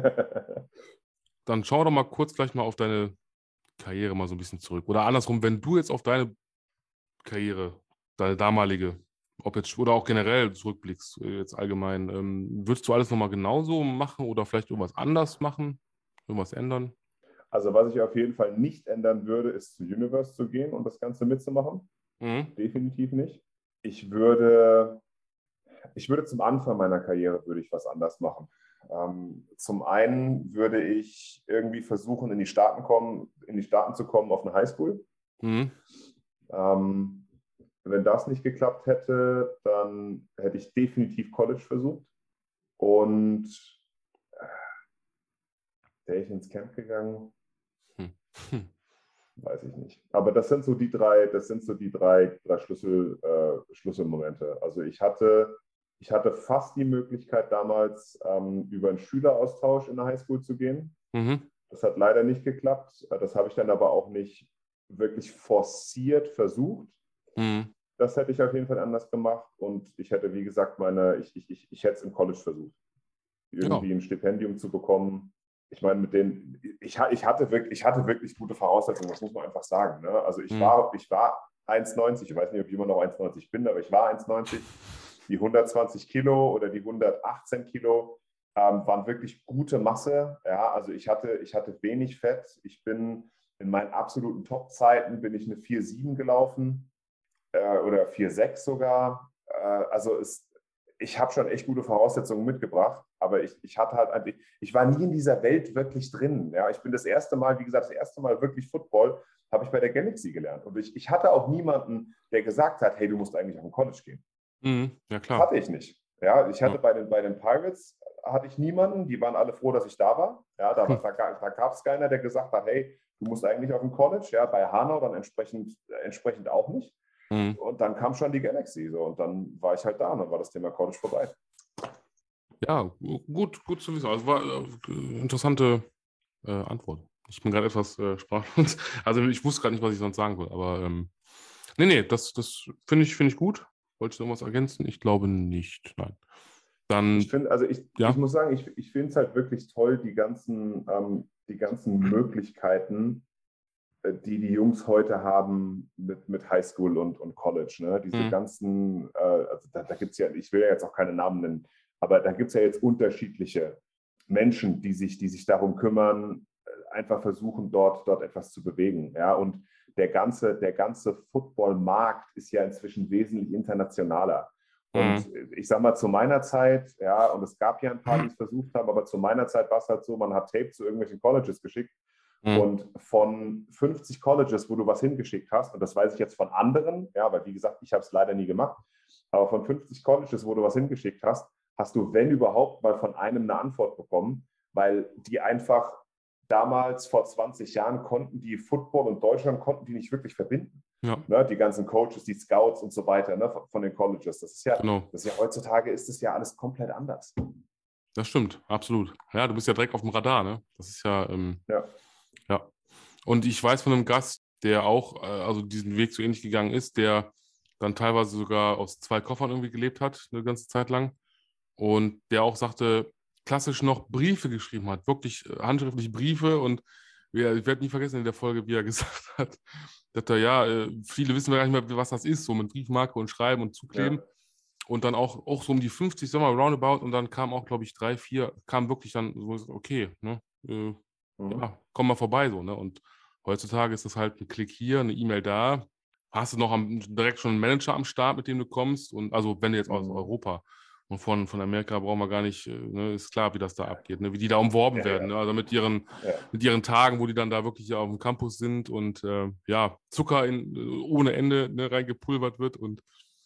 Speaker 2: Dann schau doch mal kurz gleich mal auf deine Karriere mal so ein bisschen zurück. Oder andersrum, wenn du jetzt auf deine Karriere, deine damalige, ob jetzt oder auch generell zurückblickst, jetzt allgemein, würdest du alles nochmal genauso machen oder vielleicht irgendwas anders machen, irgendwas ändern?
Speaker 3: Also was ich auf jeden Fall nicht ändern würde, ist zu Universe zu gehen und das Ganze mitzumachen. Definitiv nicht. Ich würde zum Anfang meiner Karriere würde ich was anders machen. Zum einen würde ich irgendwie versuchen, in die Staaten zu kommen auf eine Highschool. Wenn das nicht geklappt hätte, dann hätte ich definitiv College versucht. Und wäre ich ins Camp gegangen? Weiß ich nicht. Aber das sind so die drei Schlüsselmomente. Also ich hatte fast die Möglichkeit damals, über einen Schüleraustausch in der Highschool zu gehen. Das hat leider nicht geklappt. Das habe ich dann aber auch nicht wirklich forciert versucht. Das hätte ich auf jeden Fall anders gemacht. Und ich hätte, wie gesagt, ich hätte es im College versucht, irgendwie ein Stipendium zu bekommen. Ich meine, ich hatte wirklich gute Voraussetzungen, das muss man einfach sagen. Ne? Also ich war 1,90, ich weiß nicht, ob ich immer noch 1,90 bin, aber ich war 1,90. Die 120 Kilo oder die 118 Kilo waren wirklich gute Masse. Ja, also ich hatte wenig Fett. Ich bin in meinen absoluten Top-Zeiten bin ich eine 4,7 gelaufen oder 4,6 sogar. Ich habe schon echt gute Voraussetzungen mitgebracht, aber ich war nie in dieser Welt wirklich drin. Ja, ich bin das erste Mal wirklich Football habe ich bei der Galaxy gelernt. Und ich hatte auch niemanden, der gesagt hat, hey, du musst eigentlich auf ein College gehen.
Speaker 2: Ja, klar.
Speaker 3: Das hatte ich nicht. Ja, ich hatte bei den Pirates hatte ich niemanden, die waren alle froh, dass ich da war. Ja, da gab es keiner, der gesagt hat, hey, du musst eigentlich auf ein College. Ja, bei Hanau dann entsprechend auch nicht. Und dann kam schon die Galaxy so und dann war ich halt da und dann war das Thema College vorbei.
Speaker 2: Ja, gut zu wissen. Also war interessante Antwort. Ich bin gerade etwas sprachlos. Also ich wusste gerade nicht, was ich sonst sagen will, aber nee, das finde ich gut. Wolltest du irgendwas ergänzen? Ich glaube nicht. Nein. Dann,
Speaker 3: ich muss sagen, ich finde es halt wirklich toll, die ganzen Möglichkeiten, die Jungs heute haben mit Highschool und College. Ne? Diese ganzen, also da gibt es ja, ich will ja jetzt auch keine Namen nennen, aber da gibt es ja jetzt unterschiedliche Menschen, die sich darum kümmern, einfach versuchen, dort etwas zu bewegen. Ja? Und der ganze Football-Markt ist ja inzwischen wesentlich internationaler. Und ich sag mal, zu meiner Zeit, ja, und es gab ja ein paar, die es versucht haben, aber zu meiner Zeit war es halt so, man hat Tape zu irgendwelchen Colleges geschickt. Und von 50 Colleges, wo du was hingeschickt hast, und das weiß ich jetzt von anderen, ja, weil wie gesagt, ich habe es leider nie gemacht, aber von 50 Colleges, wo du was hingeschickt hast, hast du, wenn überhaupt, mal von einem eine Antwort bekommen. weil die einfach damals vor 20 Jahren konnten die Football und Deutschland konnten die nicht wirklich verbinden.
Speaker 2: Ja,
Speaker 3: Ne, die ganzen Coaches, die Scouts und so weiter, ne, von den Colleges.
Speaker 2: genau.
Speaker 3: Das ist ja heutzutage ist es ja alles komplett anders.
Speaker 2: Das stimmt, absolut. Ja, du bist ja direkt auf dem Radar, ne? Das ist ja,
Speaker 3: Ja.
Speaker 2: ja. Und ich weiß von einem Gast, der auch, also diesen Weg so ähnlich gegangen ist, der dann teilweise sogar aus 2 Koffern irgendwie gelebt hat, eine ganze Zeit lang. Und der auch sagte, klassisch noch Briefe geschrieben hat, wirklich handschriftliche Briefe. Und ich werde nie vergessen in der Folge, wie er gesagt hat, dass viele wissen gar nicht mehr, was das ist, so mit Briefmarke und Schreiben und Zukleben.
Speaker 3: Ja.
Speaker 2: Und dann auch so um die 50 Sommer roundabout und dann kam auch, glaube ich, 3, 4, kam wirklich dann so, okay, ne, ja, komm mal vorbei so, ne? Und heutzutage ist das halt ein Klick hier, eine E-Mail da. Hast du noch direkt schon einen Manager am Start, mit dem du kommst? Und also wenn du jetzt aus Europa und von Amerika brauchen wir gar nicht, ne, ist klar, wie das da abgeht, ne? Wie die da umworben werden, ne? Also mit ihren Tagen, wo die dann da wirklich auf dem Campus sind und Zucker ohne Ende, ne, reingepulvert wird und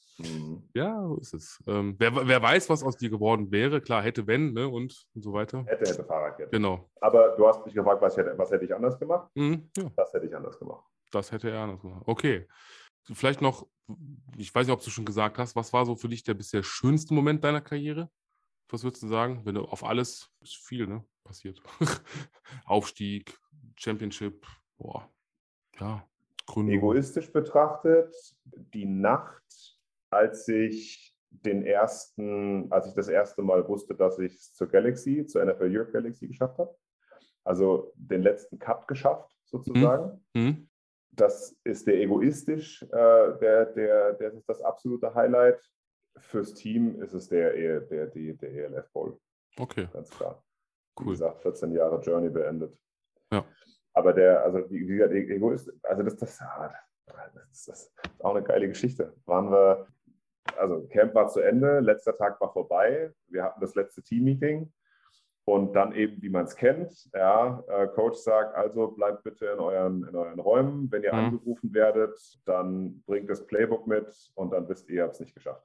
Speaker 2: ja, so ist es. Wer weiß, was aus dir geworden wäre. Klar, hätte, wenn, ne, und so weiter.
Speaker 3: Hätte Fahrradkette.
Speaker 2: Genau.
Speaker 3: Aber du hast mich gefragt, was hätte ich anders gemacht?
Speaker 2: Ja,
Speaker 3: Das hätte ich anders gemacht.
Speaker 2: das hätte er anders gemacht. Okay. Vielleicht noch, ich weiß nicht, ob du schon gesagt hast, was war so für dich der bisher schönste Moment deiner Karriere? Was würdest du sagen? Wenn du auf alles, ist viel, ne, passiert. Aufstieg, Championship, boah, ja, Gründung.
Speaker 3: Egoistisch betrachtet, die Nacht, als ich das erste Mal wusste, dass ich es zur NFL Europe Galaxy geschafft habe. Also den letzten Cut geschafft, sozusagen. Das ist der egoistisch, der ist das absolute Highlight. Fürs Team ist es der ELF Bowl.
Speaker 2: Okay.
Speaker 3: Ganz klar.
Speaker 2: Cool.
Speaker 3: Wie gesagt, 14 Jahre Journey beendet.
Speaker 2: Ja.
Speaker 3: Aber wie gesagt, Egoist, also das ist auch eine geile Geschichte. Camp war zu Ende, letzter Tag war vorbei, wir hatten das letzte Team-Meeting und dann eben, wie man es kennt, Coach sagt, also bleibt bitte in euren Räumen, wenn ihr angerufen werdet, dann bringt das Playbook mit und dann wisst ihr habt es nicht geschafft.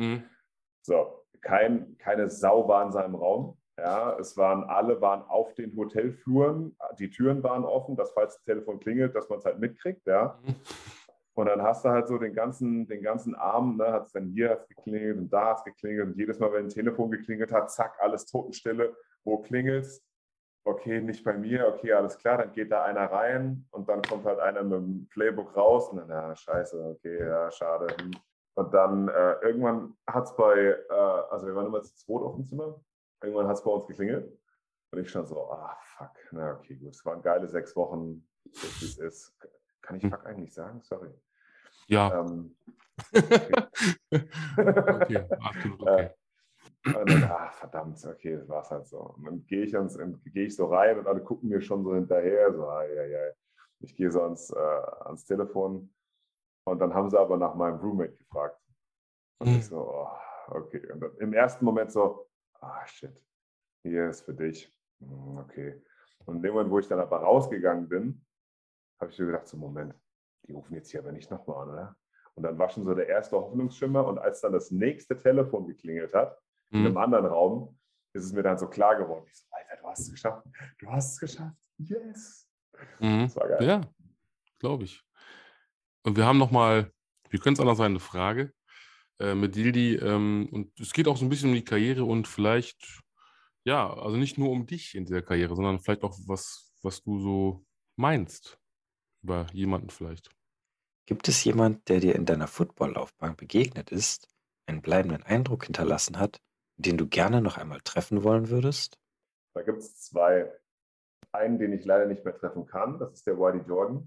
Speaker 3: So, keine Sau war in seinem Raum. Ja, alle waren auf den Hotelfluren, die Türen waren offen, dass falls das Telefon klingelt, dass man es halt mitkriegt, ja. Und dann hast du halt so den ganzen Abend, ne, hat's geklingelt und da hat es geklingelt und jedes Mal, wenn ein Telefon geklingelt hat, zack, alles Totenstille, wo klingelt's? Okay, nicht bei mir, okay, alles klar, dann geht da einer rein und dann kommt halt einer mit dem Playbook raus und dann, ja, scheiße, okay, ja, schade. Und dann irgendwann hat es wir waren immer zu zweit auf dem Zimmer, irgendwann hat es bei uns geklingelt und ich schon so, fuck, na okay, gut, es waren geile 6 Wochen, wie es ist. Kann ich fuck eigentlich sagen? Sorry.
Speaker 2: Ja.
Speaker 3: Okay.
Speaker 2: Okay, absolut okay.
Speaker 3: Und dann, verdammt, okay, das war's halt so. Und dann gehe ich so rein und alle gucken mir schon so hinterher, so, ich gehe so ans Telefon und dann haben sie aber nach meinem Roommate gefragt. Und ich so, okay. Und dann im ersten Moment so, shit, hier ist für dich. Okay. Und in dem Moment, wo ich dann aber rausgegangen bin, habe ich mir gedacht, so, Moment, die rufen jetzt hier aber nicht nochmal an, oder? Und dann war schon so der erste Hoffnungsschimmer und als dann das nächste Telefon geklingelt hat, in einem anderen Raum, ist es mir dann so klar geworden. Ich so, Alter, du hast es geschafft. Du hast es geschafft. Yes. Das war geil.
Speaker 2: Ja, glaube ich. Und wir haben wir können es anders sein, eine Frage mit Dildi. Und es geht auch so ein bisschen um die Karriere und vielleicht, ja, also nicht nur um dich in dieser Karriere, sondern vielleicht auch was du so meinst über jemanden vielleicht.
Speaker 4: Gibt es jemand, der dir in deiner Footballlaufbahn begegnet ist, einen bleibenden Eindruck hinterlassen hat, den du gerne noch einmal treffen wollen würdest?
Speaker 3: Da gibt es 2. Einen, den ich leider nicht mehr treffen kann, das ist der Whitey Jordan.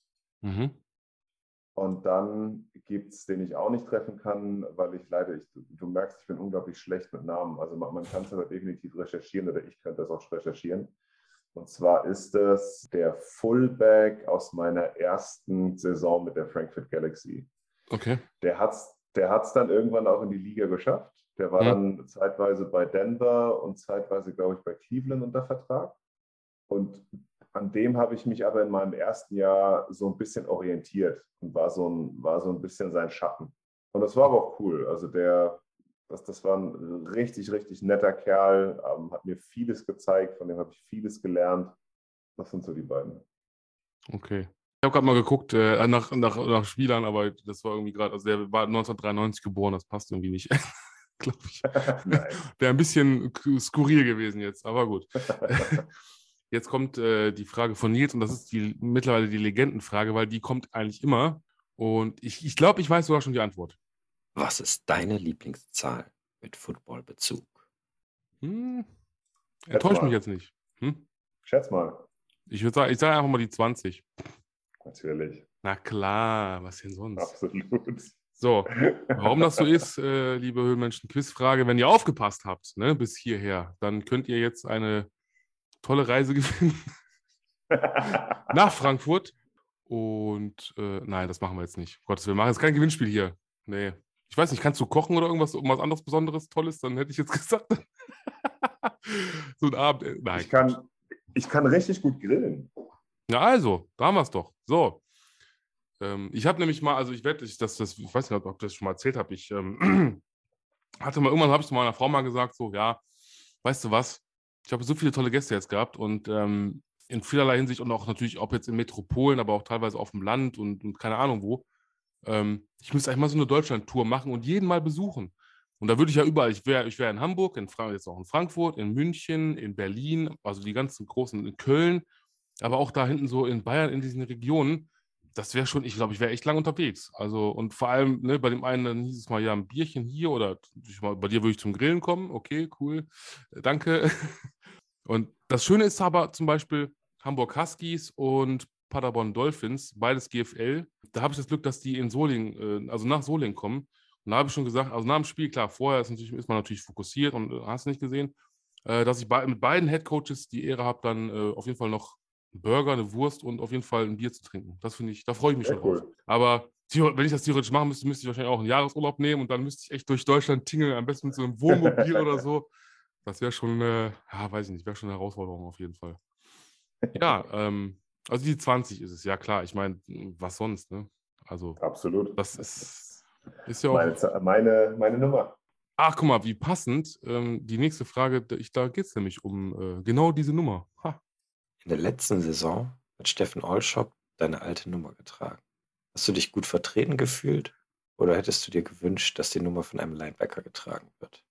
Speaker 3: Und dann gibt es, den ich auch nicht treffen kann, weil du merkst, ich bin unglaublich schlecht mit Namen. Also man kann es aber definitiv recherchieren oder ich könnte das auch recherchieren. Und zwar ist es der Fullback aus meiner ersten Saison mit der Frankfurt Galaxy.
Speaker 2: Okay.
Speaker 3: Der hat's dann irgendwann auch in die Liga geschafft. Der war dann zeitweise bei Denver und zeitweise, glaube ich, bei Cleveland unter Vertrag. Und an dem habe ich mich aber in meinem ersten Jahr so ein bisschen orientiert und war so ein bisschen sein Schatten. Und das war aber auch cool. Also der Das war ein richtig, richtig netter Kerl, hat mir vieles gezeigt, von dem habe ich vieles gelernt. Das sind so die beiden.
Speaker 2: Okay. Ich habe gerade mal geguckt nach Spielern, aber das war irgendwie gerade, also der war 1993 geboren, das passt irgendwie nicht, glaube ich.
Speaker 3: Nein.
Speaker 2: Wäre ein bisschen skurril gewesen jetzt, aber gut. Jetzt kommt die Frage von Nils und das ist mittlerweile die Legendenfrage, weil die kommt eigentlich immer. Und ich glaube, ich weiß sogar schon die Antwort.
Speaker 4: Was ist deine Lieblingszahl mit Football-Bezug?
Speaker 2: Enttäuscht mich
Speaker 3: mal.
Speaker 2: jetzt nicht.
Speaker 3: Schätz mal.
Speaker 2: Ich würde sagen, ich sage einfach mal die 20.
Speaker 3: Natürlich.
Speaker 2: Na klar, was denn sonst?
Speaker 3: Absolut.
Speaker 2: So, warum das so ist, liebe Höhlenmenschen, Quizfrage, wenn ihr aufgepasst habt, ne, bis hierher, dann könnt ihr jetzt eine tolle Reise gewinnen nach Frankfurt. Und nein, das machen wir jetzt nicht. Gottes Willen, wir machen jetzt kein Gewinnspiel hier. Nee. Ich weiß nicht, kannst du kochen oder irgendwas anderes Besonderes, Tolles? Dann hätte ich jetzt gesagt. So ein Abend. Nein.
Speaker 3: Ich kann richtig gut grillen.
Speaker 2: Ja, also, da haben wir es doch. So. Ich habe nämlich mal, also ich weiß nicht, ob ich das schon mal erzählt habe. Ich irgendwann habe ich zu meiner Frau mal gesagt, so, ja, weißt du was, ich habe so viele tolle Gäste jetzt gehabt und in vielerlei Hinsicht und auch natürlich, ob jetzt in Metropolen, aber auch teilweise auf dem Land und keine Ahnung wo. Ich müsste eigentlich mal so eine Deutschland-Tour machen und jeden mal besuchen. Und da würde ich ja überall, ich wäre in Hamburg, jetzt auch in Frankfurt, in München, in Berlin, also die ganzen großen, in Köln, aber auch da hinten so in Bayern, in diesen Regionen. Das wäre schon, ich glaube, ich wäre echt lang unterwegs. Also, und vor allem, ne, bei dem einen, dann hieß es mal, ja, ein Bierchen hier oder bei dir würde ich zum Grillen kommen. Okay, cool. Danke. Und das Schöne ist aber zum Beispiel Hamburg Huskies und Paderborn Dolphins, beides GFL. Da habe ich das Glück, dass die in Solingen, also nach Solingen kommen. Und da habe ich schon gesagt, also nach dem Spiel, klar, vorher ist man natürlich fokussiert und hast nicht gesehen, dass ich mit beiden Headcoaches die Ehre habe, dann auf jeden Fall noch einen Burger, eine Wurst und auf jeden Fall ein Bier zu trinken. Das finde ich, da freue ich mich schon drauf.
Speaker 3: Cool.
Speaker 2: Aber wenn ich das theoretisch machen müsste, müsste ich wahrscheinlich auch einen Jahresurlaub nehmen und dann müsste ich echt durch Deutschland tingeln, am besten mit so einem Wohnmobil oder so. Das wäre schon, weiß ich nicht, wäre schon eine Herausforderung auf jeden Fall. Ja, also die 20 ist es, ja klar. Ich meine, was sonst, ne? Also,
Speaker 3: Absolut.
Speaker 2: das ist ja auch.
Speaker 3: Meine Nummer.
Speaker 2: Ach, guck mal, wie passend. Die nächste Frage, da geht es nämlich um genau diese Nummer. Ha.
Speaker 4: In der letzten Saison hat Steffen Olschop deine alte Nummer getragen. Hast du dich gut vertreten gefühlt oder hättest du dir gewünscht, dass die Nummer von einem Linebacker getragen wird?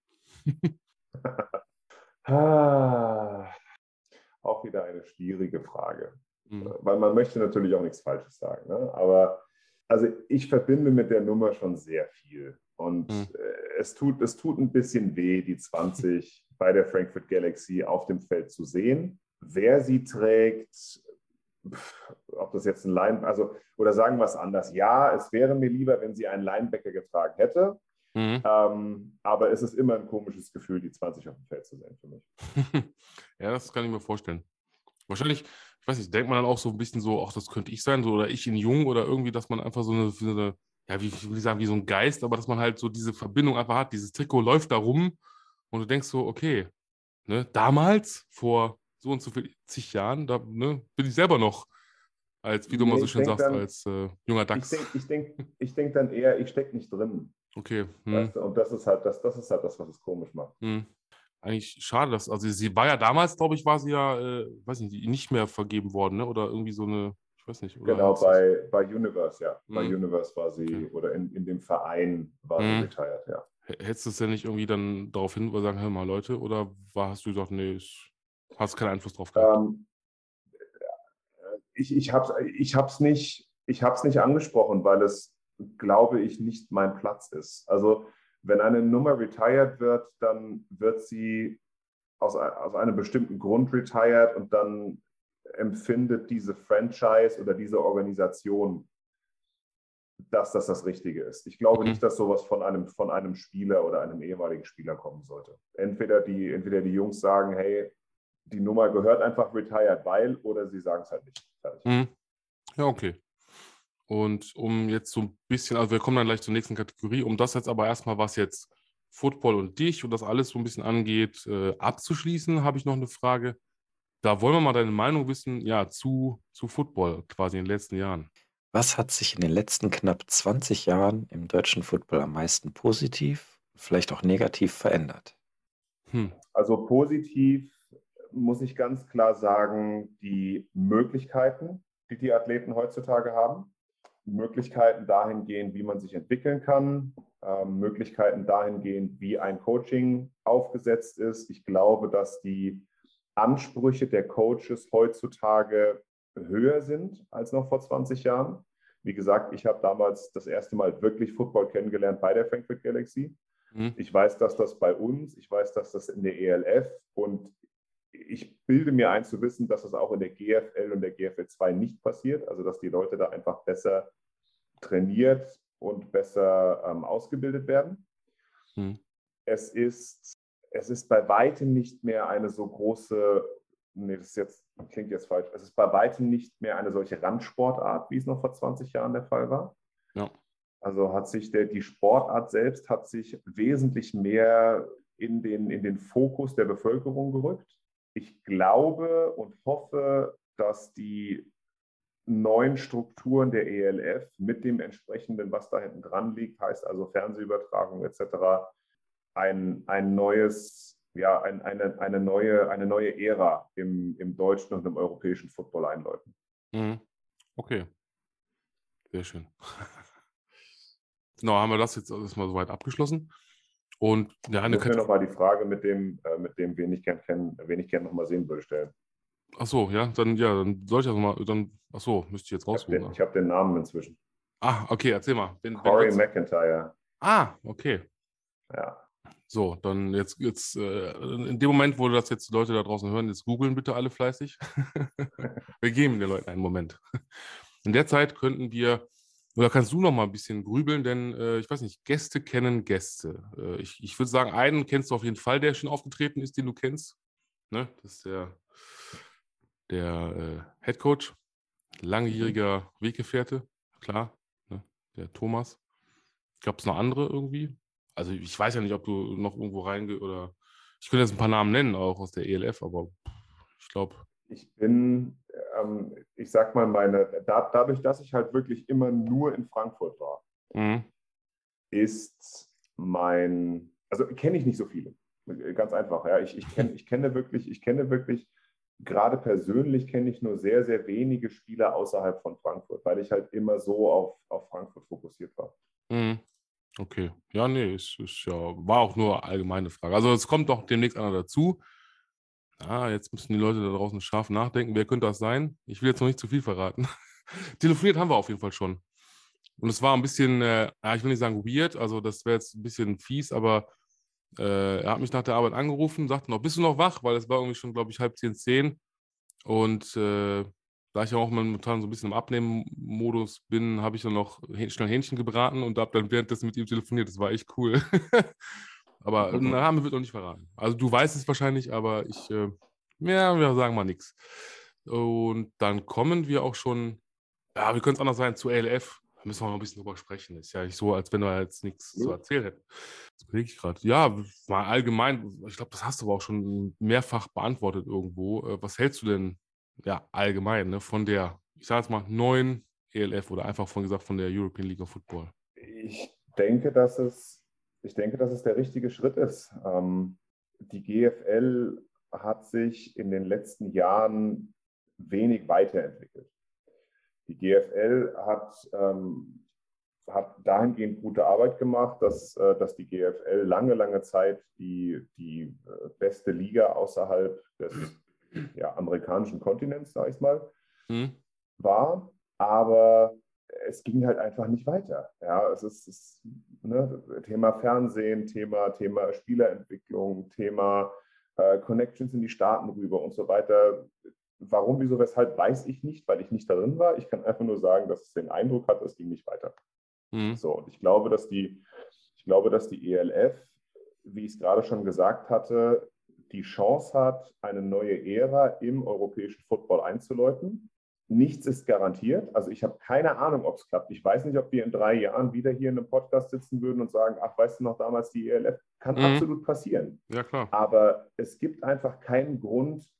Speaker 3: Auch wieder eine schwierige Frage. Weil man möchte natürlich auch nichts Falsches sagen. Ne? Aber also ich verbinde mit der Nummer schon sehr viel. Und es tut ein bisschen weh, die 20 bei der Frankfurt Galaxy auf dem Feld zu sehen. Wer sie trägt, ob das jetzt ein Linebacker, oder sagen wir es anders. Ja, es wäre mir lieber, wenn sie einen Linebacker getragen hätte. Aber es ist immer ein komisches Gefühl, die 20 auf dem Feld zu sehen für mich.
Speaker 2: Ja, das kann ich mir vorstellen. Wahrscheinlich, ich weiß nicht, denkt man dann auch so ein bisschen so, ach, das könnte ich sein, so, oder ich in Jung oder irgendwie, dass man einfach so eine ja, wie will ich sagen, wie so ein Geist, aber dass man halt so diese Verbindung einfach hat, dieses Trikot läuft da rum und du denkst so, okay, ne, damals, vor so und so viel zig Jahren, da bin ich selber noch, wie du mal so schön sagst, als junger Dachs.
Speaker 3: Ich denk dann eher, ich stecke nicht drin.
Speaker 2: Okay.
Speaker 3: Weißt du? Und das ist halt das, was es komisch macht.
Speaker 2: Eigentlich schade, also sie war ja damals, glaube ich, war sie ja, weiß nicht mehr vergeben worden, ne? Oder irgendwie so eine, ich weiß nicht. Oder
Speaker 3: genau, bei Universe, ja. Bei Universe war sie, okay. Oder in dem Verein war sie retired, ja.
Speaker 2: Hättest du es ja nicht irgendwie dann darauf hin, oder sagen, hör mal, Leute, oder hast du gesagt, nee, hast keinen Einfluss drauf gehabt?
Speaker 3: Ich hab's nicht angesprochen, weil es, glaube ich, nicht mein Platz ist. Also wenn eine Nummer retired wird, dann wird sie aus einem bestimmten Grund retired und dann empfindet diese Franchise oder diese Organisation, dass das Richtige ist. Ich glaube nicht, dass sowas von einem Spieler oder einem ehemaligen Spieler kommen sollte. Entweder die Jungs sagen, hey, die Nummer gehört einfach retired, oder sie sagen es halt nicht. Fertig.
Speaker 2: Ja, okay. Und um jetzt so ein bisschen, also wir kommen dann gleich zur nächsten Kategorie, um das jetzt aber erstmal, was jetzt Football und dich und das alles so ein bisschen angeht, abzuschließen, habe ich noch eine Frage. Da wollen wir mal deine Meinung wissen, ja, zu Football quasi in den letzten Jahren.
Speaker 4: Was hat sich in den letzten knapp 20 Jahren im deutschen Football am meisten positiv vielleicht auch negativ verändert?
Speaker 3: Also positiv muss ich ganz klar sagen, die Möglichkeiten, die die Athleten heutzutage haben, Möglichkeiten dahingehend, wie man sich entwickeln kann, Möglichkeiten dahingehend, wie ein Coaching aufgesetzt ist. Ich glaube, dass die Ansprüche der Coaches heutzutage höher sind als noch vor 20 Jahren. Wie gesagt, ich habe damals das erste Mal wirklich Football kennengelernt bei der Frankfurt Galaxy. Ich weiß, dass das bei uns, ich weiß, dass das in der ELF und ich bilde mir ein zu wissen, dass das auch in der GFL und der GFL 2 nicht passiert, also dass die Leute da einfach besser trainiert und besser ausgebildet werden. Es ist bei weitem nicht mehr eine so große, klingt jetzt falsch, es ist bei weitem nicht mehr eine solche Randsportart, wie es noch vor 20 Jahren der Fall war.
Speaker 2: Ja.
Speaker 3: Also hat sich die Sportart selbst hat sich wesentlich mehr in den Fokus der Bevölkerung gerückt. Ich glaube und hoffe, dass die neuen Strukturen der ELF mit dem entsprechenden, was da hinten dran liegt, heißt also Fernsehübertragung etc., eine neue Ära im deutschen und im europäischen Football einläuten.
Speaker 2: Okay, sehr schön. Genau, haben wir das jetzt erstmal soweit abgeschlossen. Und ja,
Speaker 3: ich muss mir nochmal die Frage mit dem wen ich gerne nochmal sehen würde, stellen.
Speaker 2: Ach so, ja, dann soll ich das mal, ach so, müsste ich jetzt raussuchen.
Speaker 3: Ich hab den Namen inzwischen.
Speaker 2: Ah, okay, erzähl mal.
Speaker 3: Corey McIntyre.
Speaker 2: Ah, okay.
Speaker 3: Ja.
Speaker 2: So, dann jetzt in dem Moment, wo das jetzt die Leute da draußen hören, jetzt googeln bitte alle fleißig. Wir geben den Leuten einen Moment. In der Zeit könnten wir, oder kannst du noch mal ein bisschen grübeln, denn ich weiß nicht, Gäste kennen Gäste. Ich würde sagen, einen kennst du auf jeden Fall, der schon aufgetreten ist, den du kennst. Ne? Das ist der Head Coach, langjähriger Weggefährte, klar, ne? Der Thomas. Gab es noch andere irgendwie? Also ich weiß ja nicht, ob du noch irgendwo oder ich könnte jetzt ein paar Namen nennen, auch aus der ELF, aber ich glaube.
Speaker 3: Ich sag mal, dadurch, dass ich halt wirklich immer nur in Frankfurt war, also kenne ich nicht so viele. Ganz einfach, ja. Ich kenne wirklich, gerade persönlich kenne ich nur sehr, sehr wenige Spieler außerhalb von Frankfurt, weil ich halt immer so auf Frankfurt fokussiert war.
Speaker 2: Okay. Ja, nee, war auch nur eine allgemeine Frage. Also es kommt doch demnächst einer dazu. Jetzt müssen die Leute da draußen scharf nachdenken. Wer könnte das sein? Ich will jetzt noch nicht zu viel verraten. Telefoniert haben wir auf jeden Fall schon. Und es war ein bisschen, ich will nicht sagen weird, also das wäre jetzt ein bisschen fies, aber er hat mich nach der Arbeit angerufen, sagte noch, bist du noch wach? Weil es war irgendwie schon, glaube ich, 9:30. Und da ich ja auch momentan so ein bisschen im Abnehmen-Modus bin, habe ich dann noch schnell Hähnchen gebraten und habe dann währenddessen mit ihm telefoniert. Das war echt cool. Aber Name wird noch nicht verraten. Also du weißt es wahrscheinlich, aber wir sagen mal nichts. Und dann kommen wir auch schon, ja, wie könnte es anders sein, zu ELF. Da müssen wir noch ein bisschen drüber sprechen. Ist ja nicht so, als wenn wir jetzt nichts zu erzählen hätten. Das überlege ich gerade. Ja, mal allgemein, ich glaube, das hast du aber auch schon mehrfach beantwortet irgendwo. Was hältst du denn allgemein, ne, von der, ich sage jetzt mal, neuen ELF oder einfach von der European League of Football?
Speaker 3: Ich denke, dass es der richtige Schritt ist. Die GFL hat sich in den letzten Jahren wenig weiterentwickelt. Die GFL hat dahingehend gute Arbeit gemacht, dass die GFL lange Zeit die beste Liga außerhalb des amerikanischen Kontinents, sage ich mal, war. Aber es ging halt einfach nicht weiter. Ja, es ist Thema Fernsehen, Thema Spielerentwicklung, Thema Connections in die Staaten rüber und so weiter. Warum, wieso, weshalb, weiß ich nicht, weil ich nicht darin war. Ich kann einfach nur sagen, dass es den Eindruck hat, es ging nicht weiter. So, und ich glaube, dass die ELF, wie ich es gerade schon gesagt hatte, die Chance hat, eine neue Ära im europäischen Football einzuläuten. Nichts ist garantiert. Also ich habe keine Ahnung, ob es klappt. Ich weiß nicht, ob wir in 3 Jahren wieder hier in einem Podcast sitzen würden und sagen, ach, weißt du noch damals die ELF? Kann absolut passieren.
Speaker 2: Ja, klar.
Speaker 3: Aber es gibt einfach keinen Grund,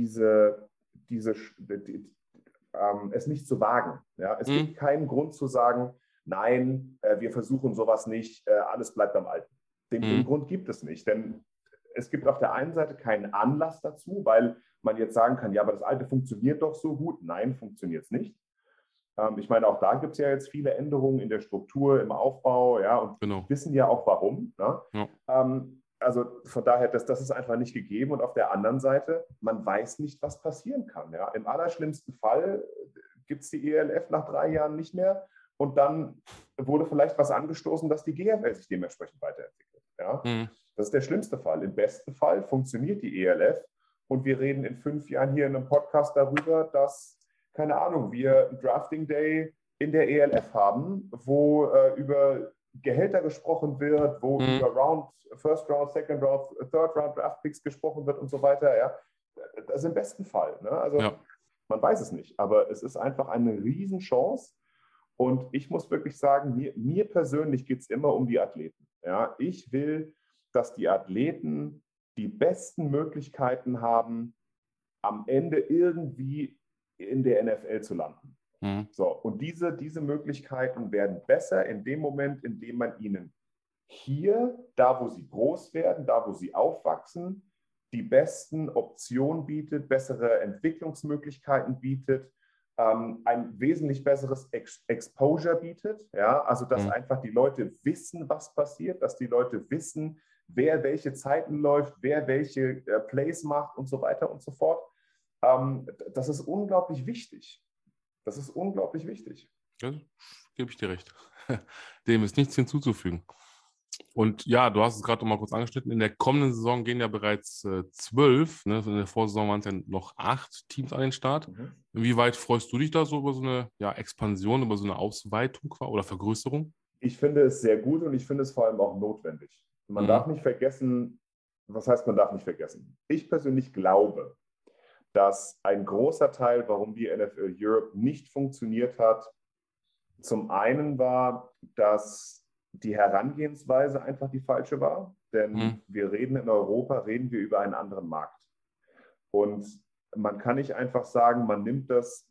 Speaker 3: es nicht zu wagen. Ja? Es gibt keinen Grund zu sagen, nein, wir versuchen sowas nicht, alles bleibt am Alten. Den Grund gibt es nicht, denn es gibt auf der einen Seite keinen Anlass dazu, weil man jetzt sagen kann, ja, aber das Alte funktioniert doch so gut. Nein, funktioniert es nicht. Ich meine, auch da gibt es ja jetzt viele Änderungen in der Struktur, im Aufbau, ja, und
Speaker 2: Genau.
Speaker 3: wissen ja auch warum. Ne?
Speaker 2: Ja.
Speaker 3: Also von daher, das ist einfach nicht gegeben. Und auf der anderen Seite, man weiß nicht, was passieren kann. Ja? Im allerschlimmsten Fall gibt es die ELF nach 3 Jahren nicht mehr und dann wurde vielleicht was angestoßen, dass die GFL sich dementsprechend weiterentwickelt. Ja? Das ist der schlimmste Fall. Im besten Fall funktioniert die ELF und wir reden in 5 Jahren hier in einem Podcast darüber, dass, keine Ahnung, wir einen Drafting Day in der ELF haben, wo über Gehälter gesprochen wird, wo über First Round, Second Round, Third Round Draft Picks gesprochen wird und so weiter. Ja. Das ist im besten Fall. Ne? Also man weiß es nicht, aber es ist einfach eine Riesenchance. Und ich muss wirklich sagen, mir persönlich geht es immer um die Athleten. Ja. Ich will, dass die Athleten die besten Möglichkeiten haben, am Ende irgendwie in der NFL zu landen. So, und diese Möglichkeiten werden besser in dem Moment, in dem man ihnen hier, da wo sie groß werden, da wo sie aufwachsen, die besten Optionen bietet, bessere Entwicklungsmöglichkeiten bietet, ein wesentlich besseres Exposure bietet. Ja? Also, dass einfach die Leute wissen, was passiert, dass die Leute wissen, wer welche Zeiten läuft, wer welche Plays macht und so weiter und so fort. Das ist unglaublich wichtig. Das ist unglaublich wichtig.
Speaker 2: Ja, gebe ich dir recht. Dem ist nichts hinzuzufügen. Und ja, du hast es gerade noch mal kurz angeschnitten. In der kommenden Saison gehen ja bereits 12. Ne? In der Vorsaison waren es ja noch 8 Teams an den Start. Inwieweit freust du dich da so über so eine Expansion, über so eine Ausweitung oder Vergrößerung?
Speaker 3: Ich finde es sehr gut und ich finde es vor allem auch notwendig. Man darf nicht vergessen, was heißt, man darf nicht vergessen? Ich persönlich glaube, dass ein großer Teil, warum die NFL Europe nicht funktioniert hat, zum einen war, dass die Herangehensweise einfach die falsche war. Denn wir reden in Europa, reden wir über einen anderen Markt. Und man kann nicht einfach sagen, man nimmt das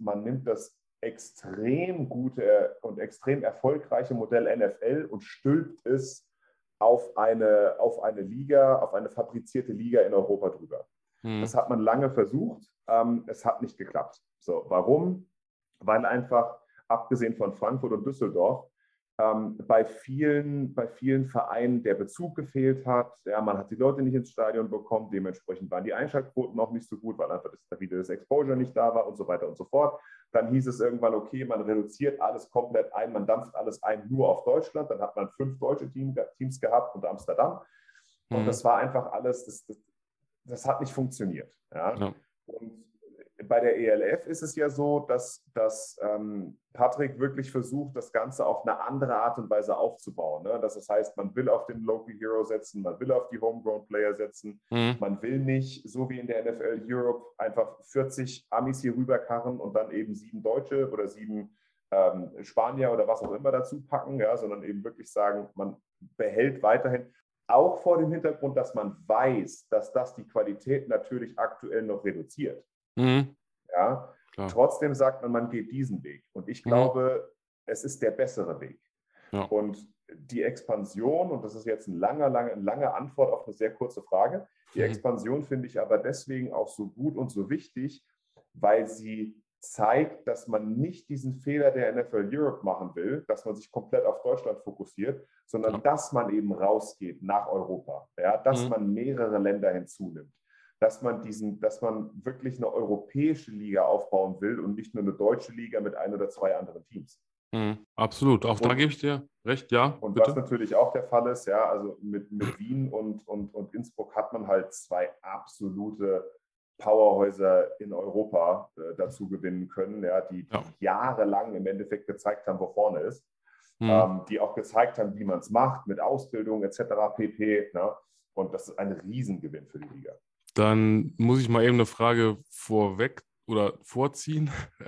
Speaker 3: extrem gute und extrem erfolgreiche Modell NFL und stülpt es auf eine Liga, auf eine fabrizierte Liga in Europa drüber. Das hat man lange versucht. Es hat nicht geklappt. So, warum? Weil einfach, abgesehen von Frankfurt und Düsseldorf, bei vielen Vereinen der Bezug gefehlt hat. Ja, man hat die Leute nicht ins Stadion bekommen. Dementsprechend waren die Einschaltquoten auch nicht so gut, weil einfach wieder das Exposure nicht da war und so weiter und so fort. Dann hieß es irgendwann, okay, man reduziert alles komplett ein, man dampft alles ein nur auf Deutschland. Dann hat man 5 deutsche Teams gehabt und Amsterdam. Und das war einfach alles, das hat nicht funktioniert. Ja? Und bei der ELF ist es ja so, dass Patrick wirklich versucht, das Ganze auf eine andere Art und Weise aufzubauen. Ne? Das heißt, man will auf den Local Hero setzen, man will auf die Homegrown Player setzen. Man will nicht, so wie in der NFL Europe, einfach 40 Amis hier rüberkarren und dann eben 7 Deutsche oder 7 Spanier oder was auch immer dazu packen, ja? Sondern eben wirklich sagen, man behält weiterhin. Auch vor dem Hintergrund, dass man weiß, dass das die Qualität natürlich aktuell noch reduziert. Ja? Trotzdem sagt man geht diesen Weg. Und ich glaube, es ist der bessere Weg. Ja. Und die Expansion, und das ist jetzt eine lange Antwort auf eine sehr kurze Frage, die Expansion finde ich aber deswegen auch so gut und so wichtig, weil sie zeigt, dass man nicht diesen Fehler der NFL Europe machen will, dass man sich komplett auf Deutschland fokussiert, sondern dass man eben rausgeht nach Europa, ja, dass man mehrere Länder hinzunimmt, dass man wirklich eine europäische Liga aufbauen will und nicht nur eine deutsche Liga mit 1 oder 2 anderen Teams.
Speaker 2: Absolut, auch da gebe ich dir recht, ja.
Speaker 3: Und bitte? Was natürlich auch der Fall ist, ja, also mit Wien und Innsbruck hat man halt 2 absolute Powerhäuser in Europa dazu gewinnen können, ja, die jahrelang im Endeffekt gezeigt haben, wo vorne ist, die auch gezeigt haben, wie man es macht, mit Ausbildung etc. pp. Ne? Und das ist ein Riesengewinn für die Liga.
Speaker 2: Dann muss ich mal eben eine Frage vorweg oder vorziehen.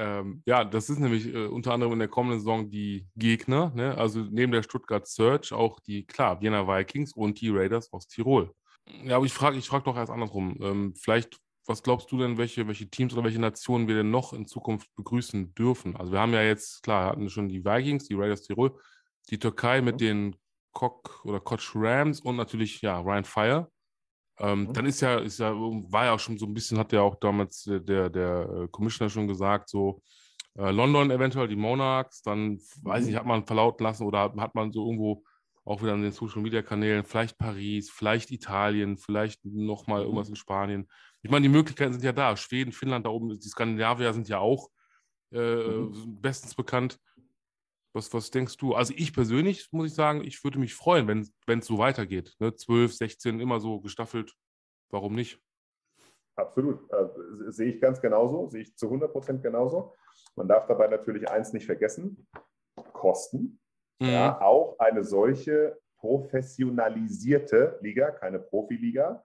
Speaker 2: Das ist nämlich unter anderem in der kommenden Saison die Gegner, ne? Also neben der Stuttgart Surge auch die, klar, Vienna Vikings und die Raiders aus Tirol. Ja, aber ich frag doch erst andersrum. Vielleicht, was glaubst du denn, welche Teams oder welche Nationen wir denn noch in Zukunft begrüßen dürfen? Also wir haben ja jetzt, klar, hatten schon die Vikings, die Raiders Tirol, die Türkei mit den Koch Rams und natürlich ja Ryan Fire. Dann war ja auch schon so ein bisschen, hat ja auch damals der Commissioner schon gesagt, so London eventuell, die Monarchs, dann, weiß nicht, hat man verlauten lassen oder hat man so irgendwo auch wieder an den Social-Media-Kanälen, vielleicht Paris, vielleicht Italien, vielleicht nochmal irgendwas in Spanien. Ich meine, die Möglichkeiten sind ja da. Schweden, Finnland da oben, die Skandinavier sind ja auch bestens bekannt. Was denkst du? Also ich persönlich, muss ich sagen, ich würde mich freuen, wenn es so weitergeht. Ne? 12, 16, immer so gestaffelt. Warum nicht?
Speaker 3: Absolut. Sehe ich ganz genauso, sehe ich zu 100% genauso. Man darf dabei natürlich eins nicht vergessen, Kosten. Ja, auch eine solche professionalisierte Liga, keine Profiliga.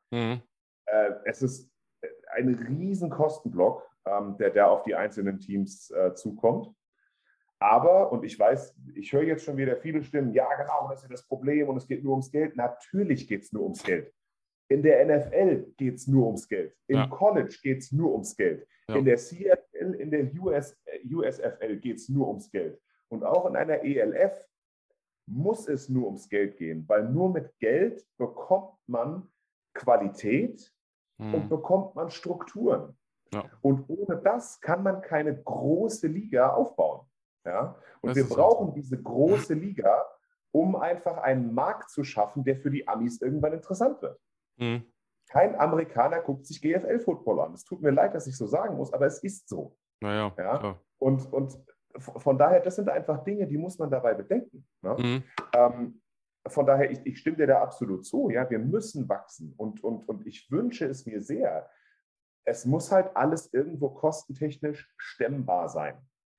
Speaker 3: Es ist ein riesen Kostenblock, der auf die einzelnen Teams zukommt. Aber, und ich weiß, ich höre jetzt schon wieder viele Stimmen, ja genau, das ist ja das Problem und es geht nur ums Geld. Natürlich geht es nur ums Geld. In der NFL geht es nur ums Geld. Im College geht es nur ums Geld. Ja. In der CFL, in der USFL geht es nur ums Geld. Und auch in einer ELF muss es nur ums Geld gehen, weil nur mit Geld bekommt man Qualität und bekommt man Strukturen. Ja. Und ohne das kann man keine große Liga aufbauen. Ja? Und wir brauchen diese große Liga, um einfach einen Markt zu schaffen, der für die Amis irgendwann interessant wird. Kein Amerikaner guckt sich GFL-Football an. Es tut mir leid, dass ich so sagen muss, aber es ist so.
Speaker 2: Naja, ja?
Speaker 3: Und von daher, das sind einfach Dinge, die muss man dabei bedenken. Ne? Von daher, ich stimme dir da absolut zu. Ja? Wir müssen wachsen und ich wünsche es mir sehr. Es muss halt alles irgendwo kostentechnisch stemmbar sein.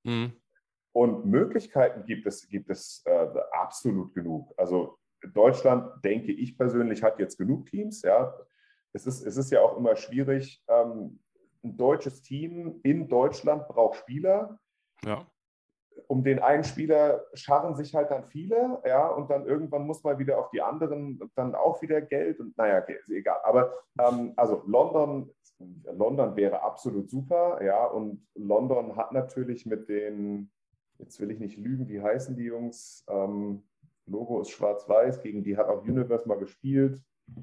Speaker 3: Und Möglichkeiten gibt es absolut genug. Also Deutschland, denke ich persönlich, hat jetzt genug Teams. Ja. Es ist ja auch immer schwierig. Ein deutsches Team in Deutschland braucht Spieler. Ja. Um den einen Spieler scharren sich halt dann viele. Ja, und dann irgendwann muss man wieder auf die anderen dann auch wieder Geld. Und naja, okay, ist egal. Aber also London wäre absolut super. Ja, und London hat natürlich mit den, jetzt will ich nicht lügen, wie heißen die Jungs? Logo ist schwarz-weiß, gegen die hat auch Universe mal gespielt.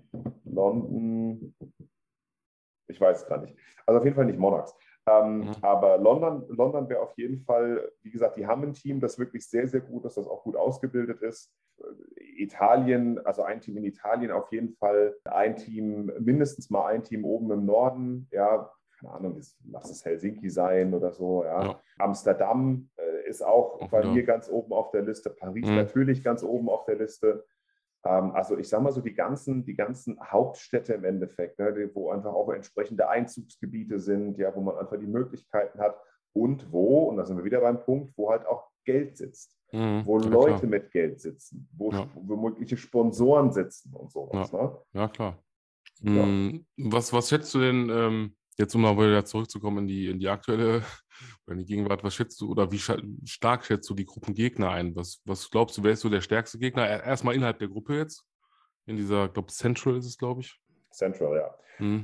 Speaker 3: London, ich weiß es gar nicht. Also auf jeden Fall nicht Monarchs. Aber London wäre auf jeden Fall, wie gesagt, die haben ein Team, das wirklich sehr, sehr gut ist, das auch gut ausgebildet ist. Italien, also ein Team in Italien auf jeden Fall, mindestens mal ein Team oben im Norden, ja, keine Ahnung, lass es Helsinki sein oder so, ja. Amsterdam ist auch bei mir ganz oben auf der Liste, Paris natürlich ganz oben auf der Liste. Also ich sage mal so, die ganzen Hauptstädte im Endeffekt, ne, wo einfach auch entsprechende Einzugsgebiete sind, ja, wo man einfach die Möglichkeiten hat und da sind wir wieder beim Punkt, wo halt auch Geld sitzt, wo Leute mit Geld sitzen, wo mögliche Sponsoren sitzen und sowas.
Speaker 2: Ja,
Speaker 3: ne?
Speaker 2: Ja klar. Ja. Was schätzt du denn, jetzt um mal wieder zurückzukommen in die aktuelle, in die Gegenwart, was schätzt du oder wie stark schätzt du die Gruppengegner ein? Was glaubst du, wer ist so der stärkste Gegner? Erstmal innerhalb der Gruppe jetzt, in dieser, ich glaube Central ist es, glaube ich.
Speaker 3: Central, ja.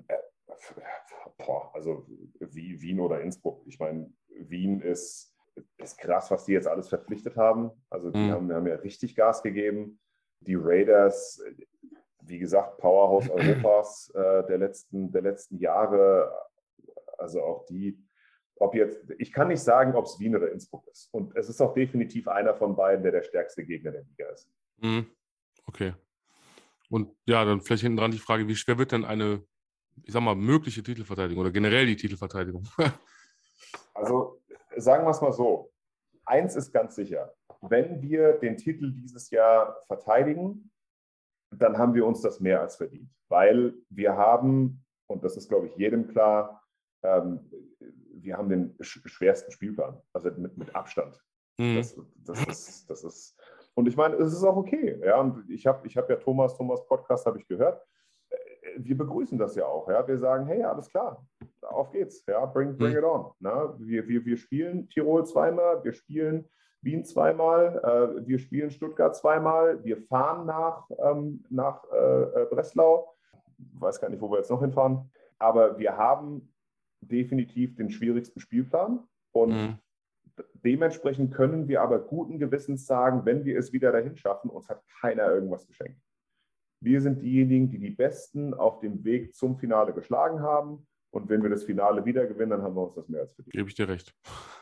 Speaker 3: Also Wien oder Innsbruck. Ich meine, Wien ist krass, was die jetzt alles verpflichtet haben. Also die haben ja richtig Gas gegeben. Die Raiders, wie gesagt, Powerhouse Europas der letzten Jahre. Also auch ich kann nicht sagen, ob es Wien oder Innsbruck ist. Und es ist auch definitiv einer von beiden, der stärkste Gegner der Liga ist.
Speaker 2: Okay. Und ja, dann vielleicht hinten dran die Frage, wie schwer wird denn eine, ich sag mal, mögliche Titelverteidigung oder generell die Titelverteidigung?
Speaker 3: Also sagen wir es mal so. Eins ist ganz sicher. Wenn wir den Titel dieses Jahr verteidigen, dann haben wir uns das mehr als verdient. Weil wir haben, und das ist, glaube ich, jedem klar, wir haben den schwersten Spielplan, also mit Abstand. Das ist, und ich meine, es ist auch okay. Ja? Und ich hab ja Thomas Podcast habe ich gehört. Wir begrüßen das ja auch. Ja? Wir sagen, hey, alles klar, auf geht's. Ja? Bring it on. Na? Wir spielen Tirol zweimal, wir spielen Wien zweimal, wir spielen Stuttgart zweimal, wir fahren nach Breslau. Ich weiß gar nicht, wo wir jetzt noch hinfahren. Aber wir haben definitiv den schwierigsten Spielplan und dementsprechend können wir aber guten Gewissens sagen, wenn wir es wieder dahin schaffen, uns hat keiner irgendwas geschenkt. Wir sind diejenigen, die die Besten auf dem Weg zum Finale geschlagen haben. Und wenn wir das Finale wieder gewinnen, dann haben wir uns das mehr als verdient.
Speaker 2: Gebe ich dir recht.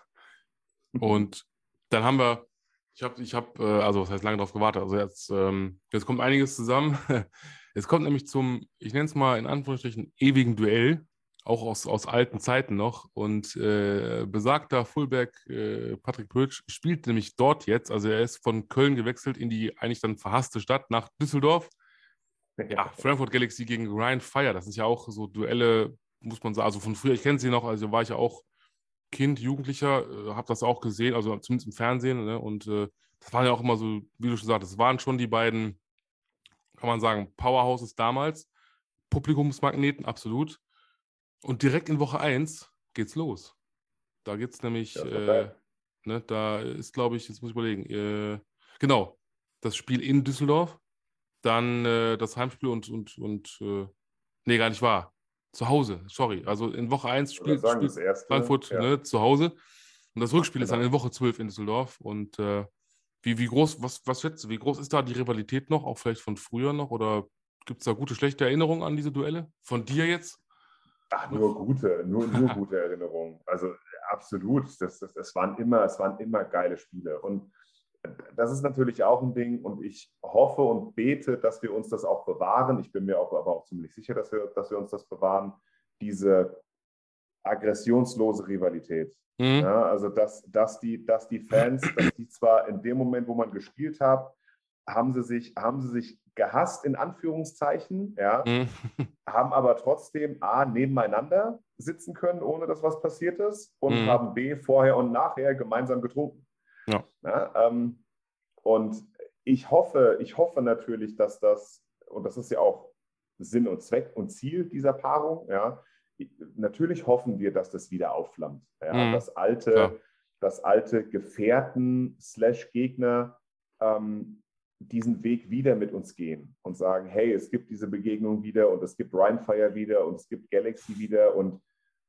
Speaker 2: Und dann haben wir, also was heißt lange drauf gewartet, also jetzt kommt einiges zusammen. Es kommt nämlich zum, ich nenne es mal in Anführungsstrichen, ewigen Duell, auch aus alten Zeiten noch. Und besagter Fullback Patrick Pötsch spielt nämlich dort jetzt, also er ist von Köln gewechselt in die eigentlich dann verhasste Stadt nach Düsseldorf. Ja, Frankfurt Galaxy gegen Ryan Fire, das sind ja auch so Duelle, muss man sagen, also von früher, ich kenne sie noch, also war ich ja auch Kind, Jugendlicher, habe das auch gesehen, also zumindest im Fernsehen, ne? Und das waren ja auch immer so, wie du schon sagst, das waren schon die beiden, kann man sagen, Powerhouses damals, Publikumsmagneten, absolut. Und direkt in Woche 1 geht's los. Da geht's nämlich,
Speaker 3: Ja,
Speaker 2: ne, da ist, glaube ich, jetzt muss ich überlegen, genau, das Spiel in Düsseldorf, dann das Heimspiel nee, gar nicht wahr. Zu Hause, sorry. Also in Woche 1 spielt
Speaker 3: das erste,
Speaker 2: Frankfurt
Speaker 3: ja.
Speaker 2: zu Hause. Und das Rückspiel ist dann
Speaker 3: Genau.
Speaker 2: in Woche 12 in Düsseldorf. Und wie groß, was schätzt du, wie groß ist da die Rivalität noch? Auch vielleicht von früher noch? Oder gibt es da gute, schlechte Erinnerungen an diese Duelle? Von dir jetzt?
Speaker 3: Ach, nur gute Erinnerungen. Also absolut. Es waren immer geile Spiele. Und das ist natürlich auch ein Ding. Und ich hoffe und bete, dass wir uns das auch bewahren. Ich bin mir auch, aber auch ziemlich sicher, dass wir uns das bewahren. Diese aggressionslose Rivalität.
Speaker 2: Mhm.
Speaker 3: Ja, also dass die Fans, dass die zwar in dem Moment, wo man gespielt hat, haben sie sich gehasst, in Anführungszeichen, ja,
Speaker 2: Mhm.
Speaker 3: haben aber trotzdem A, nebeneinander sitzen können, ohne dass was passiert ist, und haben B, vorher und nachher gemeinsam getrunken.
Speaker 2: Ja.
Speaker 3: Ja, und ich hoffe natürlich, dass das, und das ist ja auch Sinn und Zweck und Ziel dieser Paarung, ja, natürlich hoffen wir, dass das wieder aufflammt. Ja,
Speaker 2: Mhm.
Speaker 3: das alte Gefährten/Gegner diesen Weg wieder mit uns gehen und sagen, hey, es gibt diese Begegnung wieder und es gibt Rhinefire wieder und es gibt Galaxy wieder und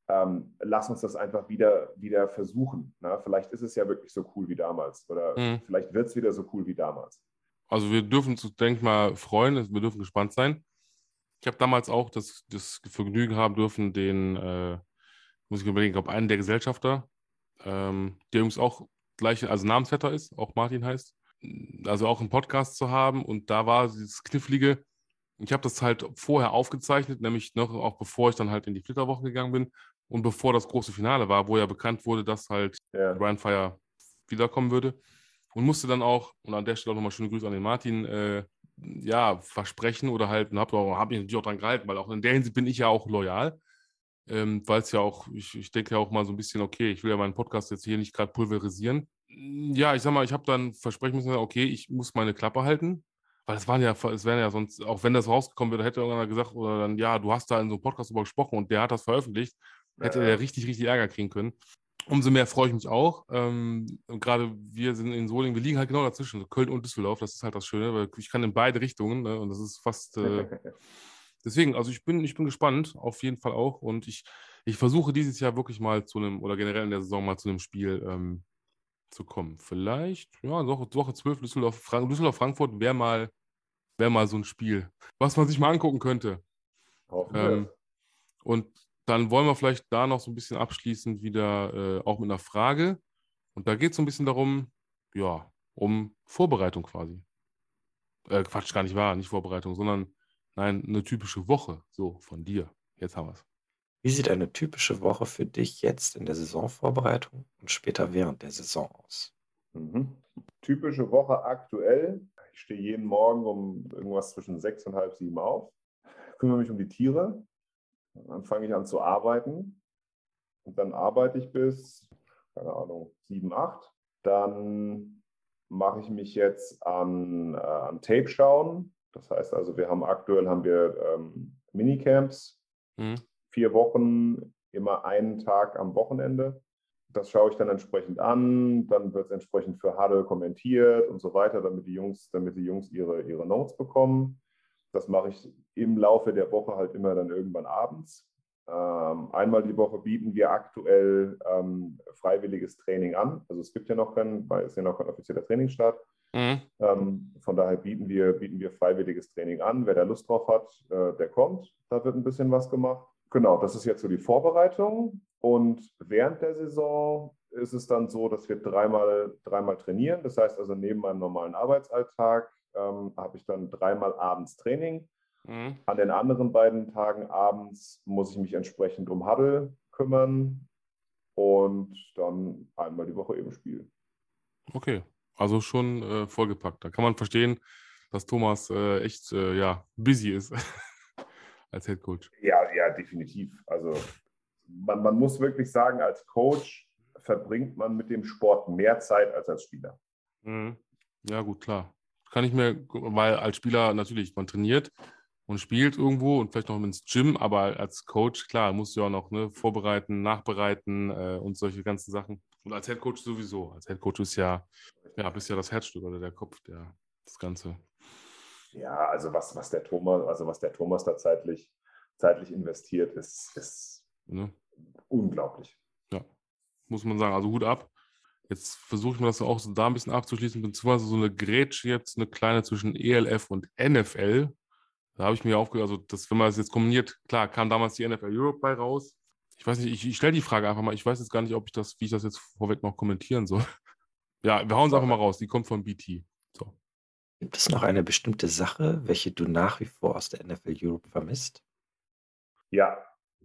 Speaker 3: lass uns das einfach wieder versuchen. Na, vielleicht ist es ja wirklich so cool wie damals oder vielleicht wird es wieder so cool wie damals.
Speaker 2: Also wir dürfen uns, denke ich mal, freuen, wir dürfen gespannt sein. Ich habe damals auch das Vergnügen haben dürfen, muss ich überlegen, ich glaube, einen der Gesellschafter, der übrigens auch gleich, also Namensvetter ist, auch Martin heißt, also auch einen Podcast zu haben. Und da war dieses Knifflige, ich habe das halt vorher aufgezeichnet, nämlich noch auch bevor ich dann halt in die Flitterwochen gegangen bin und bevor das große Finale war, wo ja bekannt wurde, dass halt Ryan Fire wiederkommen würde. Und musste dann auch, und an der Stelle auch nochmal schöne Grüße an den Martin, versprechen oder halt, hab mich natürlich auch dran gehalten, weil auch in der Hinsicht bin ich ja auch loyal, weil es ja auch, ich denke ja auch mal so ein bisschen, okay, ich will ja meinen Podcast jetzt hier nicht gerade pulverisieren. Ja, ich sag mal, ich habe dann versprechen müssen, okay, ich muss meine Klappe halten, weil es wären ja sonst, auch wenn das rausgekommen wäre, hätte irgendeiner gesagt, oder dann, ja, du hast da in so einem Podcast drüber gesprochen und der hat das veröffentlicht, hätte der richtig, richtig Ärger kriegen können. Umso mehr freue ich mich auch. Und gerade wir sind in Solingen, wir liegen halt genau dazwischen, Köln und Düsseldorf, das ist halt das Schöne, weil ich kann in beide Richtungen, ne, und das ist fast, deswegen, also ich bin gespannt, auf jeden Fall auch. Und ich versuche dieses Jahr wirklich mal oder generell in der Saison mal zu einem Spiel zu kommen. Vielleicht, ja, Woche 12, Düsseldorf-Frankfurt wäre mal so ein Spiel, was man sich mal angucken könnte.
Speaker 3: Hoffen wir.
Speaker 2: Und dann wollen wir vielleicht da noch so ein bisschen abschließend wieder auch mit einer Frage. Und da geht es so ein bisschen darum, ja, um Vorbereitung quasi. Quatsch, gar nicht wahr, nicht Vorbereitung, sondern nein, eine typische Woche, so von dir. Jetzt haben wir es.
Speaker 4: Wie sieht eine typische Woche für dich jetzt in der Saisonvorbereitung und später während der Saison aus?
Speaker 3: Typische Woche aktuell. Ich stehe jeden Morgen um irgendwas zwischen 6 und halb 7 auf, kümmere mich um die Tiere, dann fange ich an zu arbeiten und dann arbeite ich bis, keine Ahnung, 7, 8. Dann mache ich mich jetzt an Tape schauen. Das heißt also, aktuell haben wir Minicamps, 4 Wochen, immer einen Tag am Wochenende. Das schaue ich dann entsprechend an, dann wird es entsprechend für Huddle kommentiert und so weiter, damit die Jungs ihre Notes bekommen. Das mache ich im Laufe der Woche halt immer dann irgendwann abends. Einmal die Woche bieten wir aktuell freiwilliges Training an. Also es gibt ja noch weil es ja noch kein offizieller Trainingsstart.
Speaker 2: Mhm.
Speaker 3: Von daher bieten wir freiwilliges Training an. Wer da Lust drauf hat, der kommt. Da wird ein bisschen was gemacht. Genau, das ist jetzt so die Vorbereitung. Und während der Saison ist es dann so, dass wir dreimal trainieren. Das heißt also, neben meinem normalen Arbeitsalltag habe ich dann dreimal abends Training.
Speaker 2: Mhm.
Speaker 3: An den anderen beiden Tagen abends muss ich mich entsprechend um Huddle kümmern und dann einmal die Woche eben Spiel.
Speaker 2: Okay, also schon vollgepackt. Da kann man verstehen, dass Thomas echt busy ist als Head Coach.
Speaker 3: Ja, definitiv. Also man muss wirklich sagen, als Coach verbringt man mit dem Sport mehr Zeit als Spieler.
Speaker 2: Mhm. Ja, gut, klar. Kann ich mir, weil als Spieler natürlich, man trainiert und spielt irgendwo und vielleicht noch ins Gym, aber als Coach, klar, musst du ja auch noch vorbereiten, nachbereiten und solche ganzen Sachen. Und als Head Coach sowieso. Als Head Coach bist ja das Herzstück oder der Kopf, das Ganze.
Speaker 3: Ja, also was der Thomas da zeitlich investiert, ist
Speaker 2: Ne?
Speaker 3: unglaublich.
Speaker 2: Ja, muss man sagen. Also Hut ab. Jetzt versuche ich mir das auch so da ein bisschen abzuschließen, beziehungsweise so eine Grätsche jetzt, eine kleine zwischen ELF und NFL. Da habe ich mir aufgehört, also wenn man das jetzt kombiniert, klar, kam damals die NFL Europe bei raus. Ich weiß nicht, ich stelle die Frage einfach mal, ich weiß jetzt gar nicht, wie ich das jetzt vorweg noch kommentieren soll. Ja, wir hauen es einfach mal raus, die kommt von BT. So.
Speaker 4: Gibt es noch eine bestimmte Sache, welche du nach wie vor aus der NFL Europe vermisst?
Speaker 3: Ja,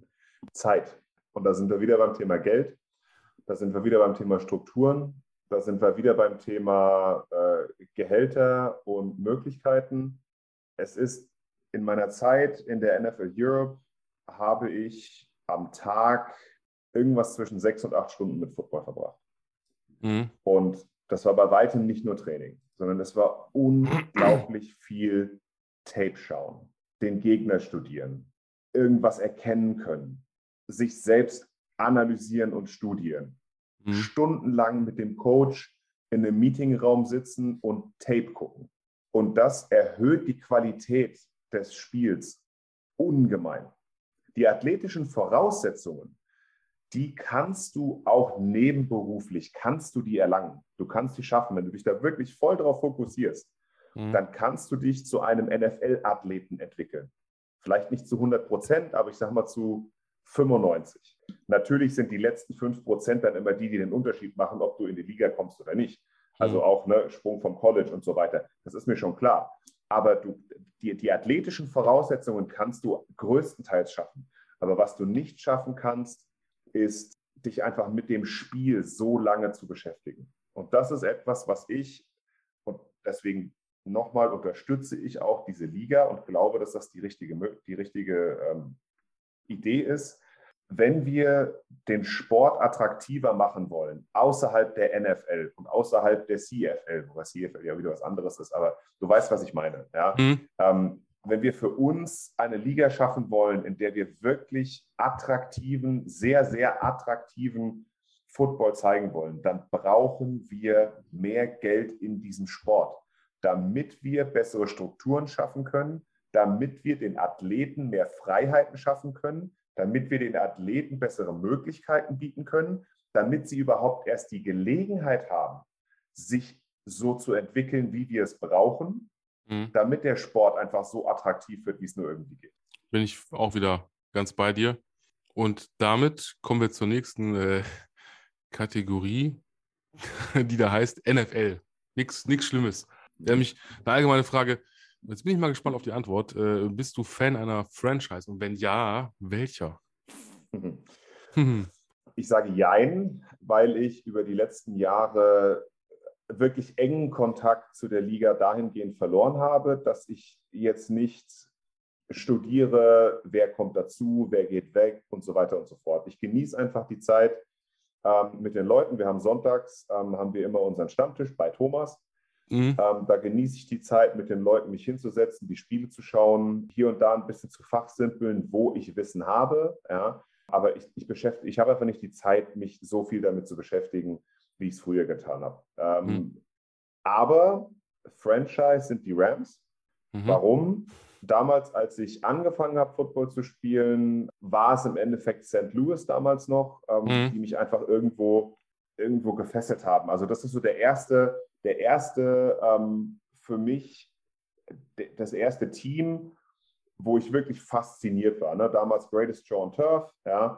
Speaker 3: Zeit. Und da sind wir wieder beim Thema Geld. Da sind wir wieder beim Thema Strukturen. Da sind wir wieder beim Thema Gehälter und Möglichkeiten. Es ist in meiner Zeit in der NFL Europe habe ich am Tag irgendwas zwischen 6 und 8 Stunden mit Football verbracht.
Speaker 2: Mhm.
Speaker 3: Und das war bei weitem nicht nur Training, sondern es war unglaublich viel Tape schauen, den Gegner studieren, irgendwas erkennen können, sich selbst analysieren und studieren.
Speaker 2: Mhm.
Speaker 3: Stundenlang mit dem Coach in einem Meetingraum sitzen und Tape gucken. Und das erhöht die Qualität des Spiels ungemein. Die athletischen Voraussetzungen, die kannst du auch nebenberuflich, kannst du die erlangen. Du kannst die schaffen, wenn du dich da wirklich voll drauf fokussierst, dann kannst du dich zu einem NFL-Athleten entwickeln. Vielleicht nicht zu 100%, aber ich sage mal zu 95%. Natürlich sind die letzten 5% dann immer die den Unterschied machen, ob du in die Liga kommst oder nicht. Also auch Sprung vom College und so weiter. Das ist mir schon klar. Aber die athletischen Voraussetzungen kannst du größtenteils schaffen. Aber was du nicht schaffen kannst, ist, dich einfach mit dem Spiel so lange zu beschäftigen. Und das ist etwas, was und deswegen nochmal unterstütze ich auch diese Liga und glaube, dass das die richtige Idee ist. Wenn wir den Sport attraktiver machen wollen, außerhalb der NFL und außerhalb der CFL, wobei CFL ja wieder was anderes ist, aber du weißt, was ich meine. Ja? Wenn wir für uns eine Liga schaffen wollen, in der wir wirklich attraktiven, sehr, sehr attraktiven Football zeigen wollen, dann brauchen wir mehr Geld in diesem Sport, damit wir bessere Strukturen schaffen können, damit wir den Athleten mehr Freiheiten schaffen können, damit wir den Athleten bessere Möglichkeiten bieten können, damit sie überhaupt erst die Gelegenheit haben, sich so zu entwickeln, wie wir es brauchen, damit der Sport einfach so attraktiv wird, wie es nur irgendwie geht.
Speaker 2: Bin ich auch wieder ganz bei dir. Und damit kommen wir zur nächsten Kategorie, die da heißt NFL. Nichts Schlimmes. Nämlich eine allgemeine Frage. Jetzt bin ich mal gespannt auf die Antwort. Bist du Fan einer Franchise? Und wenn ja, welcher?
Speaker 3: Ich sage Jein, weil ich über die letzten Jahre wirklich engen Kontakt zu der Liga dahingehend verloren habe, dass ich jetzt nicht studiere, wer kommt dazu, wer geht weg und so weiter und so fort. Ich genieße einfach die Zeit mit den Leuten. Wir haben sonntags haben wir immer unseren Stammtisch bei Thomas. Da genieße ich die Zeit, mit den Leuten mich hinzusetzen, die Spiele zu schauen, hier und da ein bisschen zu fachsimpeln, wo ich Wissen habe. Ja. Aber ich habe einfach nicht die Zeit, mich so viel damit zu beschäftigen, wie ich es früher getan habe. Aber Franchise sind die Rams. Warum? damals, als ich angefangen habe, Football zu spielen, war es im Endeffekt St. Louis damals noch, die mich einfach irgendwo gefesselt haben. Also das ist so der erste für mich, das erste Team, wo ich wirklich fasziniert war. Ne? Damals Greatest Show on Turf, ja.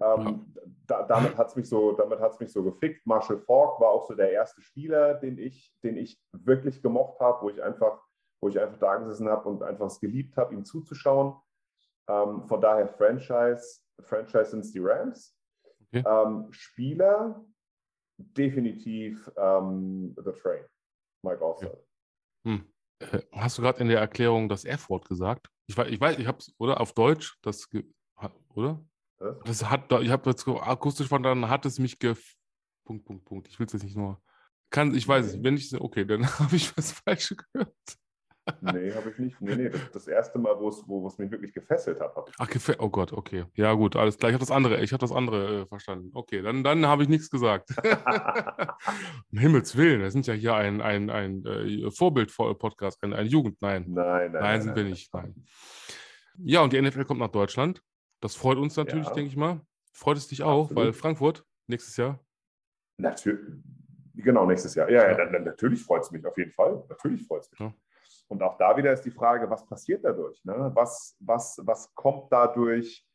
Speaker 3: Damit hat es mich so gefickt. Marshall Faulk war auch so der erste Spieler, den ich wirklich gemocht habe, wo ich einfach da gesessen habe und einfach es geliebt habe, ihm zuzuschauen. Von daher Franchise sind es die Rams.
Speaker 2: Okay.
Speaker 3: Spieler definitiv The Train, Mike Allstott.
Speaker 2: Hast du gerade in der Erklärung das F-Wort gesagt? Ich weiß, ich habe es, oder? Auf Deutsch, oder?
Speaker 3: Was?
Speaker 2: Ich habe jetzt akustisch verstanden, hat es mich Punkt. Ich will es jetzt nicht nur. Ich weiß es nicht. Wenn ich, okay, dann habe ich was Falsches gehört.
Speaker 3: Nee, habe ich nicht. Nee, das erste Mal, wo es mich wirklich gefesselt hat.
Speaker 2: Ach, oh Gott, okay. Ja, gut, alles klar. Ich habe das andere verstanden. Okay, dann habe ich nichts gesagt. Um Himmels Willen, wir sind ja hier ein Vorbild-Podcast, ein Jugend. Nein, sind wir nicht. Nein. Ja, und die NFL kommt nach Deutschland. Das freut uns natürlich, denke ich mal. Freut es dich auch, weil Frankfurt nächstes Jahr?
Speaker 3: Natürlich. Genau, nächstes Jahr. Ja. Natürlich freut es mich, auf jeden Fall. Natürlich freut es mich. Ja. Und auch da wieder ist die Frage, was passiert dadurch? Ne? Was kommt dadurch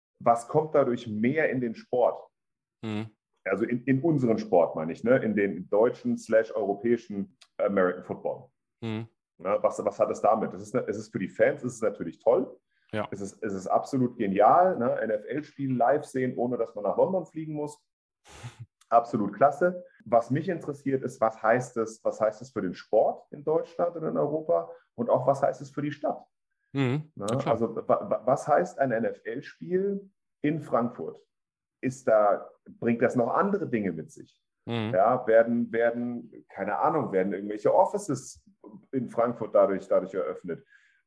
Speaker 3: mehr in den Sport? Also in unseren Sport, meine ich, ne? In den deutschen / europäischen American Football. Ne? Was hat es damit? Es ist für die Fans ist es natürlich toll.
Speaker 2: Ja.
Speaker 3: Es ist absolut genial, ne? NFL-Spiel live sehen, ohne dass man nach London fliegen muss. Absolut klasse. Was mich interessiert, ist, was heißt es für den Sport in Deutschland und in Europa und auch, was heißt es für die Stadt? Also, was heißt ein NFL-Spiel in Frankfurt? Bringt das noch andere Dinge mit sich? Ja, werden irgendwelche Offices in Frankfurt dadurch eröffnet?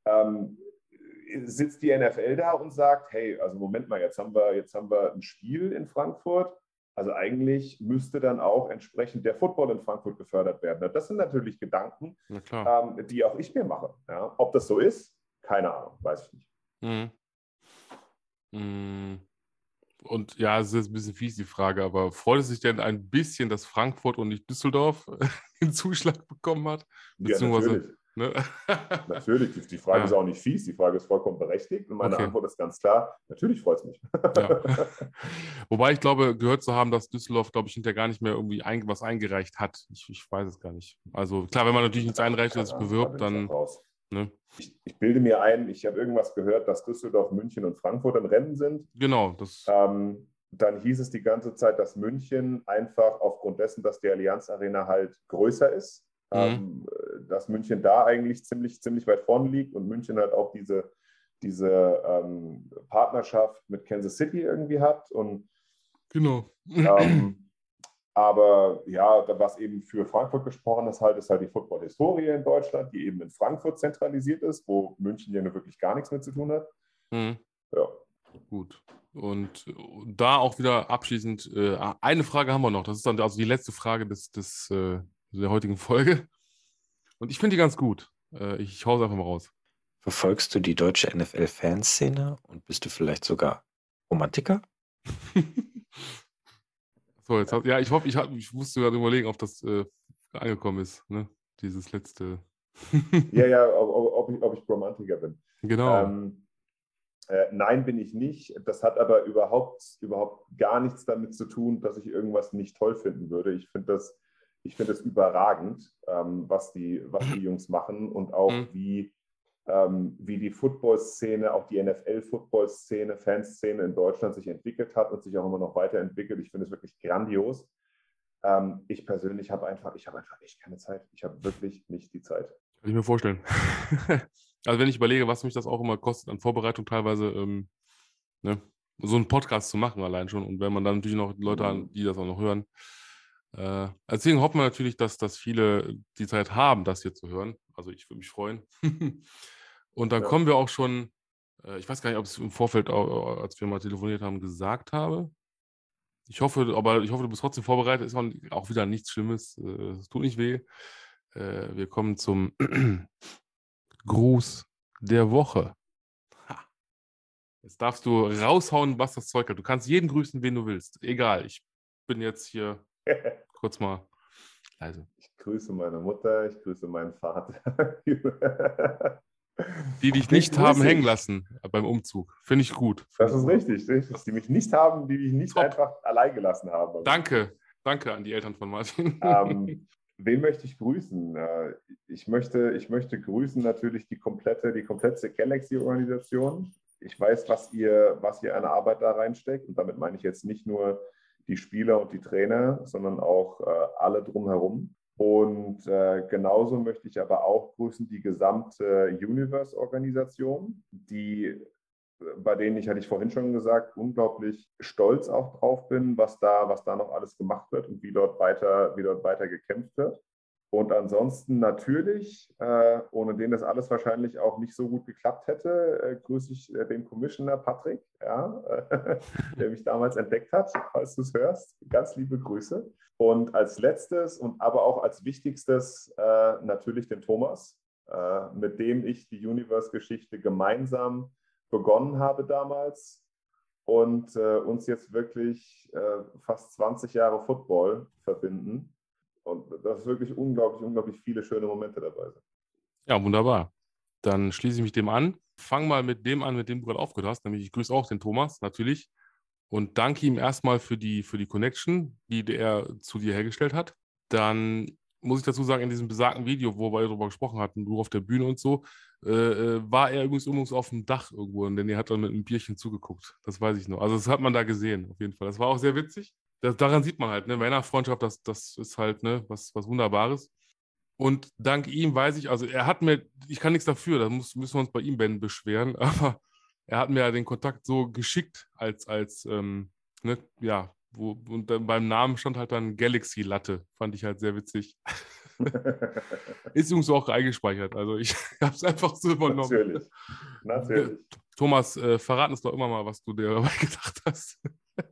Speaker 3: Sitzt die NFL da und sagt, hey, also Moment mal, jetzt haben wir ein Spiel in Frankfurt. Also eigentlich müsste dann auch entsprechend der Football in Frankfurt gefördert werden. Das sind natürlich Gedanken, die auch ich mir mache. Ja? Ob das so ist, keine Ahnung, weiß ich nicht.
Speaker 2: Und ja, es ist ein bisschen fies, die Frage, aber freut es sich denn ein bisschen, dass Frankfurt und nicht Düsseldorf den Zuschlag bekommen hat?
Speaker 3: Beziehungsweise, ja, natürlich. Ne? Natürlich, die Frage ist auch nicht fies, die Frage ist vollkommen berechtigt und meine Antwort ist ganz klar, natürlich freut es mich.
Speaker 2: Ja. Wobei ich glaube, gehört zu haben, dass Düsseldorf, glaube ich, hinterher gar nicht mehr irgendwie was eingereicht hat. Ich weiß es gar nicht. Also klar, wenn man natürlich nichts einreicht, das sich bewirbt, dann... Ne?
Speaker 3: Ich bilde mir ein, ich habe irgendwas gehört, dass Düsseldorf, München und Frankfurt im Rennen sind.
Speaker 2: Genau.
Speaker 3: Dann hieß es die ganze Zeit, dass München einfach aufgrund dessen, dass die Allianz Arena halt größer ist, dass München da eigentlich ziemlich weit vorne liegt und München halt auch diese Partnerschaft mit Kansas City irgendwie hat. Und,
Speaker 2: genau.
Speaker 3: Aber ja, was eben für Frankfurt gesprochen ist halt die Football-Historie in Deutschland, die eben in Frankfurt zentralisiert ist, wo München ja nur wirklich gar nichts mit zu tun hat. Ja.
Speaker 2: Gut. Und da auch wieder abschließend, eine Frage haben wir noch. Das ist dann also die letzte Frage der heutigen Folge. Und ich finde die ganz gut. Ich hau es einfach mal raus.
Speaker 4: Verfolgst du die deutsche NFL-Fanszene und bist du vielleicht sogar Romantiker?
Speaker 2: So, ich musste gerade überlegen, ob das angekommen ist, ne? Dieses letzte.
Speaker 3: Ja, ob ich Romantiker bin.
Speaker 2: Genau.
Speaker 3: Nein, bin ich nicht. Das hat aber überhaupt gar nichts damit zu tun, dass ich irgendwas nicht toll finden würde. Ich finde das überragend, was die Jungs machen und auch wie die Football-Szene, auch die NFL-Football-Szene, Fanszene in Deutschland sich entwickelt hat und sich auch immer noch weiterentwickelt. Ich finde es wirklich grandios. Ich persönlich habe einfach echt keine Zeit. Ich habe wirklich nicht die Zeit.
Speaker 2: Kann ich mir vorstellen. Also wenn ich überlege, was mich das auch immer kostet an Vorbereitung teilweise, ne, so einen Podcast zu machen allein schon. Und wenn man dann natürlich noch Leute an, die das auch noch hören. Deswegen hoffen wir natürlich, dass viele die Zeit haben, das hier zu hören. Also ich würde mich freuen. Und dann kommen wir auch schon, ich weiß gar nicht, ob ich es im Vorfeld, als wir mal telefoniert haben, gesagt habe. Ich hoffe, du bist trotzdem vorbereitet. Ist auch wieder nichts Schlimmes. Es tut nicht weh. Wir kommen zum Gruß der Woche. Ha. Jetzt darfst du raushauen, was das Zeug hat. Du kannst jeden grüßen, wen du willst. Egal, ich bin jetzt hier kurz mal leise.
Speaker 3: Ich grüße meine Mutter, ich grüße meinen Vater.
Speaker 2: Die dich
Speaker 3: Den
Speaker 2: nicht haben
Speaker 3: grüße
Speaker 2: hängen
Speaker 3: ich.
Speaker 2: lassen beim Umzug. Finde ich gut.
Speaker 3: Das ist richtig, richtig. Die mich nicht haben, die mich nicht
Speaker 2: Top.
Speaker 3: einfach allein gelassen haben.
Speaker 2: Danke an die Eltern von Martin.
Speaker 3: Wen möchte ich grüßen? Ich möchte grüßen natürlich die komplette Galaxy-Organisation. Ich weiß, was ihr an Arbeit da reinsteckt. Und damit meine ich jetzt nicht nur die Spieler und die Trainer, sondern auch alle drumherum. Und genauso möchte ich aber auch grüßen die gesamte Universe-Organisation, bei denen hatte ich vorhin schon gesagt, unglaublich stolz auch drauf bin, was da noch alles gemacht wird und wie dort weiter gekämpft wird. Und ansonsten natürlich, ohne den das alles wahrscheinlich auch nicht so gut geklappt hätte, grüße ich den Commissioner Patrick, ja, der mich damals entdeckt hat, falls du es hörst. Ganz liebe Grüße. Und als letztes und aber auch als wichtigstes natürlich den Thomas, mit dem ich die Universe-Geschichte gemeinsam begonnen habe damals und uns jetzt wirklich fast 20 Jahre Football verbinden. Und das ist wirklich unglaublich viele schöne Momente dabei sind.
Speaker 2: Ja, wunderbar. Dann schließe ich mich dem an. Fang mal mit dem an, mit dem du gerade aufgehört hast. Nämlich ich grüße auch den Thomas, natürlich. Und danke ihm erstmal für die Connection, die er zu dir hergestellt hat. Dann muss ich dazu sagen, in diesem besagten Video, wo wir darüber gesprochen hatten, du auf der Bühne und so, war er übrigens auf dem Dach irgendwo, denn er hat dann mit einem Bierchen zugeguckt. Das weiß ich noch. Also das hat man da gesehen, auf jeden Fall. Das war auch sehr witzig. Daran sieht man halt, ne, Männerfreundschaft, das ist halt ne, was Wunderbares. Und dank ihm weiß ich, also er hat mir, ich kann nichts dafür, da müssen wir uns bei ihm beschweren, aber er hat mir ja den Kontakt so geschickt als ne, ja, und dann beim Namen stand halt dann Galaxy Latte. Fand ich halt sehr witzig. Ist übrigens auch eingespeichert. Also ich habe es einfach so übernommen.
Speaker 3: Natürlich.
Speaker 2: Thomas, verraten uns doch immer mal, was du dir dabei gedacht hast.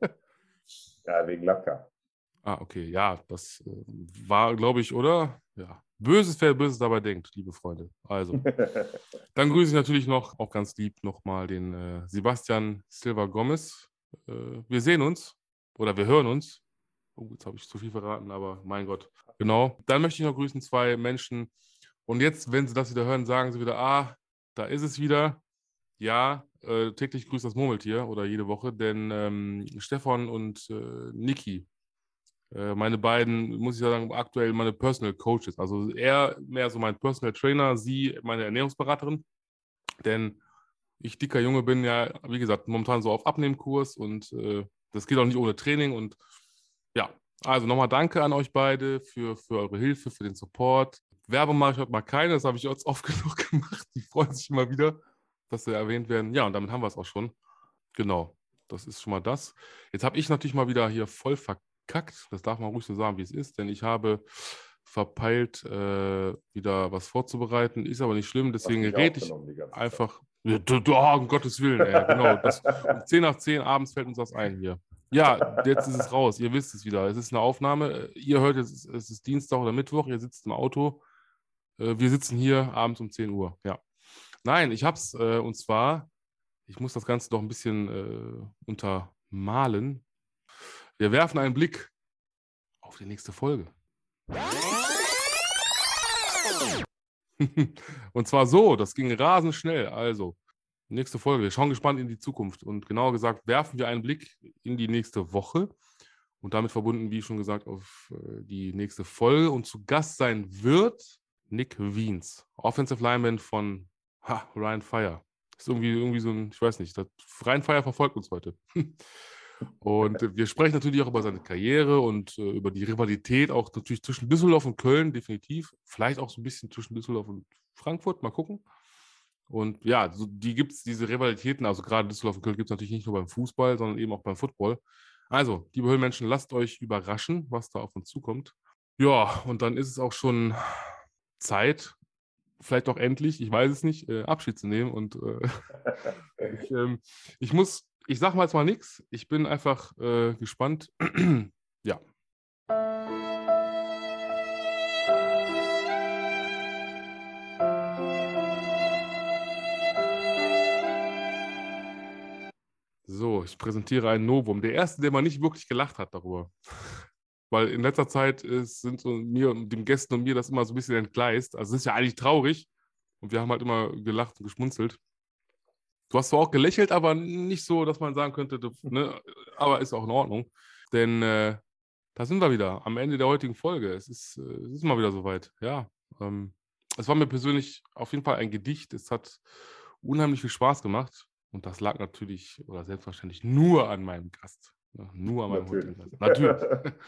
Speaker 3: Ja, wegen Latka.
Speaker 2: Ah, okay. Ja, das war, glaube ich, oder? Ja. Böses, wer Böses dabei denkt, liebe Freunde. Also, dann grüße ich natürlich noch, auch ganz lieb, nochmal den Sebastian Silva Gomez. Wir sehen uns oder wir hören uns. Oh, jetzt habe ich zu viel verraten, aber mein Gott. Genau. Dann möchte ich noch grüßen zwei Menschen. Und jetzt, wenn Sie das wieder hören, sagen Sie wieder, da ist es wieder. Ja, täglich grüßt das Murmeltier oder jede Woche, denn Stefan und Niki, meine beiden, muss ich sagen, aktuell meine Personal Coaches. Also er mehr so mein Personal Trainer, sie meine Ernährungsberaterin. Denn ich dicker Junge bin ja, wie gesagt, momentan so auf Abnehmkurs und das geht auch nicht ohne Training. Und ja, also nochmal danke an euch beide für eure Hilfe, für den Support. Werbung mache ich heute mal keine, das habe ich jetzt oft genug gemacht. Die freuen sich immer wieder, dass sie erwähnt werden. Ja, und damit haben wir es auch schon. Genau, das ist schon mal das. Jetzt habe ich natürlich mal wieder hier voll verkackt. Das darf man ruhig so sagen, wie es ist, denn ich habe verpeilt, wieder was vorzubereiten. Ist aber nicht schlimm, deswegen rede ich einfach. Um Gottes Willen, ey. Genau. Um 10 nach 10 abends fällt uns das ein hier. Ja, jetzt ist es raus. Ihr wisst es wieder. Es ist eine Aufnahme. Ihr hört, es ist Dienstag oder Mittwoch. Ihr sitzt im Auto. Wir sitzen hier abends um 10 Uhr. Ja. Nein, ich hab's. Und zwar, ich muss das Ganze doch ein bisschen untermalen. Wir werfen einen Blick auf die nächste Folge. Und zwar so, das ging rasend schnell. Also, nächste Folge. Wir schauen gespannt in die Zukunft. Und genauer gesagt, werfen wir einen Blick in die nächste Woche. Und damit verbunden, wie schon gesagt, auf die nächste Folge. Und zu Gast sein wird Nick Wiens, Offensive Lineman von Ryan Fire. Ist irgendwie so ein, ich weiß nicht, Ryan Fire verfolgt uns heute. Und wir sprechen natürlich auch über seine Karriere und über die Rivalität auch natürlich zwischen Düsseldorf und Köln, definitiv. Vielleicht auch so ein bisschen zwischen Düsseldorf und Frankfurt, mal gucken. Und ja, gibt es diese Rivalitäten, also gerade Düsseldorf und Köln gibt es natürlich nicht nur beim Fußball, sondern eben auch beim Football. Also, liebe Höhlenmenschen, lasst euch überraschen, was da auf uns zukommt. Ja, und dann ist es auch schon Zeit, vielleicht auch endlich, ich weiß es nicht, Abschied zu nehmen. Und ich sage mal jetzt mal nichts. Ich bin einfach gespannt. Ja. So, ich präsentiere ein Novum. Der erste, der mal nicht wirklich gelacht hat darüber. Weil in letzter Zeit sind so mir und den Gästen und mir das immer so ein bisschen entgleist. Also es ist ja eigentlich traurig. Und wir haben halt immer gelacht und geschmunzelt. Du hast zwar auch gelächelt, aber nicht so, dass man sagen könnte, ne, aber ist auch in Ordnung. Denn da sind wir wieder am Ende der heutigen Folge. Es ist mal wieder soweit. Ja, es war mir persönlich auf jeden Fall ein Gedicht. Es hat unheimlich viel Spaß gemacht. Und das lag natürlich oder selbstverständlich nur an meinem Gast. Ja, nur an meinem heutigen
Speaker 3: Natürlich.
Speaker 2: Gast. Natürlich.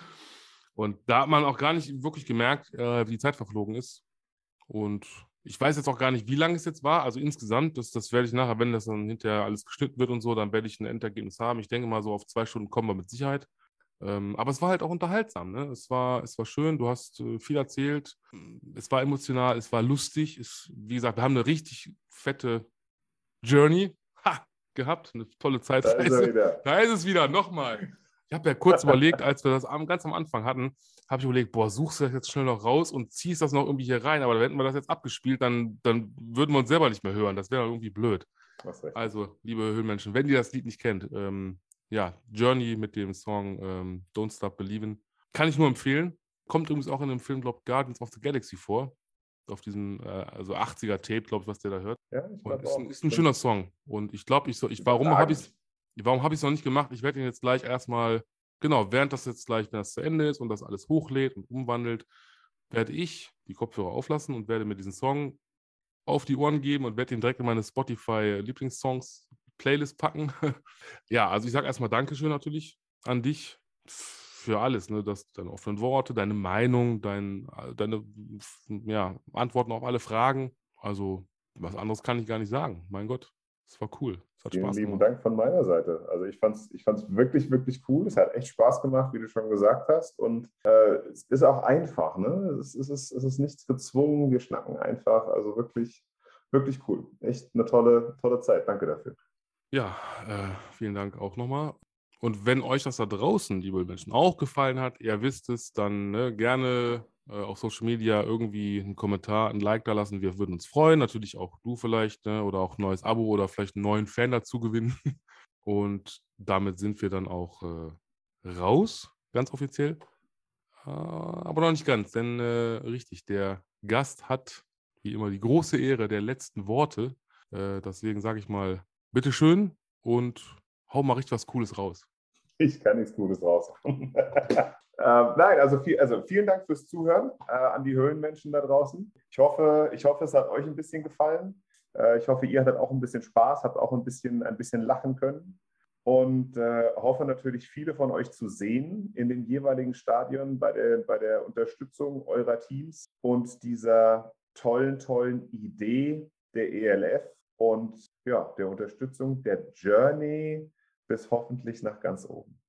Speaker 2: Und da hat man auch gar nicht wirklich gemerkt, wie die Zeit verflogen ist. Und ich weiß jetzt auch gar nicht, wie lange es jetzt war. Also insgesamt, das werde ich nachher, wenn das dann hinterher alles geschnitten wird und so, dann werde ich ein Endergebnis haben. Ich denke mal, so auf 2 Stunden kommen wir mit Sicherheit. Aber es war halt auch unterhaltsam. Ne? Es war schön, du hast viel erzählt. Es war emotional, es war lustig. Wie gesagt, wir haben eine richtig fette Journey gehabt, eine tolle
Speaker 3: Da ist er
Speaker 2: Zeitreise.
Speaker 3: wieder.
Speaker 2: Da ist es wieder, nochmal. Ich habe ja kurz überlegt, als wir das ganz am Anfang hatten, habe ich überlegt, boah, suchst du das jetzt schnell noch raus und ziehst das noch irgendwie hier rein. Aber hätten wir das jetzt abgespielt, dann würden wir uns selber nicht mehr hören. Das wäre irgendwie blöd.
Speaker 3: Hast recht.
Speaker 2: Also, liebe Höhlenmenschen, wenn ihr das Lied nicht kennt, ja, Journey mit dem Song Don't Stop Believin', kann ich nur empfehlen. Kommt übrigens auch in dem Film, glaube ich, Guardians of the Galaxy vor. Auf diesem also 80er-Tape, glaube ich, was der da hört.
Speaker 3: Ja, ich
Speaker 2: Und
Speaker 3: glaube
Speaker 2: ist,
Speaker 3: auch.
Speaker 2: ist ein schöner Song. Und ich glaube, warum habe ich es noch nicht gemacht? Ich werde ihn jetzt gleich erstmal, genau, während das jetzt gleich, wenn das zu Ende ist und das alles hochlädt und umwandelt, werde ich die Kopfhörer auflassen und werde mir diesen Song auf die Ohren geben und werde ihn direkt in meine Spotify-Lieblingssongs-Playlist packen. Ja, also ich sage erstmal Dankeschön natürlich an dich für alles, ne? Deine offenen Worte, deine Meinung, deine ja, Antworten auf alle Fragen. Also was anderes kann ich gar nicht sagen. Mein Gott, es war cool. Es hat
Speaker 3: Vielen
Speaker 2: Spaß
Speaker 3: lieben
Speaker 2: gemacht.
Speaker 3: Dank von meiner Seite. Also ich fand's wirklich, wirklich cool. Es hat echt Spaß gemacht, wie du schon gesagt hast. Und es ist auch einfach, ne? Es ist nichts gezwungen. Wir schnacken einfach. Also wirklich, wirklich cool. Echt eine tolle, tolle Zeit. Danke dafür.
Speaker 2: Ja, vielen Dank auch nochmal. Und wenn euch das da draußen, liebe Menschen, auch gefallen hat, ihr wisst es, dann ne, gerne auf Social Media irgendwie einen Kommentar, ein Like da lassen. Wir würden uns freuen. Natürlich auch du vielleicht, ne, oder auch ein neues Abo oder vielleicht einen neuen Fan dazu gewinnen. Und damit sind wir dann auch raus, ganz offiziell. Aber noch nicht ganz, denn richtig, der Gast hat wie immer die große Ehre der letzten Worte. Deswegen sage ich mal, bitteschön und hau mal richtig was Cooles raus.
Speaker 3: Ich kann nichts Gutes raushauen. Nein, also vielen Dank fürs Zuhören an die Höhlenmenschen da draußen. Ich hoffe, es hat euch ein bisschen gefallen. Ich hoffe, ihr hattet auch ein bisschen Spaß, habt auch ein bisschen lachen können. Und hoffe natürlich, viele von euch zu sehen in den jeweiligen Stadien bei der Unterstützung eurer Teams und dieser tollen Idee der ELF und ja, der Unterstützung der Journey bis hoffentlich nach ganz oben.